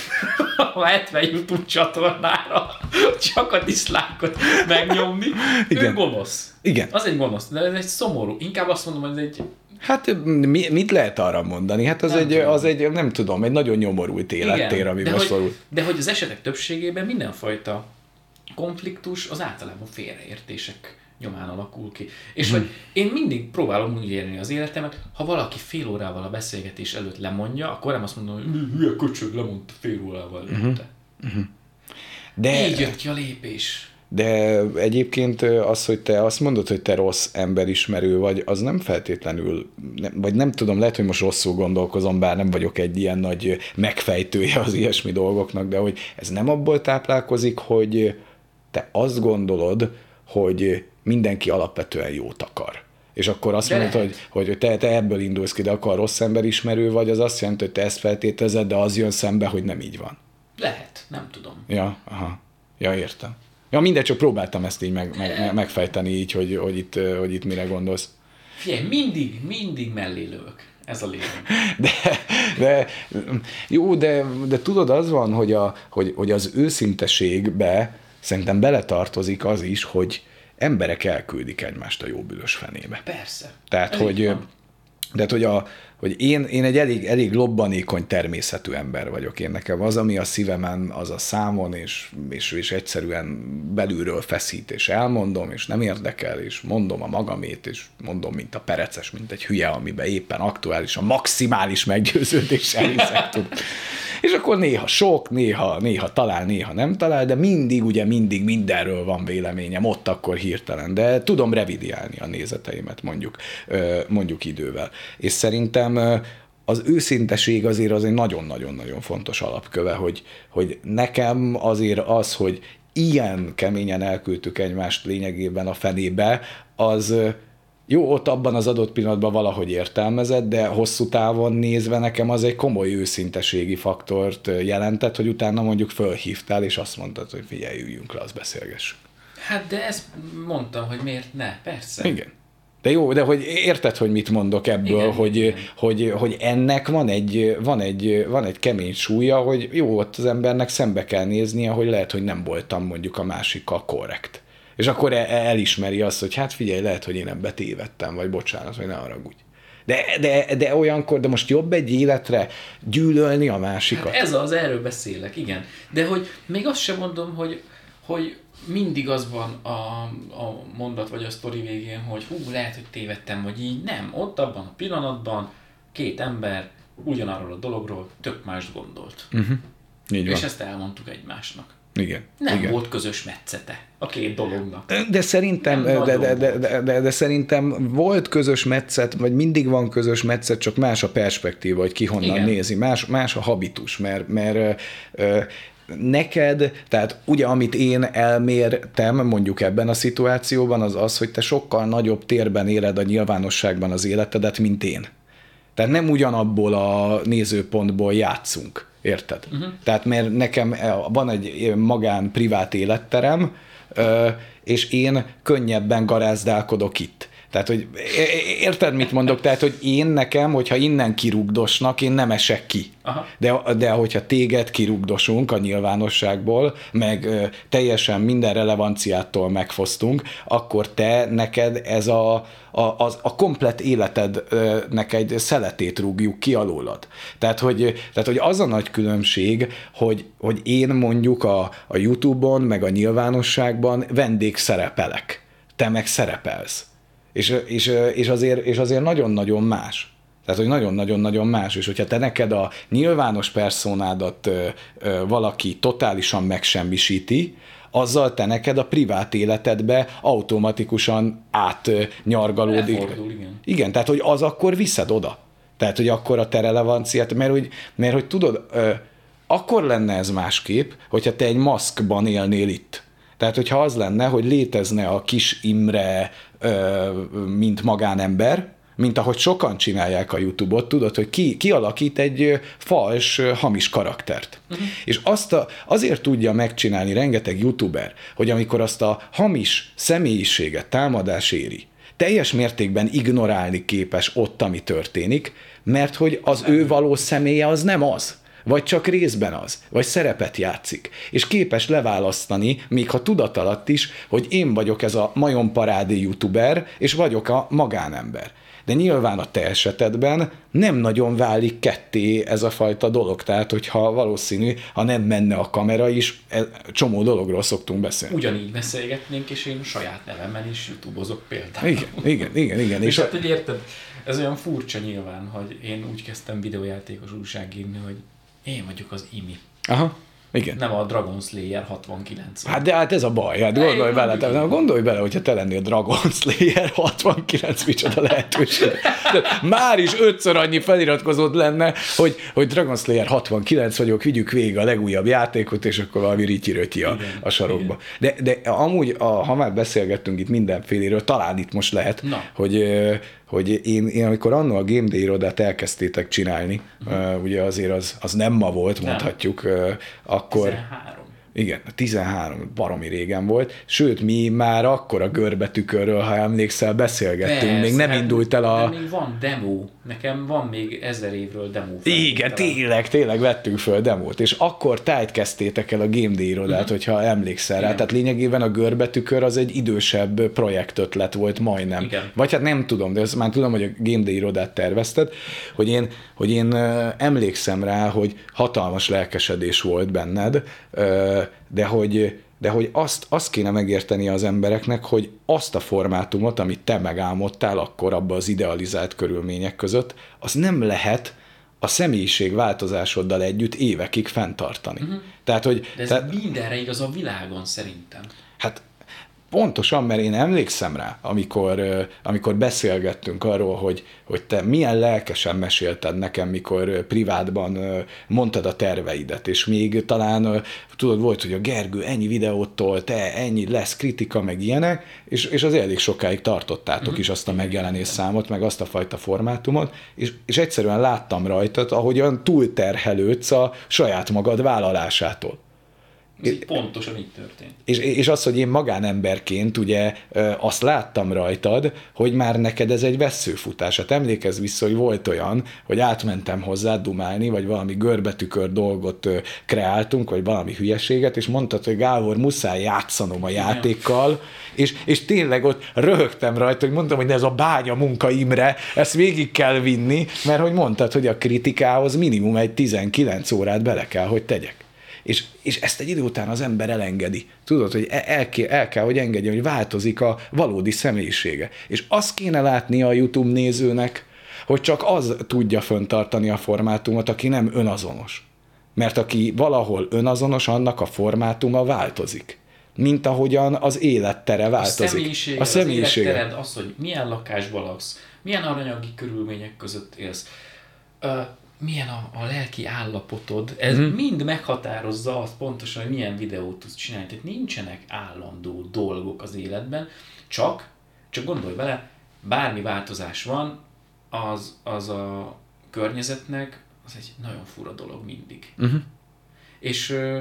a hetven YouTube csatornára, csak a diszlájkot megnyomni. Igen. Ő gonosz. Igen. Az egy gonosz, de ez egy szomorú. Inkább azt mondom, hogy ez egy... Hát mi, mit lehet arra mondani? Hát az egy, az egy, nem tudom, egy nagyon nyomorult élettér, amiben szorul. De hogy az esetek többségében mindenfajta konfliktus az általában félreértések nyomán alakul ki. És hmm. hogy én mindig próbálom úgy élni az életemet, ha valaki fél órával a beszélgetés előtt lemondja, akkor nem azt mondom, hogy hülye köcsög, lemondta fél órával előtte. Hmm. De... Így jött ki a lépés. De egyébként az, hogy te azt mondod, hogy te rossz emberismerő vagy, az nem feltétlenül, vagy nem tudom, lehet, hogy most rosszul gondolkozom, bár nem vagyok egy ilyen nagy megfejtője az ilyesmi dolgoknak, de hogy ez nem abból táplálkozik, hogy te azt gondolod, hogy mindenki alapvetően jót akar. És akkor azt de mondod, hogy, hogy te, te ebből indulsz ki, de akkor rossz emberismerő vagy, az azt jelenti, hogy te ezt feltételezed, de az jön szembe, hogy nem így van. Lehet, nem tudom. Ja, aha. Ja, értem. Ja, mindegy, csak próbáltam ezt így meg, meg, megfejteni így, hogy, hogy, itt, hogy itt mire gondolsz. Figyelj, mindig, mindig mellé lövök. Ez a lényeg. De, de, jó, de, de tudod, az van, hogy, a, hogy, hogy az őszinteségbe szerintem beletartozik az is, hogy emberek elküldik egymást a jóbülös fenébe. Persze. Tehát, hogy, tehát, hogy, a, hogy én, én egy elég, elég lobbanékony természetű ember vagyok. Én nekem az, ami a szívemen, az a számon, és, és, és egyszerűen belülről feszít, és elmondom, és nem érdekel, és mondom a magamét, és mondom, mint a pereces, mint egy hülye, amiben éppen aktuális, a maximális meggyőződéssel hiszek tud. És akkor néha sok, néha, néha talál, néha nem talál, de mindig, ugye mindig mindenről van véleményem, ott akkor hirtelen, de tudom revidiálni a nézeteimet mondjuk, mondjuk idővel. És szerintem az őszinteség azért az egy nagyon-nagyon-nagyon fontos alapköve, hogy, hogy nekem azért az, hogy ilyen keményen elküldtük egymást lényegében a fenébe, az... Jó, ott abban az adott pillanatban valahogy értelmezett, de hosszú távon nézve nekem az egy komoly őszinteségi faktort jelentett, hogy utána mondjuk fölhívtál, és azt mondtad, hogy figyelj, üljünk le, azt beszélgessünk. Hát de ezt mondtam, hogy miért ne, persze. Igen. De jó, de hogy érted, hogy mit mondok ebből, igen, hogy, igen. Hogy, hogy ennek van egy, van, egy, van egy kemény súlya, hogy jó, ott az embernek szembe kell néznie, hogy lehet, hogy nem voltam mondjuk a másikkal korrekt. És akkor elismeri azt, hogy hát figyelj, lehet, hogy én ebbe tévedtem, vagy bocsánat, vagy ne haragudj. De, de, de olyankor, de most jobb egy életre gyűlölni a másikat. Hát ez az, erről beszélek, igen. De hogy még azt sem mondom, hogy, hogy mindig az van a, a mondat vagy a sztori végén, hogy hú, lehet, hogy tévedtem, vagy így. Nem, ott abban a pillanatban két ember ugyanarról a dologról tök mást gondolt. Uh-huh. Így van. És ezt elmondtuk egymásnak. Igen. Nem igen. volt közös metszete a két dolognak. De szerintem, de, de, de, de, de, de szerintem volt közös metszet, vagy mindig van közös metszet, csak más a perspektíva, hogy ki honnan igen. nézi. Más, más a habitus, mert, mert ö, neked, tehát ugye amit én elmértem mondjuk ebben a szituációban, az az, hogy te sokkal nagyobb térben éled a nyilvánosságban az életedet, mint én. Tehát nem ugyanabból a nézőpontból játszunk. Érted? Uh-huh. Tehát mert nekem van egy magán privát életterem, és én könnyebben garázdálkodok itt. Tehát, hogy érted, mit mondok? Tehát, hogy én nekem, hogyha innen kirugdosnak, én nem esek ki. Aha. De, de hogyha téged kirugdosunk a nyilvánosságból, meg teljesen minden relevanciától megfosztunk, akkor te, neked ez a, a, a, a komplett életednek egy szeletét rúgjuk ki alólad. Tehát, hogy, tehát, hogy az a nagy különbség, hogy, hogy én mondjuk a, a YouTube-on, meg a nyilvánosságban vendég szerepelek. Te meg szerepelsz. És, és, és, azért, és azért nagyon-nagyon más. Tehát, hogy nagyon-nagyon-nagyon más. És hogyha te neked a nyilvános perszónádat ö, ö, valaki totálisan megsemmisíti, azzal te neked a privát életedbe automatikusan átnyargalódik. Elfordul, igen. Igen, tehát, hogy az akkor viszed oda. Tehát, hogy akkor a te relevanciát, mert hogy, mert, hogy tudod, ö, akkor lenne ez másképp, hogyha te egy maszkban élnél itt. Tehát, hogyha az lenne, hogy létezne a Kis Imre, ö, mint magánember, mint ahogy sokan csinálják a YouTube-ot, tudod, hogy ki, kialakít egy fals, hamis karaktert. Uh-huh. És azt a, azért tudja megcsinálni rengeteg YouTuber, hogy amikor azt a hamis személyiséget támadás éri, teljes mértékben ignorálni képes ott, ami történik, mert hogy az ő valós személye az nem az. Vagy csak részben az, vagy szerepet játszik, és képes leválasztani, még ha tudatalatt is, hogy én vagyok ez a majomparádé youtuber, és vagyok a magánember. De nyilván a te esetedben nem nagyon válik ketté ez a fajta dolog. Tehát, hogyha valószínű, ha nem menne a kamera is, csomó dologról szoktunk beszélni. Ugyanígy beszélgetnénk, és én saját nevemmel is YouTube-ozok például. Igen, igen, igen. igen. És, és hát, hogy érted, ez olyan furcsa nyilván, hogy én úgy kezdtem videójátékos újságírni, hogy én vagyok az Imi. Aha. Igen. Nem a Dragon Slayer hatvankilenc. Hát de hát ez a baj, hát gondolj Én bele, te, nem, gondolj bele, hogyha te lennél Dragon Slayer hatvankilenc, micsoda lehetőség. De már is ötször annyi feliratkozód lenne, hogy, hogy Dragon Slayer hatvankilenc vagyok, vigyük végig a legújabb játékot, és akkor valami rityi-rötyi a, a sarokba. De, de amúgy, a, ha már beszélgettünk itt mindenféléről, talán itt most lehet, Na. hogy hogy én, én amikor annól a Game Day irodát elkezdtétek csinálni, uh-huh. uh, ugye azért az, az nem ma volt, nem. mondhatjuk, uh, akkor... tizenhárom. Igen, tizenhárom, baromi régen volt, sőt, mi már akkor a görbetükörről, ha emlékszel, beszélgettünk, Persze, még nem hát, indult el a... De még van demo, nekem van még ezer évről demo. Igen, tényleg, tényleg vettünk föl demót, és akkor tájt kezdtétek el a Game Day irodát, uh-huh. hogyha emlékszel rá, tehát lényegében a görbetükör az egy idősebb projektötlet volt majdnem. Igen. Vagy hát nem tudom, de ezt már tudom, hogy a Game Day irodát tervezted, hogy én, hogy én emlékszem rá, hogy hatalmas lelkesedés volt benned, de hogy, de hogy azt, azt kéne megérteni az embereknek, hogy azt a formátumot, amit te megálmodtál akkor abban az idealizált körülmények között, az nem lehet a személyiség változásoddal együtt évekig fenntartani. Uh-huh. Tehát, hogy, de ez tehát, mindenre igaz a világon szerintem. Hát pontosan, mert én emlékszem rá, amikor, amikor beszélgettünk arról, hogy, hogy te milyen lelkesen mesélted nekem, mikor privátban mondtad a terveidet, és még talán, tudod, volt, hogy a Gergő ennyi videót tolt, te ennyi lesz kritika, meg ilyenek, és, és az elég sokáig tartottátok uh-huh. is azt a megjelenés számot, meg azt a fajta formátumot, és, és egyszerűen láttam rajtad, ahogyan túlterhelődsz a saját magad vállalásától. Ez így pontosan így történt. És, és az, hogy én magánemberként ugye azt láttam rajtad, hogy már neked ez egy vesszőfutás. Hát emlékezz vissza, hogy volt olyan, hogy átmentem hozzá dumálni, vagy valami görbetükör dolgot kreáltunk, vagy valami hülyeséget, és mondtad, hogy Gábor, muszáj játszanom a játékkal, és, és tényleg ott röhögtem rajta, hogy mondtam, hogy ez a bánya munka Imre, ezt végig kell vinni, mert hogy mondtad, hogy a kritikához minimum egy tizenkilenc órát bele kell, hogy tegyek. És, és ezt egy idő után az ember elengedi. Tudod, hogy el, kell, el kell, hogy engedje, hogy változik a valódi személyisége. És azt kéne látni a YouTube nézőnek, hogy csak az tudja föntartani a formátumot, aki nem önazonos. Mert aki valahol önazonos, annak a formátuma változik. Mint ahogyan az élettere változik. A személyisége, a személyisége. Az élettered, az, hogy milyen lakásban laksz, milyen aranyagi körülmények között élsz, uh, milyen a, a lelki állapotod, ez mm. mind meghatározza azt pontosan, hogy milyen videót tudsz csinálni. Tehát nincsenek állandó dolgok az életben, csak, csak gondolj bele, bármi változás van, az, az a környezetnek az egy nagyon fura dolog mindig. Mm-hmm. És ö,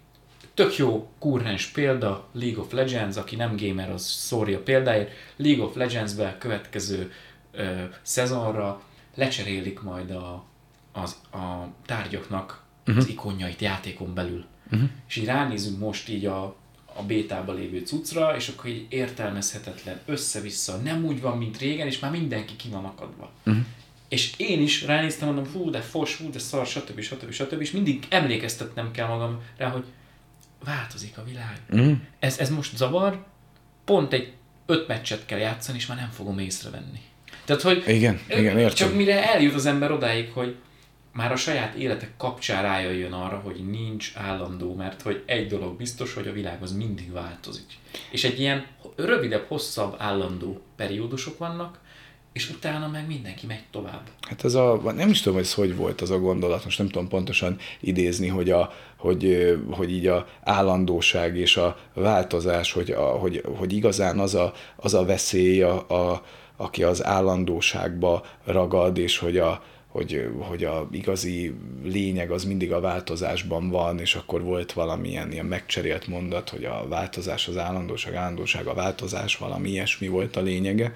tök jó kurrens példa, League of Legends, aki nem gamer, az sorry a példáért, League of Legends-ben következő ö, szezonra lecserélik majd a Az, a tárgyaknak uh-huh. az ikonjait játékon belül. Uh-huh. És így ránézünk most így a, a bétában lévő cuccra, és akkor így értelmezhetetlen, össze-vissza, nem úgy van, mint régen, és már mindenki ki van akadva. Uh-huh. És én is ránéztem, mondom, fú, de fos, fú, de szar, stb. stb. stb. És mindig emlékeztetnem kell magam rá, hogy változik a világ. Uh-huh. Ez, ez most zavar, pont egy öt meccset kell játszani, és már nem fogom észrevenni. Tehát, hogy igen, igen, értem. Csak mire eljut az ember odáig, hogy már a saját életek kapcsán rájöjjön arra, hogy nincs állandó, mert hogy egy dolog biztos, hogy a világ az mindig változik. És egy ilyen rövidebb, hosszabb állandó periódusok vannak, és utána meg mindenki megy tovább. Hát ez a, nem is tudom, hogy ez hogy volt az a gondolat, most nem tudom pontosan idézni, hogy, a, hogy, hogy így a állandóság és a változás, hogy, a, hogy, hogy igazán az a, az a veszély, a, a, aki az állandóságba ragad, és hogy a, hogy, hogy a igazi lényeg az mindig a változásban van, és akkor volt valamilyen ilyen megcserélt mondat, hogy a változás az állandóság, állandóság a változás, valami ilyesmi volt a lényege,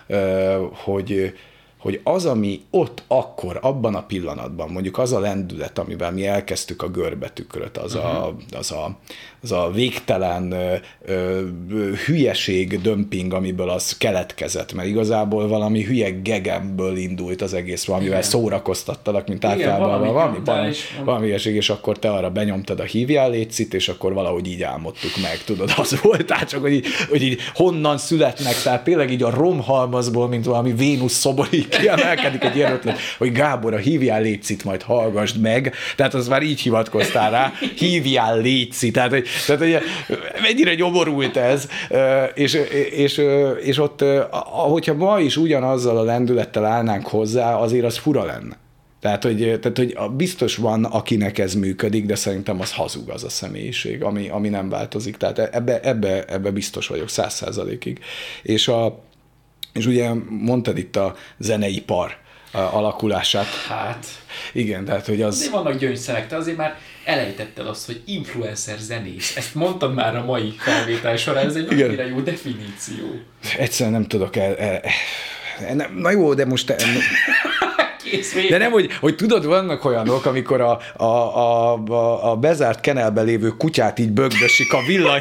hogy, hogy az, ami ott akkor, abban a pillanatban, mondjuk az a lendület, amivel mi elkezdtük a görbetükröt, az, uh-huh. a, az, a, az a végtelen ö, ö, hülyeség, dömping, amiből az keletkezett, mert igazából valami hülye gegemből indult az egész, valamivel igen. szórakoztattalak, mint általában valami, valami, valami, valami hülyeség, és akkor te arra benyomtad a hívjál létszit, és akkor valahogy így álmodtuk meg, tudod, az volt, tehát csak, hogy így, hogy így honnan születnek, tehát tényleg így a romhalmazból, mint valami Vénusz szobor, így kiemelkedik egy ilyen ötlet, hogy Gábor, a hívjál létszit majd hallgassd meg, tehát az már így hivatkoztál rá, hívjál létszit, tehát hogy Tehát, hogy mennyire nyomorult ez, és, és, és ott, hogyha ma is ugyanazzal a lendülettel állnánk hozzá, azért az fura lenne. Tehát hogy, tehát, hogy biztos van, akinek ez működik, de szerintem az hazug az a személyiség, ami, ami nem változik. Tehát ebbe, ebbe, ebbe biztos vagyok száz százalékig. És, a, és ugye mondtad itt a zeneipar alakulását. Hát... Igen, tehát, hogy az... De vannak gyöngyszerek, te azért már elejtetted azt, hogy influencer zenész. Ezt mondtam már a mai felvétel során, ez egy annyira jó definíció. Egyszerűen nem tudok el... el, el na jó, de most... Kész, de nem, hogy, hogy tudod, vannak olyanok, amikor a, a, a, a, a bezárt kenelben lévő kutyát így bögdösik a villany...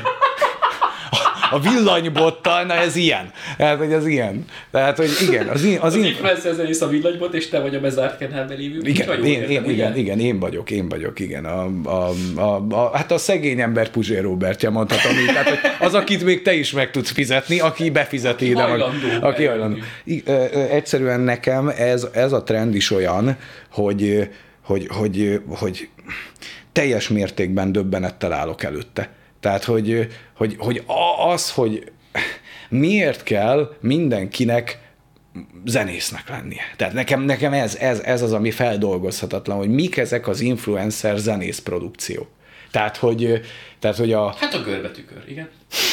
A villanybottal, na ez ilyen. Tehát, hogy az ilyen. Tehát, hogy igen. Az, in, az, az in... influencer zenész a villanybot, és te vagy a bezárt kenelben lévő. Igen, én, én, igen, igen, én vagyok, én vagyok, igen. A, a, a, a, hát a szegény ember Puzsér Róbertje mondhatom így. Tehát, hogy az, akit még te is meg tudsz fizetni, aki befizeti ide. Aki hajlandó. Egyszerűen nekem ez, ez a trend is olyan, hogy, hogy, hogy, hogy teljes mértékben döbbenettel állok előtte. Tehát, hogy, hogy, hogy az, hogy miért kell mindenkinek zenésznek lennie. Tehát nekem, nekem ez, ez, ez az, ami feldolgozhatatlan, hogy mik ezek az influencer zenész produkció. Tehát, hogy, tehát, hogy a... Hát a görbetükör, igen.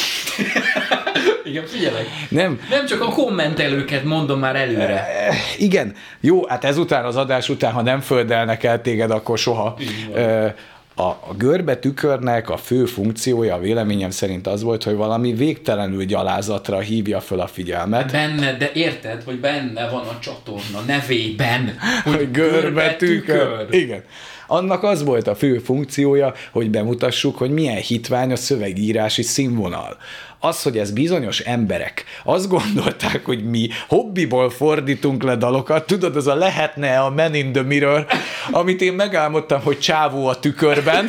Igen, figyelek. Nem. Nem csak a kommentelőket mondom már előre. Igen. Jó, hát ezután az adás után, ha nem földelnek el téged, akkor soha. A, a görbetükörnek a fő funkciója, a véleményem szerint az volt, hogy valami végtelenül gyalázatra hívja föl a figyelmet. Benne, de érted, hogy benne van a csatorna nevében, hogy, hogy görbetükör. görbetükör. Igen. Annak az volt a fő funkciója, hogy bemutassuk, hogy milyen hitvány a szövegírási színvonal. Az, hogy ez bizonyos emberek azt gondolták, hogy mi hobbiból fordítunk le dalokat, tudod, az a lehetne a Man in the Mirror, amit én megálmodtam, hogy csávó a tükörben.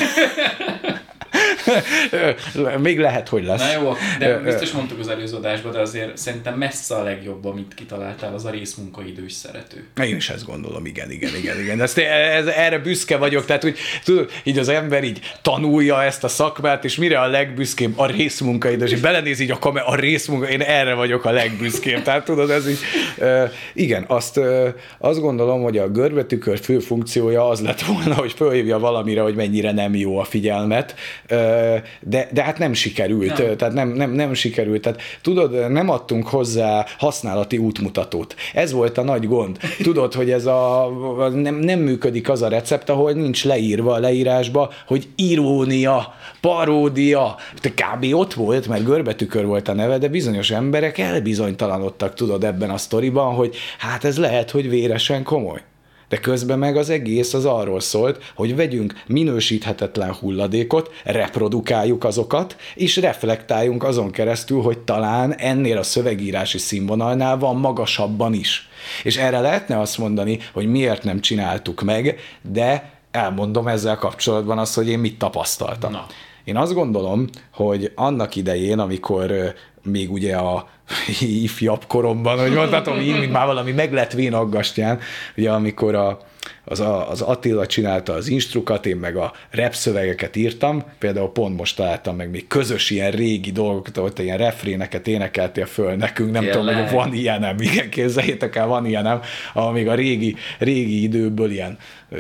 Még lehet, hogy lesz. Na jó, de biztos mondtuk az előző adásban, de azért szerintem messze a legjobb, amit kitaláltál, az a részmunkaidős szerető. Én is ezt gondolom, igen, igen, igen, igen. Ezt, ez, erre büszke vagyok, tehát hogy tudod, így az ember így tanulja ezt a szakmát, és mire a legbüszkébb a részmunkaidős, és belenéz így a kamer, a részmunka, én erre vagyok a legbüszkébb. Tehát tudod, ez így, uh, igen, azt, uh, azt gondolom, hogy a görbetükör fő funkciója az lett volna, hogy fölhívja valamire, hogy mennyire nem jó a figyelmet, uh, De, de hát nem sikerült, nem. tehát nem, nem, nem sikerült. Tehát tudod, nem adtunk hozzá használati útmutatót. Ez volt a nagy gond. Tudod, hogy ez a, nem, nem működik az a recept, ahol nincs leírva a leírásba, hogy irónia, paródia. De kb. Ott volt, mert görbetükör volt a neve, de bizonyos emberek elbizonytalanodtak, tudod, ebben a sztoriban, hogy hát ez lehet, hogy véresen komoly. De közben meg az egész az arról szólt, hogy vegyünk minősíthetetlen hulladékot, reprodukáljuk azokat, és reflektáljunk azon keresztül, hogy talán ennél a szövegírási színvonalnál van magasabban is. És erre lehetne azt mondani, hogy miért nem csináltuk meg, de elmondom ezzel kapcsolatban azt, hogy én mit tapasztaltam. Na. Én azt gondolom, hogy annak idején, amikor még ugye a ifjabb koromban, hogy mondhatom így, mint már valami megletvén aggastyán, ugye amikor a, az, a, az Attila csinálta az instrukat, én meg a rap szövegeket írtam, például pont most találtam meg még közös ilyen régi dolgokat, ahol te ilyen refréneket énekeltél föl nekünk, nem Tényleg? tudom, hogy van ilyenem, igen, képzeljétek el, van ilyenem, még a régi, régi időből ilyen,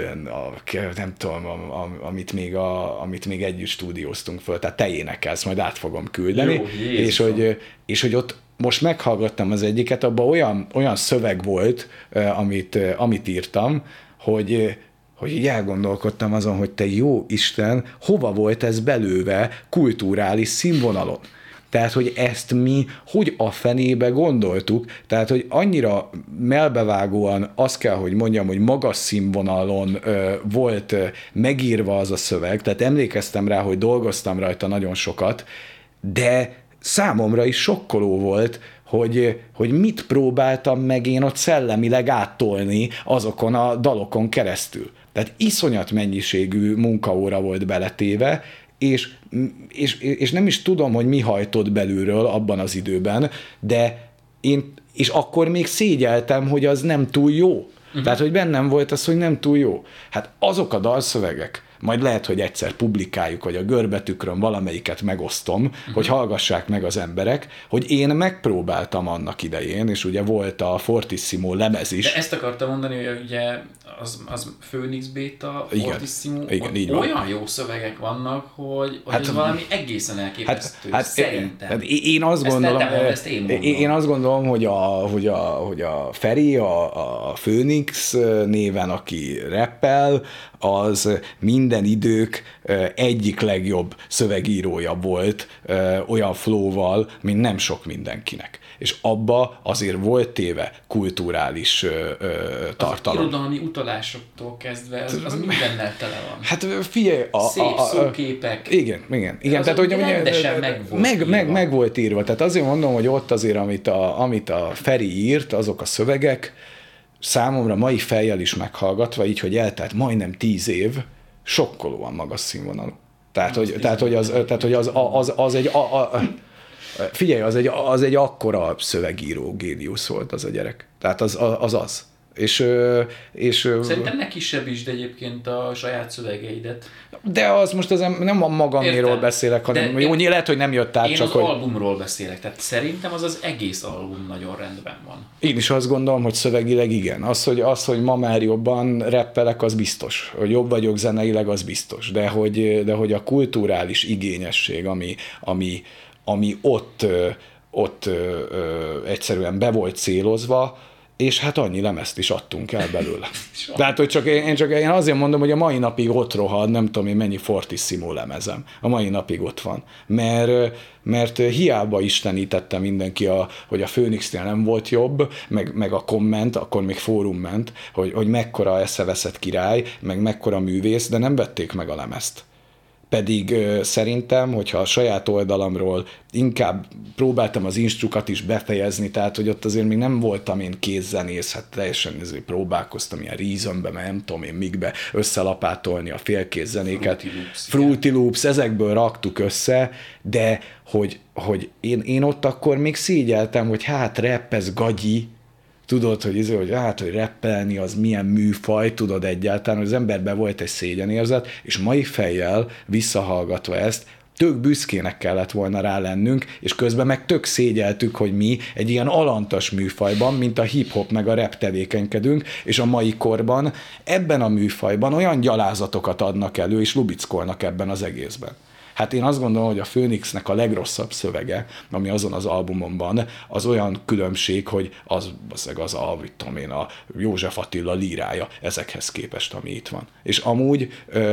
a, nem tudom, a, a, amit, még a, amit még együtt stúdióztunk föl, tehát te énekelsz, majd át fogom küldeni, Jó, és, hogy, és hogy ott most meghallgattam az egyiket, abban olyan, olyan szöveg volt, amit, amit írtam, hogy, hogy így elgondolkodtam azon, hogy te jó Isten, hova volt ez belőve kulturális színvonalon? Tehát, hogy ezt mi hogy a fenébe gondoltuk, tehát, hogy annyira melbevágóan azt kell, hogy mondjam, hogy magas színvonalon ö, volt ö, megírva az a szöveg, tehát emlékeztem rá, hogy dolgoztam rajta nagyon sokat, de számomra is sokkoló volt, hogy, hogy mit próbáltam meg én ott szellemileg áttolni azokon a dalokon keresztül. Tehát iszonyat mennyiségű munkaóra volt beletéve, és, és, és nem is tudom, hogy mi hajtott belülről abban az időben, de én, és akkor még szégyeltem, hogy az nem túl jó. Uh-huh. Tehát, hogy bennem volt az, hogy nem túl jó. Hát azok a dalszövegek, majd lehet, hogy egyszer publikáljuk, vagy a görbetükrön valamelyiket megosztom, uh-huh. hogy hallgassák meg az emberek, hogy én megpróbáltam annak idején, és ugye volt a Fortissimo lemez is. De ezt akartam mondani, hogy ugye az, az Phoenix Beta, Fortissimo, igen, igen, így olyan van. jó szövegek vannak, hogy, hogy hát, ez valami egészen elképesztő, hát, szerintem. Hát én azt gondolom, ezt mondom, ezt én, én azt gondolom, hogy a, hogy a, hogy a Feri, a, a Phoenix néven, aki rappel, az minden idők egyik legjobb szövegírója volt olyan flowval, mint nem sok mindenkinek. És abba azért volt téve kulturális tartalom. Az irodalmi utalásoktól kezdve, az, az mindennel tele van. Hát figyelj, a, szép a, a, szóképek. Igen, igen. igen tehát, hogy rendesen meg volt meg, írva. Meg, meg volt írva. Tehát azért mondom, hogy ott azért, amit a, amit a Feri írt, azok a szövegek, számomra mai fejjel is meghallgatva, így, hogy eltelt majdnem tíz év, sokkolóan magas színvonalú. Tehát, hogy, tehát, hogy, az, tehát, hogy az, az, az egy... A, a, figyelj, az egy, az egy akkora szövegíró géniusz volt az a gyerek. Tehát az az. az. És, és, Szerintem ne kisebb is, de egyébként a saját szövegeidet. De az most az nem a magaméról beszélek, hanem jó, én, lehet, hogy nem jött át. Én csak az hogy... albumról beszélek, tehát szerintem az az egész album nagyon rendben van. Én is azt gondolom, hogy szövegileg igen. Az, hogy, az, hogy ma már jobban rappelek, az biztos. Hogy jobb vagyok zeneileg, az biztos. De hogy, de hogy a kulturális igényesség, ami, ami, ami ott, ott ö, ö, egyszerűen be volt célozva, és hát annyi lemezt is adtunk el belőle. Tehát, hogy csak én, csak én azért mondom, hogy a mai napig ott rohad, nem tudom én mennyi Fortissimo lemezem. A mai napig ott van. Mert, mert hiába istenítette mindenki, a, hogy a Phoenixnél nem volt jobb, meg, meg a komment, akkor még fórum ment, hogy, hogy mekkora eszeveszett király, meg mekkora művész, de nem vették meg a lemezt. Pedig ö, szerintem, hogyha a saját oldalamról inkább próbáltam az instrukat is befejezni, tehát, hogy ott azért még nem voltam én kézzenész, hát teljesen ezért próbálkoztam ilyen Reasonbe, mert nem tudom én mikbe összelapátolni a félkézzenéket. Fruity Loops, Fruity Loops, ezekből raktuk össze, de hogy, hogy én, én ott akkor még szégyeltem, hogy hát rap, ez gagyi, tudod, hogy, izé, hogy hát, hogy rappelni az milyen műfaj, tudod egyáltalán, hogy az emberben volt egy szégyenérzet, és mai fejjel visszahallgatva ezt, tök büszkének kellett volna rá lennünk, és közben meg tök szégyeltük, hogy mi egy ilyen alantas műfajban, mint a hip-hop meg a rap tevékenykedünk, és a mai korban ebben a műfajban olyan gyalázatokat adnak elő, és lubickolnak ebben az egészben. Hát én azt gondolom, hogy a Phoenixnek a legrosszabb szövege, ami azon az albumon van, az olyan különbség, hogy az az, az a, tudom én, a József Attila lírája ezekhez képest, ami itt van. És amúgy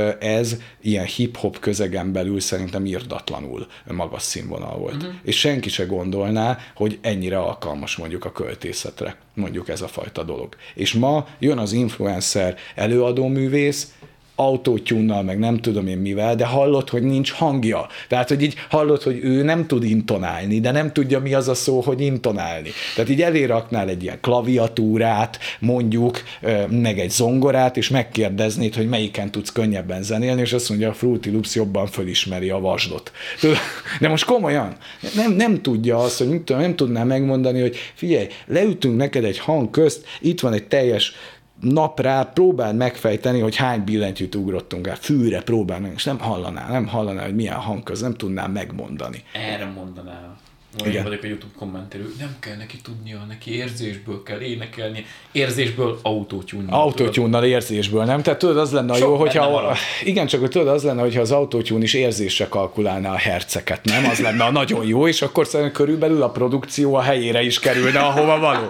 ez ilyen hip-hop közegen belül szerintem irdatlanul magas színvonal volt. Uh-huh. És senki se gondolná, hogy ennyire alkalmas mondjuk a költészetre, mondjuk ez a fajta dolog. És ma jön az influencer előadóművész, autótyúnnal, meg nem tudom én mivel, de hallod, hogy nincs hangja. Tehát, hogy így hallod, hogy ő nem tud intonálni, de nem tudja, mi az a szó, hogy intonálni. Tehát így eléraknál egy ilyen klaviatúrát, mondjuk, meg egy zongorát, és megkérdeznéd, hogy melyiken tudsz könnyebben zenélni, és azt mondja, a Fruity Loops jobban fölismeri a vasdot. De most komolyan, nem, nem tudja azt, hogy mit tudom, nem tudná megmondani, hogy figyelj, leütünk neked egy hang közt, itt van egy teljes napra, próbáld megfejteni, hogy hány billentyűt ugrottunk el, fűre próbáld meg, és nem hallaná, nem hallaná, hogy milyen hang köz, nem tudnám megmondani. Erre mondanál. Vagy én vagyok a YouTube kommentelő, nem kell neki tudnia, neki érzésből kell énekelni, érzésből autótyúnnal. Autótyúnnal érzésből, nem? Tehát tudod, az lenne a jó, hogyha... Igen, csak tudod, az lenne, hogyha az autótyún is érzésre kalkulálná a herceket, nem? Az lenne a nagyon jó, és akkor szerintem körülbelül a produkció a helyére is kerülne, ahova való.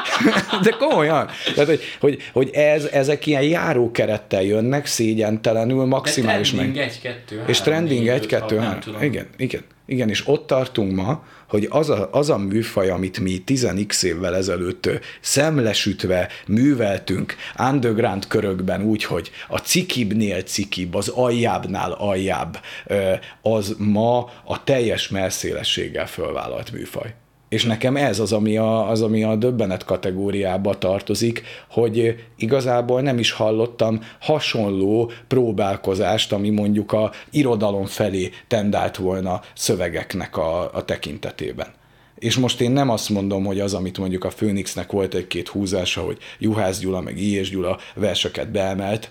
De komolyan. Tehát, hogy, hogy, hogy ez, ezek ilyen járókerettel jönnek, szégyentelenül, maximális meg. Trending egy kettő És trending egy kettő három. Igen, igen. Igen, és ott tartunk ma, hogy az a, az a műfaj, amit mi tíz x évvel ezelőtt szemlesütve műveltünk underground körökben úgy, hogy a cikibnél cikibb, az aljábbnál aljább, az ma a teljes mellszélességgel fölvállalt műfaj. És nekem ez az, ami a, az, ami a döbbenet kategóriába tartozik, hogy igazából nem is hallottam hasonló próbálkozást, ami mondjuk a irodalom felé tendált volna szövegeknek a, a tekintetében. És most én nem azt mondom, hogy az, amit mondjuk a Főnixnek volt egy-két húzása, hogy Juhász Gyula meg Illyés Gyula verseket beemelt,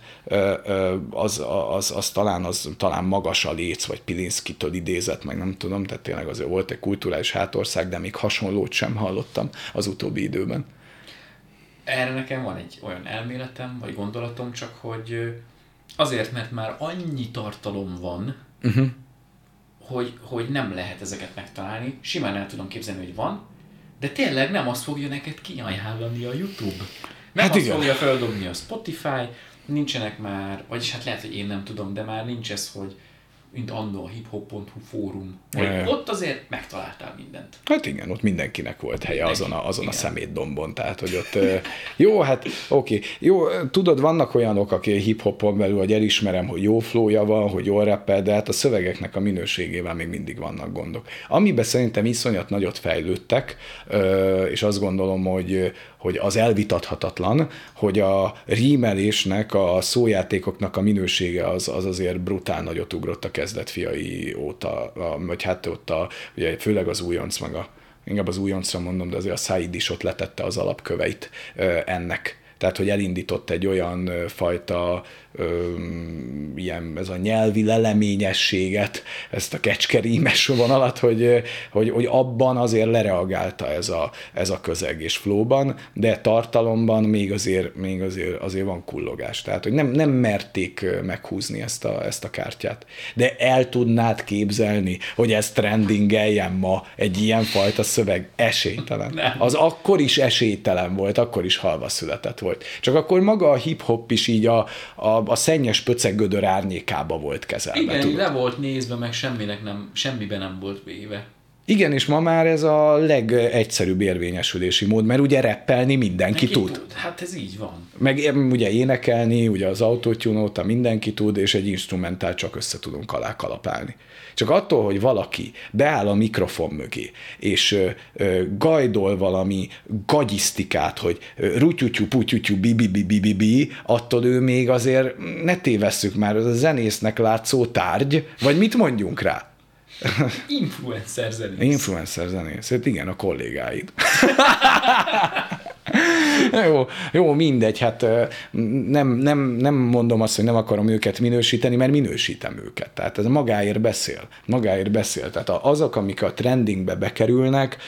az, az, az, talán, az talán magas a léc, vagy Pilinszkitől idézett, meg nem tudom, tehát tényleg azért volt egy kulturális hátország, de még hasonlót sem hallottam az utóbbi időben. Erre nekem van egy olyan elméletem, vagy gondolatom, csak hogy azért, mert már annyi tartalom van, uh-huh. Hogy, hogy nem lehet ezeket megtalálni. Simán el tudom képzelni, hogy van, de tényleg nem azt fogja neked kiajánlani a YouTube. Nem hát azt igen. fogja feldobni a Spotify, nincsenek már, vagyis hát lehet, hogy én nem tudom, de már nincs ez, hogy mint annó a hiphop pont hu fórum. Ott azért megtaláltál mindent. Hát igen, ott mindenkinek volt helye Neki, azon a, azon a szemétdombon, tehát hogy ott jó, hát oké, okay. Jó, tudod, vannak olyanok, aki hiphopon belül, hogy elismerem, hogy jó flowja van, hogy jól rappel, de hát a szövegeknek a minőségével még mindig vannak gondok. Amiben szerintem iszonyat nagyot fejlődtek, és azt gondolom, hogy hogy az elvitathatatlan, hogy a rímelésnek, a szójátékoknak a minősége az, az azért brutál nagyot ugrott a kezdetfiai óta, vagy hát ott a, ugye főleg az újonc, meg a, inkább az újoncra mondom, de azért a Said is ott letette az alapköveit ennek. Tehát, hogy elindított egy olyan fajta öm, ilyen, ez a nyelvi leleményességet, ezt a kecskerímes vonalat, hogy, hogy, hogy abban azért lereagálta ez a, ez a közeg és flowban, de tartalomban még azért, még azért, azért van kullogás. Tehát, hogy nem, nem merték meghúzni ezt a, ezt a kártyát. De el tudnád képzelni, hogy ez trendingeljen ma egy ilyen fajta szöveg? Esélytelen. Nem. Az akkor is esélytelen volt, akkor is halva született volt. Csak akkor maga a hip-hop is így a, a, a szennyes pöceggödör árnyékába volt kezelve. Igen, tudod? Le volt nézve, meg semminek nem, semmiben nem volt véve. Igen, és ma már ez a legegyszerűbb érvényesülési mód, mert ugye rappelni mindenki Neki tud. tud. Hát ez így van. Meg ugye énekelni, ugye az autotune óta mindenki tud, és egy instrumentál csak össze tudunk alá kalapálni. Csak attól, hogy valaki beáll a mikrofon mögé, és ö, ö, gajdol valami gagyisztikát, hogy rutyutyú, putyutyú, bi-bi-bi-bi-bi, attól ő még azért ne tévesszük már, az a zenésznek látszó tárgy, vagy mit mondjunk rá? Influencer zenész. Influencer zenész. Hát igen, a kollégáid. jó, jó, mindegy, hát nem, nem, nem mondom azt, hogy nem akarom őket minősíteni, mert minősítem őket. Tehát ez magáért beszél. Magáért beszél. Tehát azok, amik a trendingbe bekerülnek,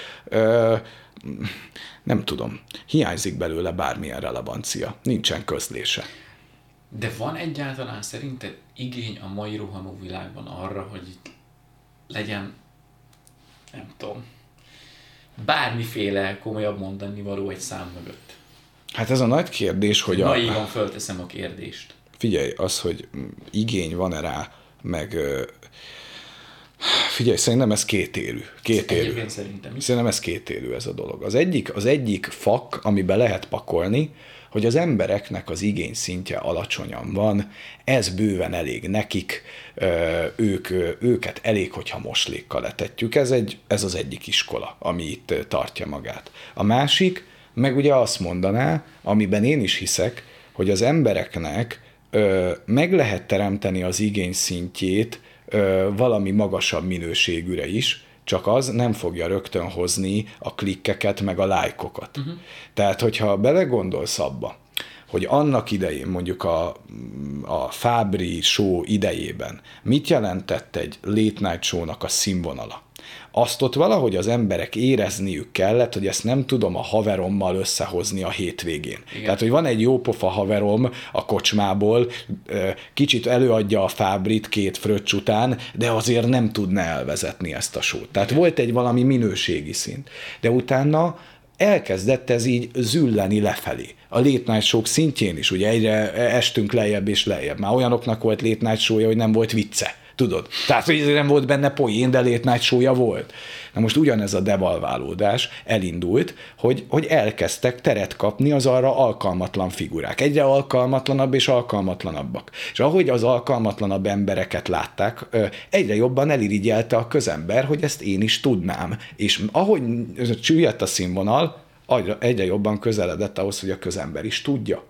nem tudom, hiányzik belőle bármilyen relevancia. Nincsen közlése. De van egyáltalán szerinted igény a mai rohanó világban arra, hogy itt legyen, nem tudom, bármiféle komolyabb mondani való egy szám mögött? Hát ez a nagy kérdés, hogy Naivan a... fölteszem a kérdést. Figyelj, az, hogy igény van-e rá, meg figyelj, szerintem ez kétélű. Kétélű. Egyébként szerintem is. Szerintem ez kétélű ez a dolog. Az egyik, az egyik fak, amiben lehet pakolni, hogy az embereknek az igény szintje alacsonyan van, ez bőven elég nekik, ők, őket elég, hogyha moslékkal etetjük. Ez, egy, ez az egyik iskola, ami itt tartja magát. A másik, meg ugye azt mondaná, amiben én is hiszek, hogy az embereknek ö, meg lehet teremteni az igény szintjét ö, valami magasabb minőségűre is, csak az nem fogja rögtön hozni a klikkeket, meg a lájkokat. Uh-huh. Tehát, hogyha belegondolsz abba, hogy annak idején, mondjuk a, a Fábri show idejében mit jelentett egy late night show-nak a színvonala? Azt ott valahogy az emberek érezniük kellett, hogy ezt nem tudom a haverommal összehozni a hétvégén. Igen. Tehát, hogy van egy jópofa haverom a kocsmából, kicsit előadja a Fábrit két fröccs után, de azért nem tudná elvezetni ezt a show-t. Tehát igen. Volt egy valami minőségi szint. De utána elkezdett ez így zülleni lefelé. A late night show szintjén is, ugye egyre estünk lejjebb és lejjebb. Már olyanoknak volt late night show-ja, hogy nem volt vicce. Tudod? Tehát, hogy nem volt benne poén, de late night show-ja volt. Na most ugyanez a devalválódás elindult, hogy, hogy elkezdtek teret kapni az arra alkalmatlan figurák. Egyre alkalmatlanabb és alkalmatlanabbak. És ahogy az alkalmatlanabb embereket látták, egyre jobban elirigyelte a közember, hogy ezt én is tudnám. És ahogy csüllyedt a színvonal, egyre jobban közeledett ahhoz, hogy a közember is tudja.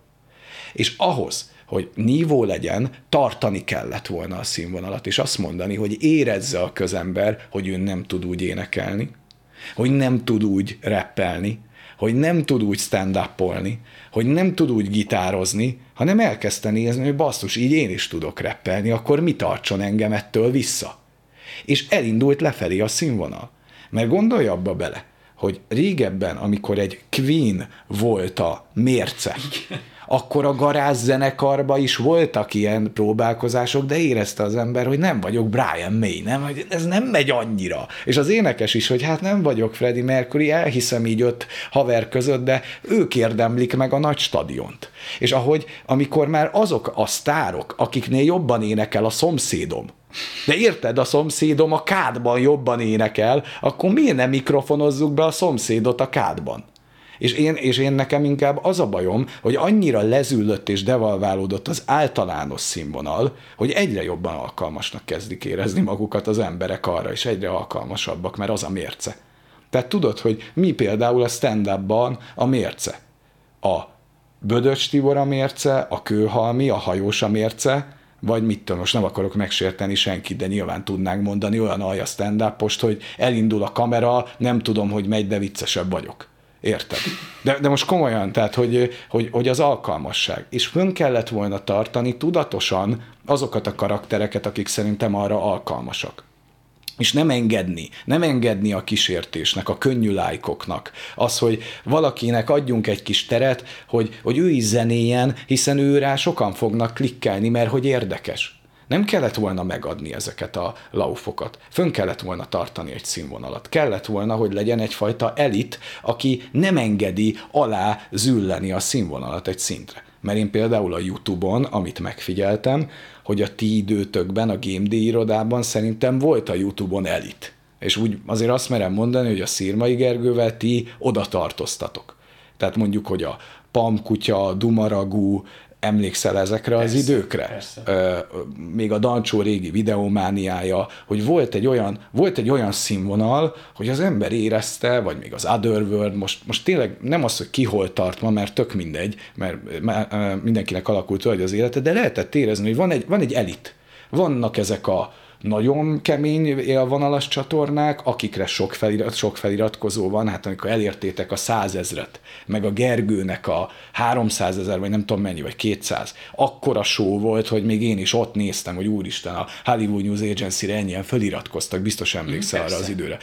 És ahhoz, hogy nívó legyen, tartani kellett volna a színvonalat, és azt mondani, hogy érezze a közember, hogy ő nem tud úgy énekelni, hogy nem tud úgy rappelni, hogy nem tud úgy stand-upolni, hogy nem tud úgy gitározni, hanem elkezdte nézni, hogy basszus, így én is tudok rappelni, akkor mi tartson engem ettől vissza? És elindult lefelé a színvonal. Mert gondolj abba bele, hogy régebben, amikor egy Queen volt a mérce, akkor a garázszenekarban is voltak ilyen próbálkozások, de érezte az ember, hogy nem vagyok Brian May, nem, hogy ez nem megy annyira. És az énekes is, hogy hát nem vagyok Freddie Mercury, elhiszem így öt haver között, de ők érdemlik meg a nagy stadiont. És ahogy, amikor már azok a sztárok, akiknél jobban énekel a szomszédom, de érted, a szomszédom a kádban jobban énekel, akkor miért nem mikrofonozzuk be a szomszédot a kádban? És én, és én nekem inkább az a bajom, hogy annyira lezüllött és devalválódott az általános színvonal, hogy egyre jobban alkalmasnak kezdik érezni magukat az emberek arra, és egyre alkalmasabbak, mert az a mérce. Tehát tudod, hogy mi például a stand-upban a mérce? A Bödöcs Tibor a mérce, a Kőhalmi, a Hajós a mérce, vagy mit tudom, most nem akarok megsérteni senkit, de nyilván tudnánk mondani olyan alja stand-upost, hogy elindul a kamera, nem tudom, hogy megy, de viccesebb vagyok. Érted? De, de most komolyan, tehát, hogy, hogy, hogy az alkalmasság. És fönn kellett volna tartani tudatosan azokat a karaktereket, akik szerintem arra alkalmasak. És nem engedni, nem engedni a kísértésnek, a könnyű lájkoknak. Az, hogy valakinek adjunk egy kis teret, hogy, hogy ő is zenéljen, hiszen ő rá sokan fognak klikkelni, mert hogy érdekes. Nem kellett volna megadni ezeket a laufokat. Fönn kellett volna tartani egy színvonalat. Kellett volna, hogy legyen egyfajta elit, aki nem engedi alá zülleni a színvonalat egy szintre. Mert én például a YouTube-on, amit megfigyeltem, hogy a ti időtökben, a Game Day irodában szerintem volt a YouTube-on elit. És úgy azért azt merem mondani, hogy a Szirmai Gergővel ti oda tartoztatok. Tehát mondjuk, hogy a Pamkutya, a Dumaragú, emlékszel ezekre persze, az időkre? Persze. Még a Dancsó régi videomániája, hogy volt egy olyan, volt egy olyan színvonal, hogy az ember érezte, vagy még az Otherworld, most, most tényleg nem az, hogy ki hol tart ma, mert tök mindegy, mert mindenkinek alakult vagy az élete, de lehetett érezni, hogy van egy, van egy elit. Vannak ezek a nagyon kemény élvonalas csatornák, akikre sok, felirat, sok feliratkozó van, hát amikor elértétek a százezret, meg a Gergőnek a háromszázezer, vagy nem tudom mennyi, vagy kétszáz, akkora show volt, hogy még én is ott néztem, hogy úristen, a Hollywood News Agency-re ennyien feliratkoztak, biztos emlékszel arra az időre.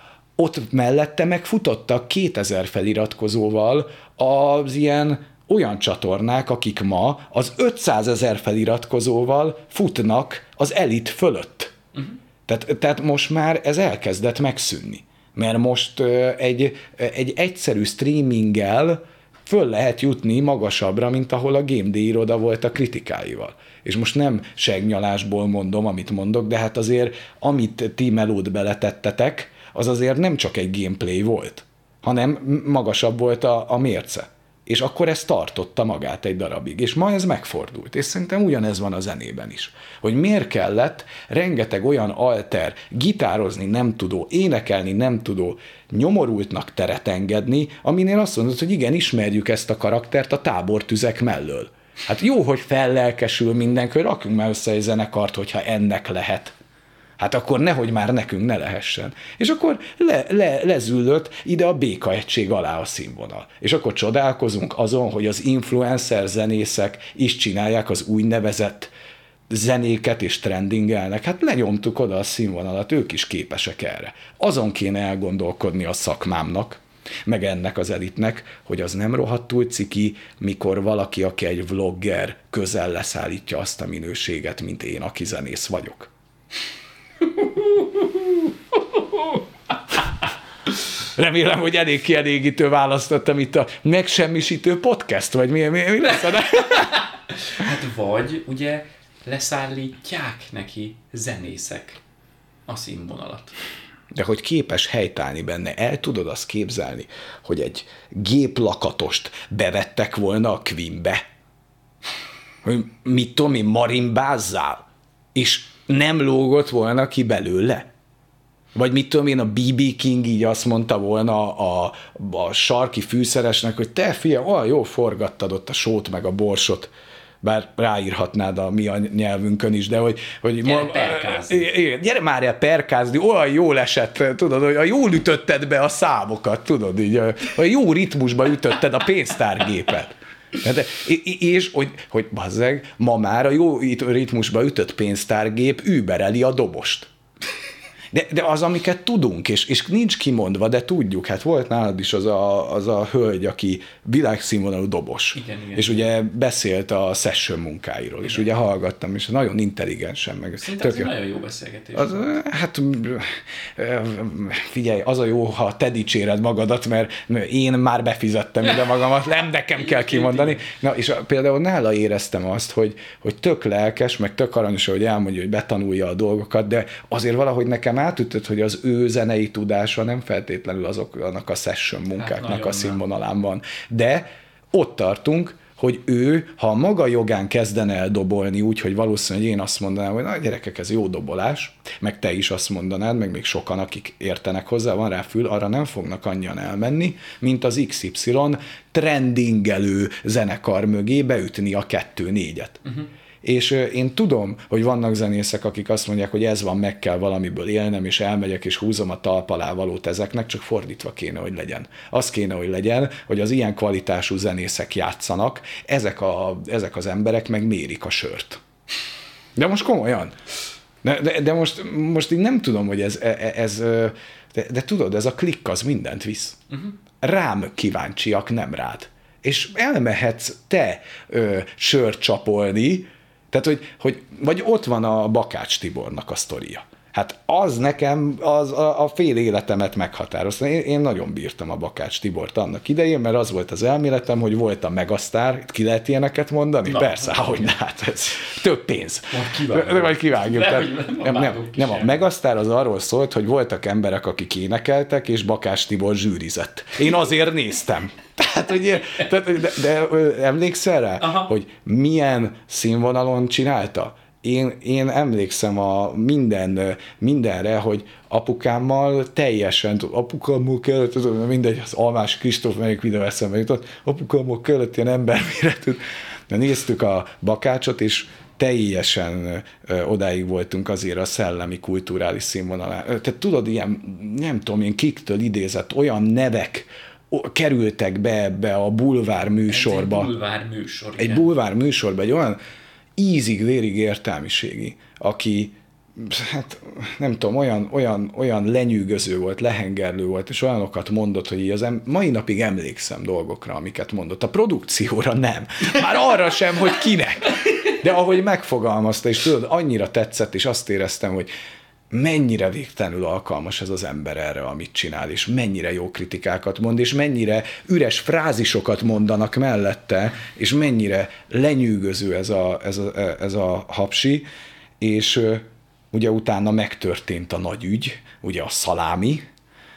Ott mellette megfutottak kétezer feliratkozóval az ilyen olyan csatornák, akik ma az ötszázezer feliratkozóval futnak az elit fölött. Uh-huh. Tehát, tehát most már ez elkezdett megszűnni. Mert most egy, egy egyszerű streaminggel föl lehet jutni magasabbra, mint ahol a Game Day iroda volt a kritikáival. És most nem segnyalásból mondom, amit mondok, de hát azért, amit ti melót beletettetek, az azért nem csak egy gameplay volt, hanem magasabb volt a, a mérce. És akkor ez tartotta magát egy darabig. És ma ez megfordult. És szerintem ugyanez van a zenében is. Hogy miért kellett rengeteg olyan alter, gitározni nem tudó, énekelni nem tudó, nyomorultnak teret engedni, aminél azt mondod, hogy igen, ismerjük ezt a karaktert a tábortüzek mellől. Hát jó, hogy fellelkesül mindenki, hogy rakjunk már össze egy zenekart, hogyha ennek lehet. Hát akkor nehogy már nekünk ne lehessen. És akkor le, le, lezüllött ide a béka egység alá a színvonal. És akkor csodálkozunk azon, hogy az influencer zenészek is csinálják az úgynevezett zenéket és trendingelnek. Hát lenyomtuk oda a színvonalat, ők is képesek erre. Azon kéne elgondolkodni a szakmámnak, meg ennek az elitnek, hogy az nem rohadtul ciki, mikor valaki, aki egy vlogger, közel leszállítja azt a minőséget, mint én, aki zenész vagyok. Remélem, hogy elég kielégítő választottam itt a megsemmisítő podcast, vagy mi, mi, mi lesz? Hát vagy ugye leszállítják neki zenészek a színvonalat. De hogy képes helytállni benne, el tudod azt képzelni, hogy egy géplakatost bevettek volna a Queenbe? Hogy mit tudom én, marimbázzál? És nem lógott volna ki belőle? Vagy mit tudom én, a bé bé King így azt mondta volna a, a sarki fűszeresnek, hogy te fia, olyan jól forgattad ott a sót meg a borsot, bár ráírhatnád a mi a nyelvünkön is, de hogy... hogy gyere ma, perkázni. Gyere már el perkázni, olyan jól esett, tudod, hogy a jól ütötted be a számokat, tudod, így, a jó ritmusba ütötted a pénztárgépet. De, és hogy, hogy bazzeg, ma már a jó ritmusba ütött pénztárgép übereli a dobost. De, de az, amiket tudunk, és, és nincs kimondva, de tudjuk, hát volt nálad is az a, az a hölgy, aki világszínvonalú dobos. Igen, igen. És ugye beszélt a session munkáiról, igen. És ugye hallgattam, és nagyon intelligensen. Meg szerintem ez nagyon jó beszélgetés. Az, hát figyelj, az a jó, ha te dicséred magadat, mert én már befizettem ide magamat, nem nekem kell kimondani. Na, és például nála éreztem azt, hogy, hogy tök lelkes, meg tök aranyos, hogy elmondja, hogy betanulja a dolgokat, de azért valahogy nekem átütött, hogy az ő zenei tudása nem feltétlenül azoknak a session munkáknak hát a színvonalán van. De ott tartunk, hogy ő, ha a maga jogán kezdene el dobolni úgy, hogy valószínűleg én azt mondanám, hogy na gyerekek, ez jó dobolás, meg te is azt mondanád, meg még sokan, akik értenek hozzá, van rá fül, arra nem fognak annyian elmenni, mint az iksz ipszilon trendingelő zenekar mögé beütni a kettő négyet. Uh-huh. És én tudom, hogy vannak zenészek, akik azt mondják, hogy ez van, meg kell valamiből élnem, és elmegyek, és húzom a talp alá valót ezeknek, csak fordítva kéne, hogy legyen. Az kéne, hogy legyen, hogy az ilyen kvalitású zenészek játszanak, ezek, a, ezek az emberek meg mérik a sört. De most komolyan. De, de, de most, most így nem tudom, hogy ez, ez de, de tudod, ez a klikk az mindent visz. Uh-huh. Rám kíváncsiak, nem rád. És elmehetsz te ö, sört csapolni, tehát, hogy, hogy vagy ott van a Bakács Tibornak a sztoria. Hát az nekem az a, a fél életemet meghatározta. Én, én nagyon bírtam a Bakács Tibort annak idején, mert az volt az elméletem, hogy volt a Megasztár. Ki lehet ilyeneket mondani? Na, persze, na, ahogy ne, hát ez több pénz. Majd, Majd kivágjuk. Nem, tehát, nem, nem, nem, a Megasztár az arról szólt, hogy voltak emberek, akik énekeltek, és Bakács Tibor zsűrizett. Én azért néztem. Tehát, hogy, tehát, de, de emlékszel rá, aha, hogy milyen színvonalon csinálta? Én, én emlékszem a minden, mindenre, hogy apukámmal teljesen, apukámmal kellett, mindegy, az Almás Kristóf, melyik videó eszembe jutott, apukámmal kellett ilyen emberméretűt, de néztük a Bakácsot, és teljesen ö, odáig voltunk azért a szellemi, kulturális színvonalán. Tehát tudod, ilyen, nem tudom, én kiktől idézett olyan nevek kerültek be ebbe a bulvár műsorba. Egy bulvár műsor. Egy bulvár műsorba, egy olyan ízig-vérig értelmiségi, aki hát nem tudom, olyan, olyan, olyan lenyűgöző volt, lehengerlő volt, és olyanokat mondott, hogy így az em- mai napig emlékszem dolgokra, amiket mondott. A produkcióra nem. Már arra sem, hogy kinek. De ahogy megfogalmazta, és tudod, annyira tetszett, és azt éreztem, hogy mennyire végtelenül alkalmas ez az ember erre, amit csinál, és mennyire jó kritikákat mond, és mennyire üres frázisokat mondanak mellette, és mennyire lenyűgöző ez a, ez a, ez a hapsi, és ugye utána megtörtént a nagy ügy, ugye a szalámi,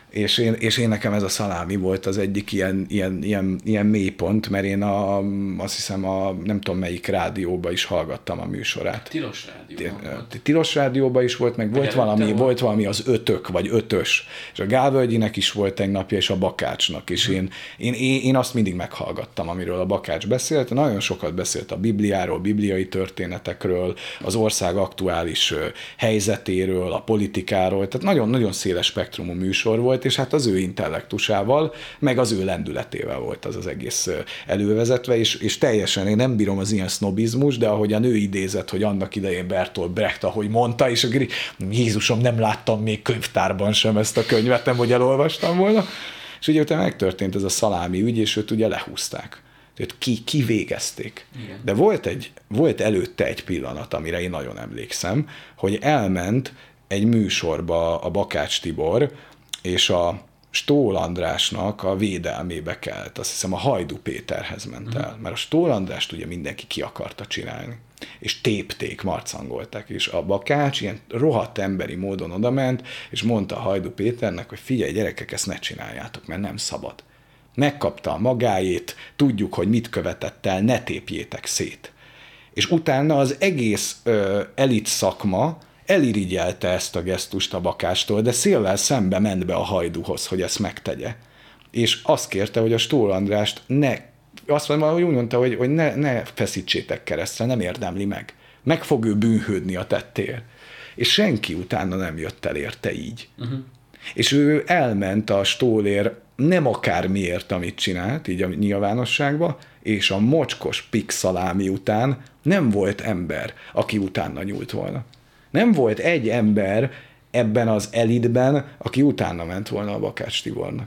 És én, és én nekem ez a szalámi volt az egyik ilyen, ilyen, ilyen, ilyen mélypont, mert én a, azt hiszem a nem tudom melyik rádióba is hallgattam a műsorát. Tilos rádióban. Tilos rádióban is volt, meg volt valami, volt? volt valami az ötök, vagy ötös. És a Gálvölgyinek is volt egy napja, és a Bakácsnak is. Én, én, én, én azt mindig meghallgattam, amiről a Bakács beszélt. Nagyon sokat beszélt a Bibliáról, bibliai történetekről, az ország aktuális helyzetéről, a politikáról. Tehát nagyon-nagyon széles spektrumú műsor volt, és hát az ő intellektusával, meg az ő lendületével volt az az egész elővezetve, és, és teljesen én nem bírom az ilyen sznobizmus, de ahogy a nő idézett, hogy annak idején Bertolt Brecht, ahogy mondta, és akkor Jézusom, nem láttam még könyvtárban sem ezt a könyvet, nem, hogy elolvastam volna. És ugye utána megtörtént ez a szalámi ügy, és őt ugye lehúzták. Tehát ki, kivégezték. Igen. De volt, egy, volt előtte egy pillanat, amire én nagyon emlékszem, hogy elment egy műsorba a Bakács Tibor, és a Stól Andrásnak a védelmébe kelt. Azt hiszem a Hajdú Péterhez ment el, mert a Stól Andrást ugye mindenki ki akarta csinálni. És tépték, marcangolták, és a Bakács ilyen rohadt emberi módon odament, és mondta a Hajdú Péternek, hogy figyelj gyerekek, ezt ne csináljátok, mert nem szabad. Megkapta a magáét, tudjuk, hogy mit követett el, ne tépjétek szét. És utána az egész ö, elit szakma elirigyelte ezt a gesztust a Bakástól, de széllel szembe ment be a Hajdúhoz, hogy ezt megtegye. És azt kérte, hogy a Stól Andrást ne, azt mondta, hogy úgy mondta, hogy, hogy ne, ne feszítsétek keresztre, nem érdemli meg. Meg fog ő bűnhődni a tettéért. És senki utána nem jött el érte így. Uh-huh. És ő elment a Stólér nem akármiért, amit csinált, így a nyilvánosságba, és a mocskos pikszalámi után nem volt ember, aki utána nyúlt volna. Nem volt egy ember ebben az elitben, aki utána ment volna a Bakács Tibornak.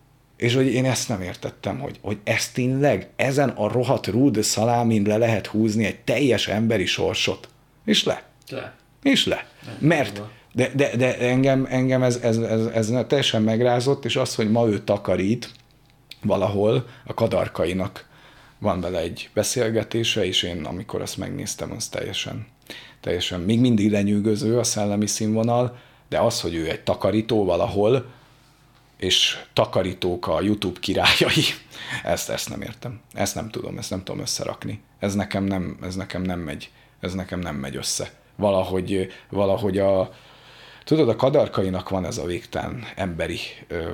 És hogy én ezt nem értettem, hogy, hogy ezt tényleg ezen a rohadt rúd szalámin le lehet húzni egy teljes emberi sorsot. És le. Le. És le. Nem Mert de, de, de engem, engem ez, ez, ez, ez teljesen megrázott, és az, hogy ma ő takarít valahol a Kadarkainak van vele egy beszélgetése, és én amikor azt megnéztem, az teljesen teljesen még mindig lenyűgöző a szellemi színvonal, de az, hogy ő egy takarító valahol, és takarítók a YouTube királyai, ezt, ezt nem értem. Ezt nem tudom, ezt nem tudom összerakni. Ez nekem nem, ez nekem nem megy, ez nekem nem megy össze. Valahogy, valahogy a, tudod, a Kadarkainak van ez a végtelen emberi ö,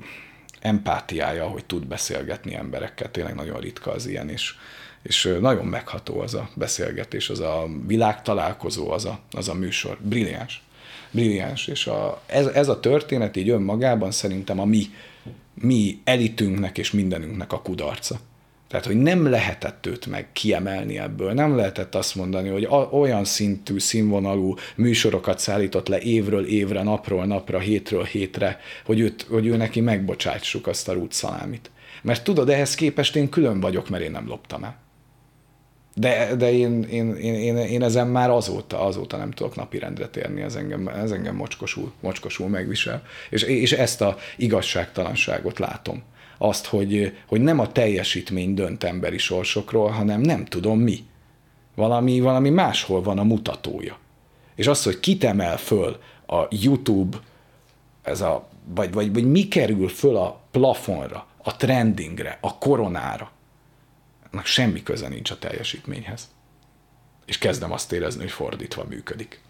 empátiája, hogy tud beszélgetni emberekkel, tényleg nagyon ritka az ilyen, és és nagyon megható az a beszélgetés, az a világtalálkozó, az a, az a műsor. Brilliáns. Brilliáns. És a, ez, ez a történet így önmagában szerintem a mi, mi elitünknek és mindenünknek a kudarca. Tehát, hogy nem lehetett őt meg kiemelni ebből, nem lehetett azt mondani, hogy olyan szintű, színvonalú műsorokat szállított le évről évre, napról napra, hétről hétre, hogy, őt, hogy ő neki megbocsátsuk azt a rúdszalámit. Mert tudod, ehhez képest én külön vagyok, mert én nem loptam el. De, de én, én, én, én, én ezen már azóta, azóta nem tudok napirendre térni, ez engem, ez engem mocskosul, mocskosul megvisel. És, és ezt a igazságtalanságot látom. Azt, hogy, hogy nem a teljesítmény dönt emberi sorsokról, hanem nem tudom mi. Valami, valami máshol van a mutatója. És az, hogy kit emel föl a YouTube, ez a, vagy, vagy, vagy mi kerül föl a plafonra, a trendingre, a koronára, semmi köze nincs a teljesítményhez. És kezdem azt érezni, hogy fordítva működik.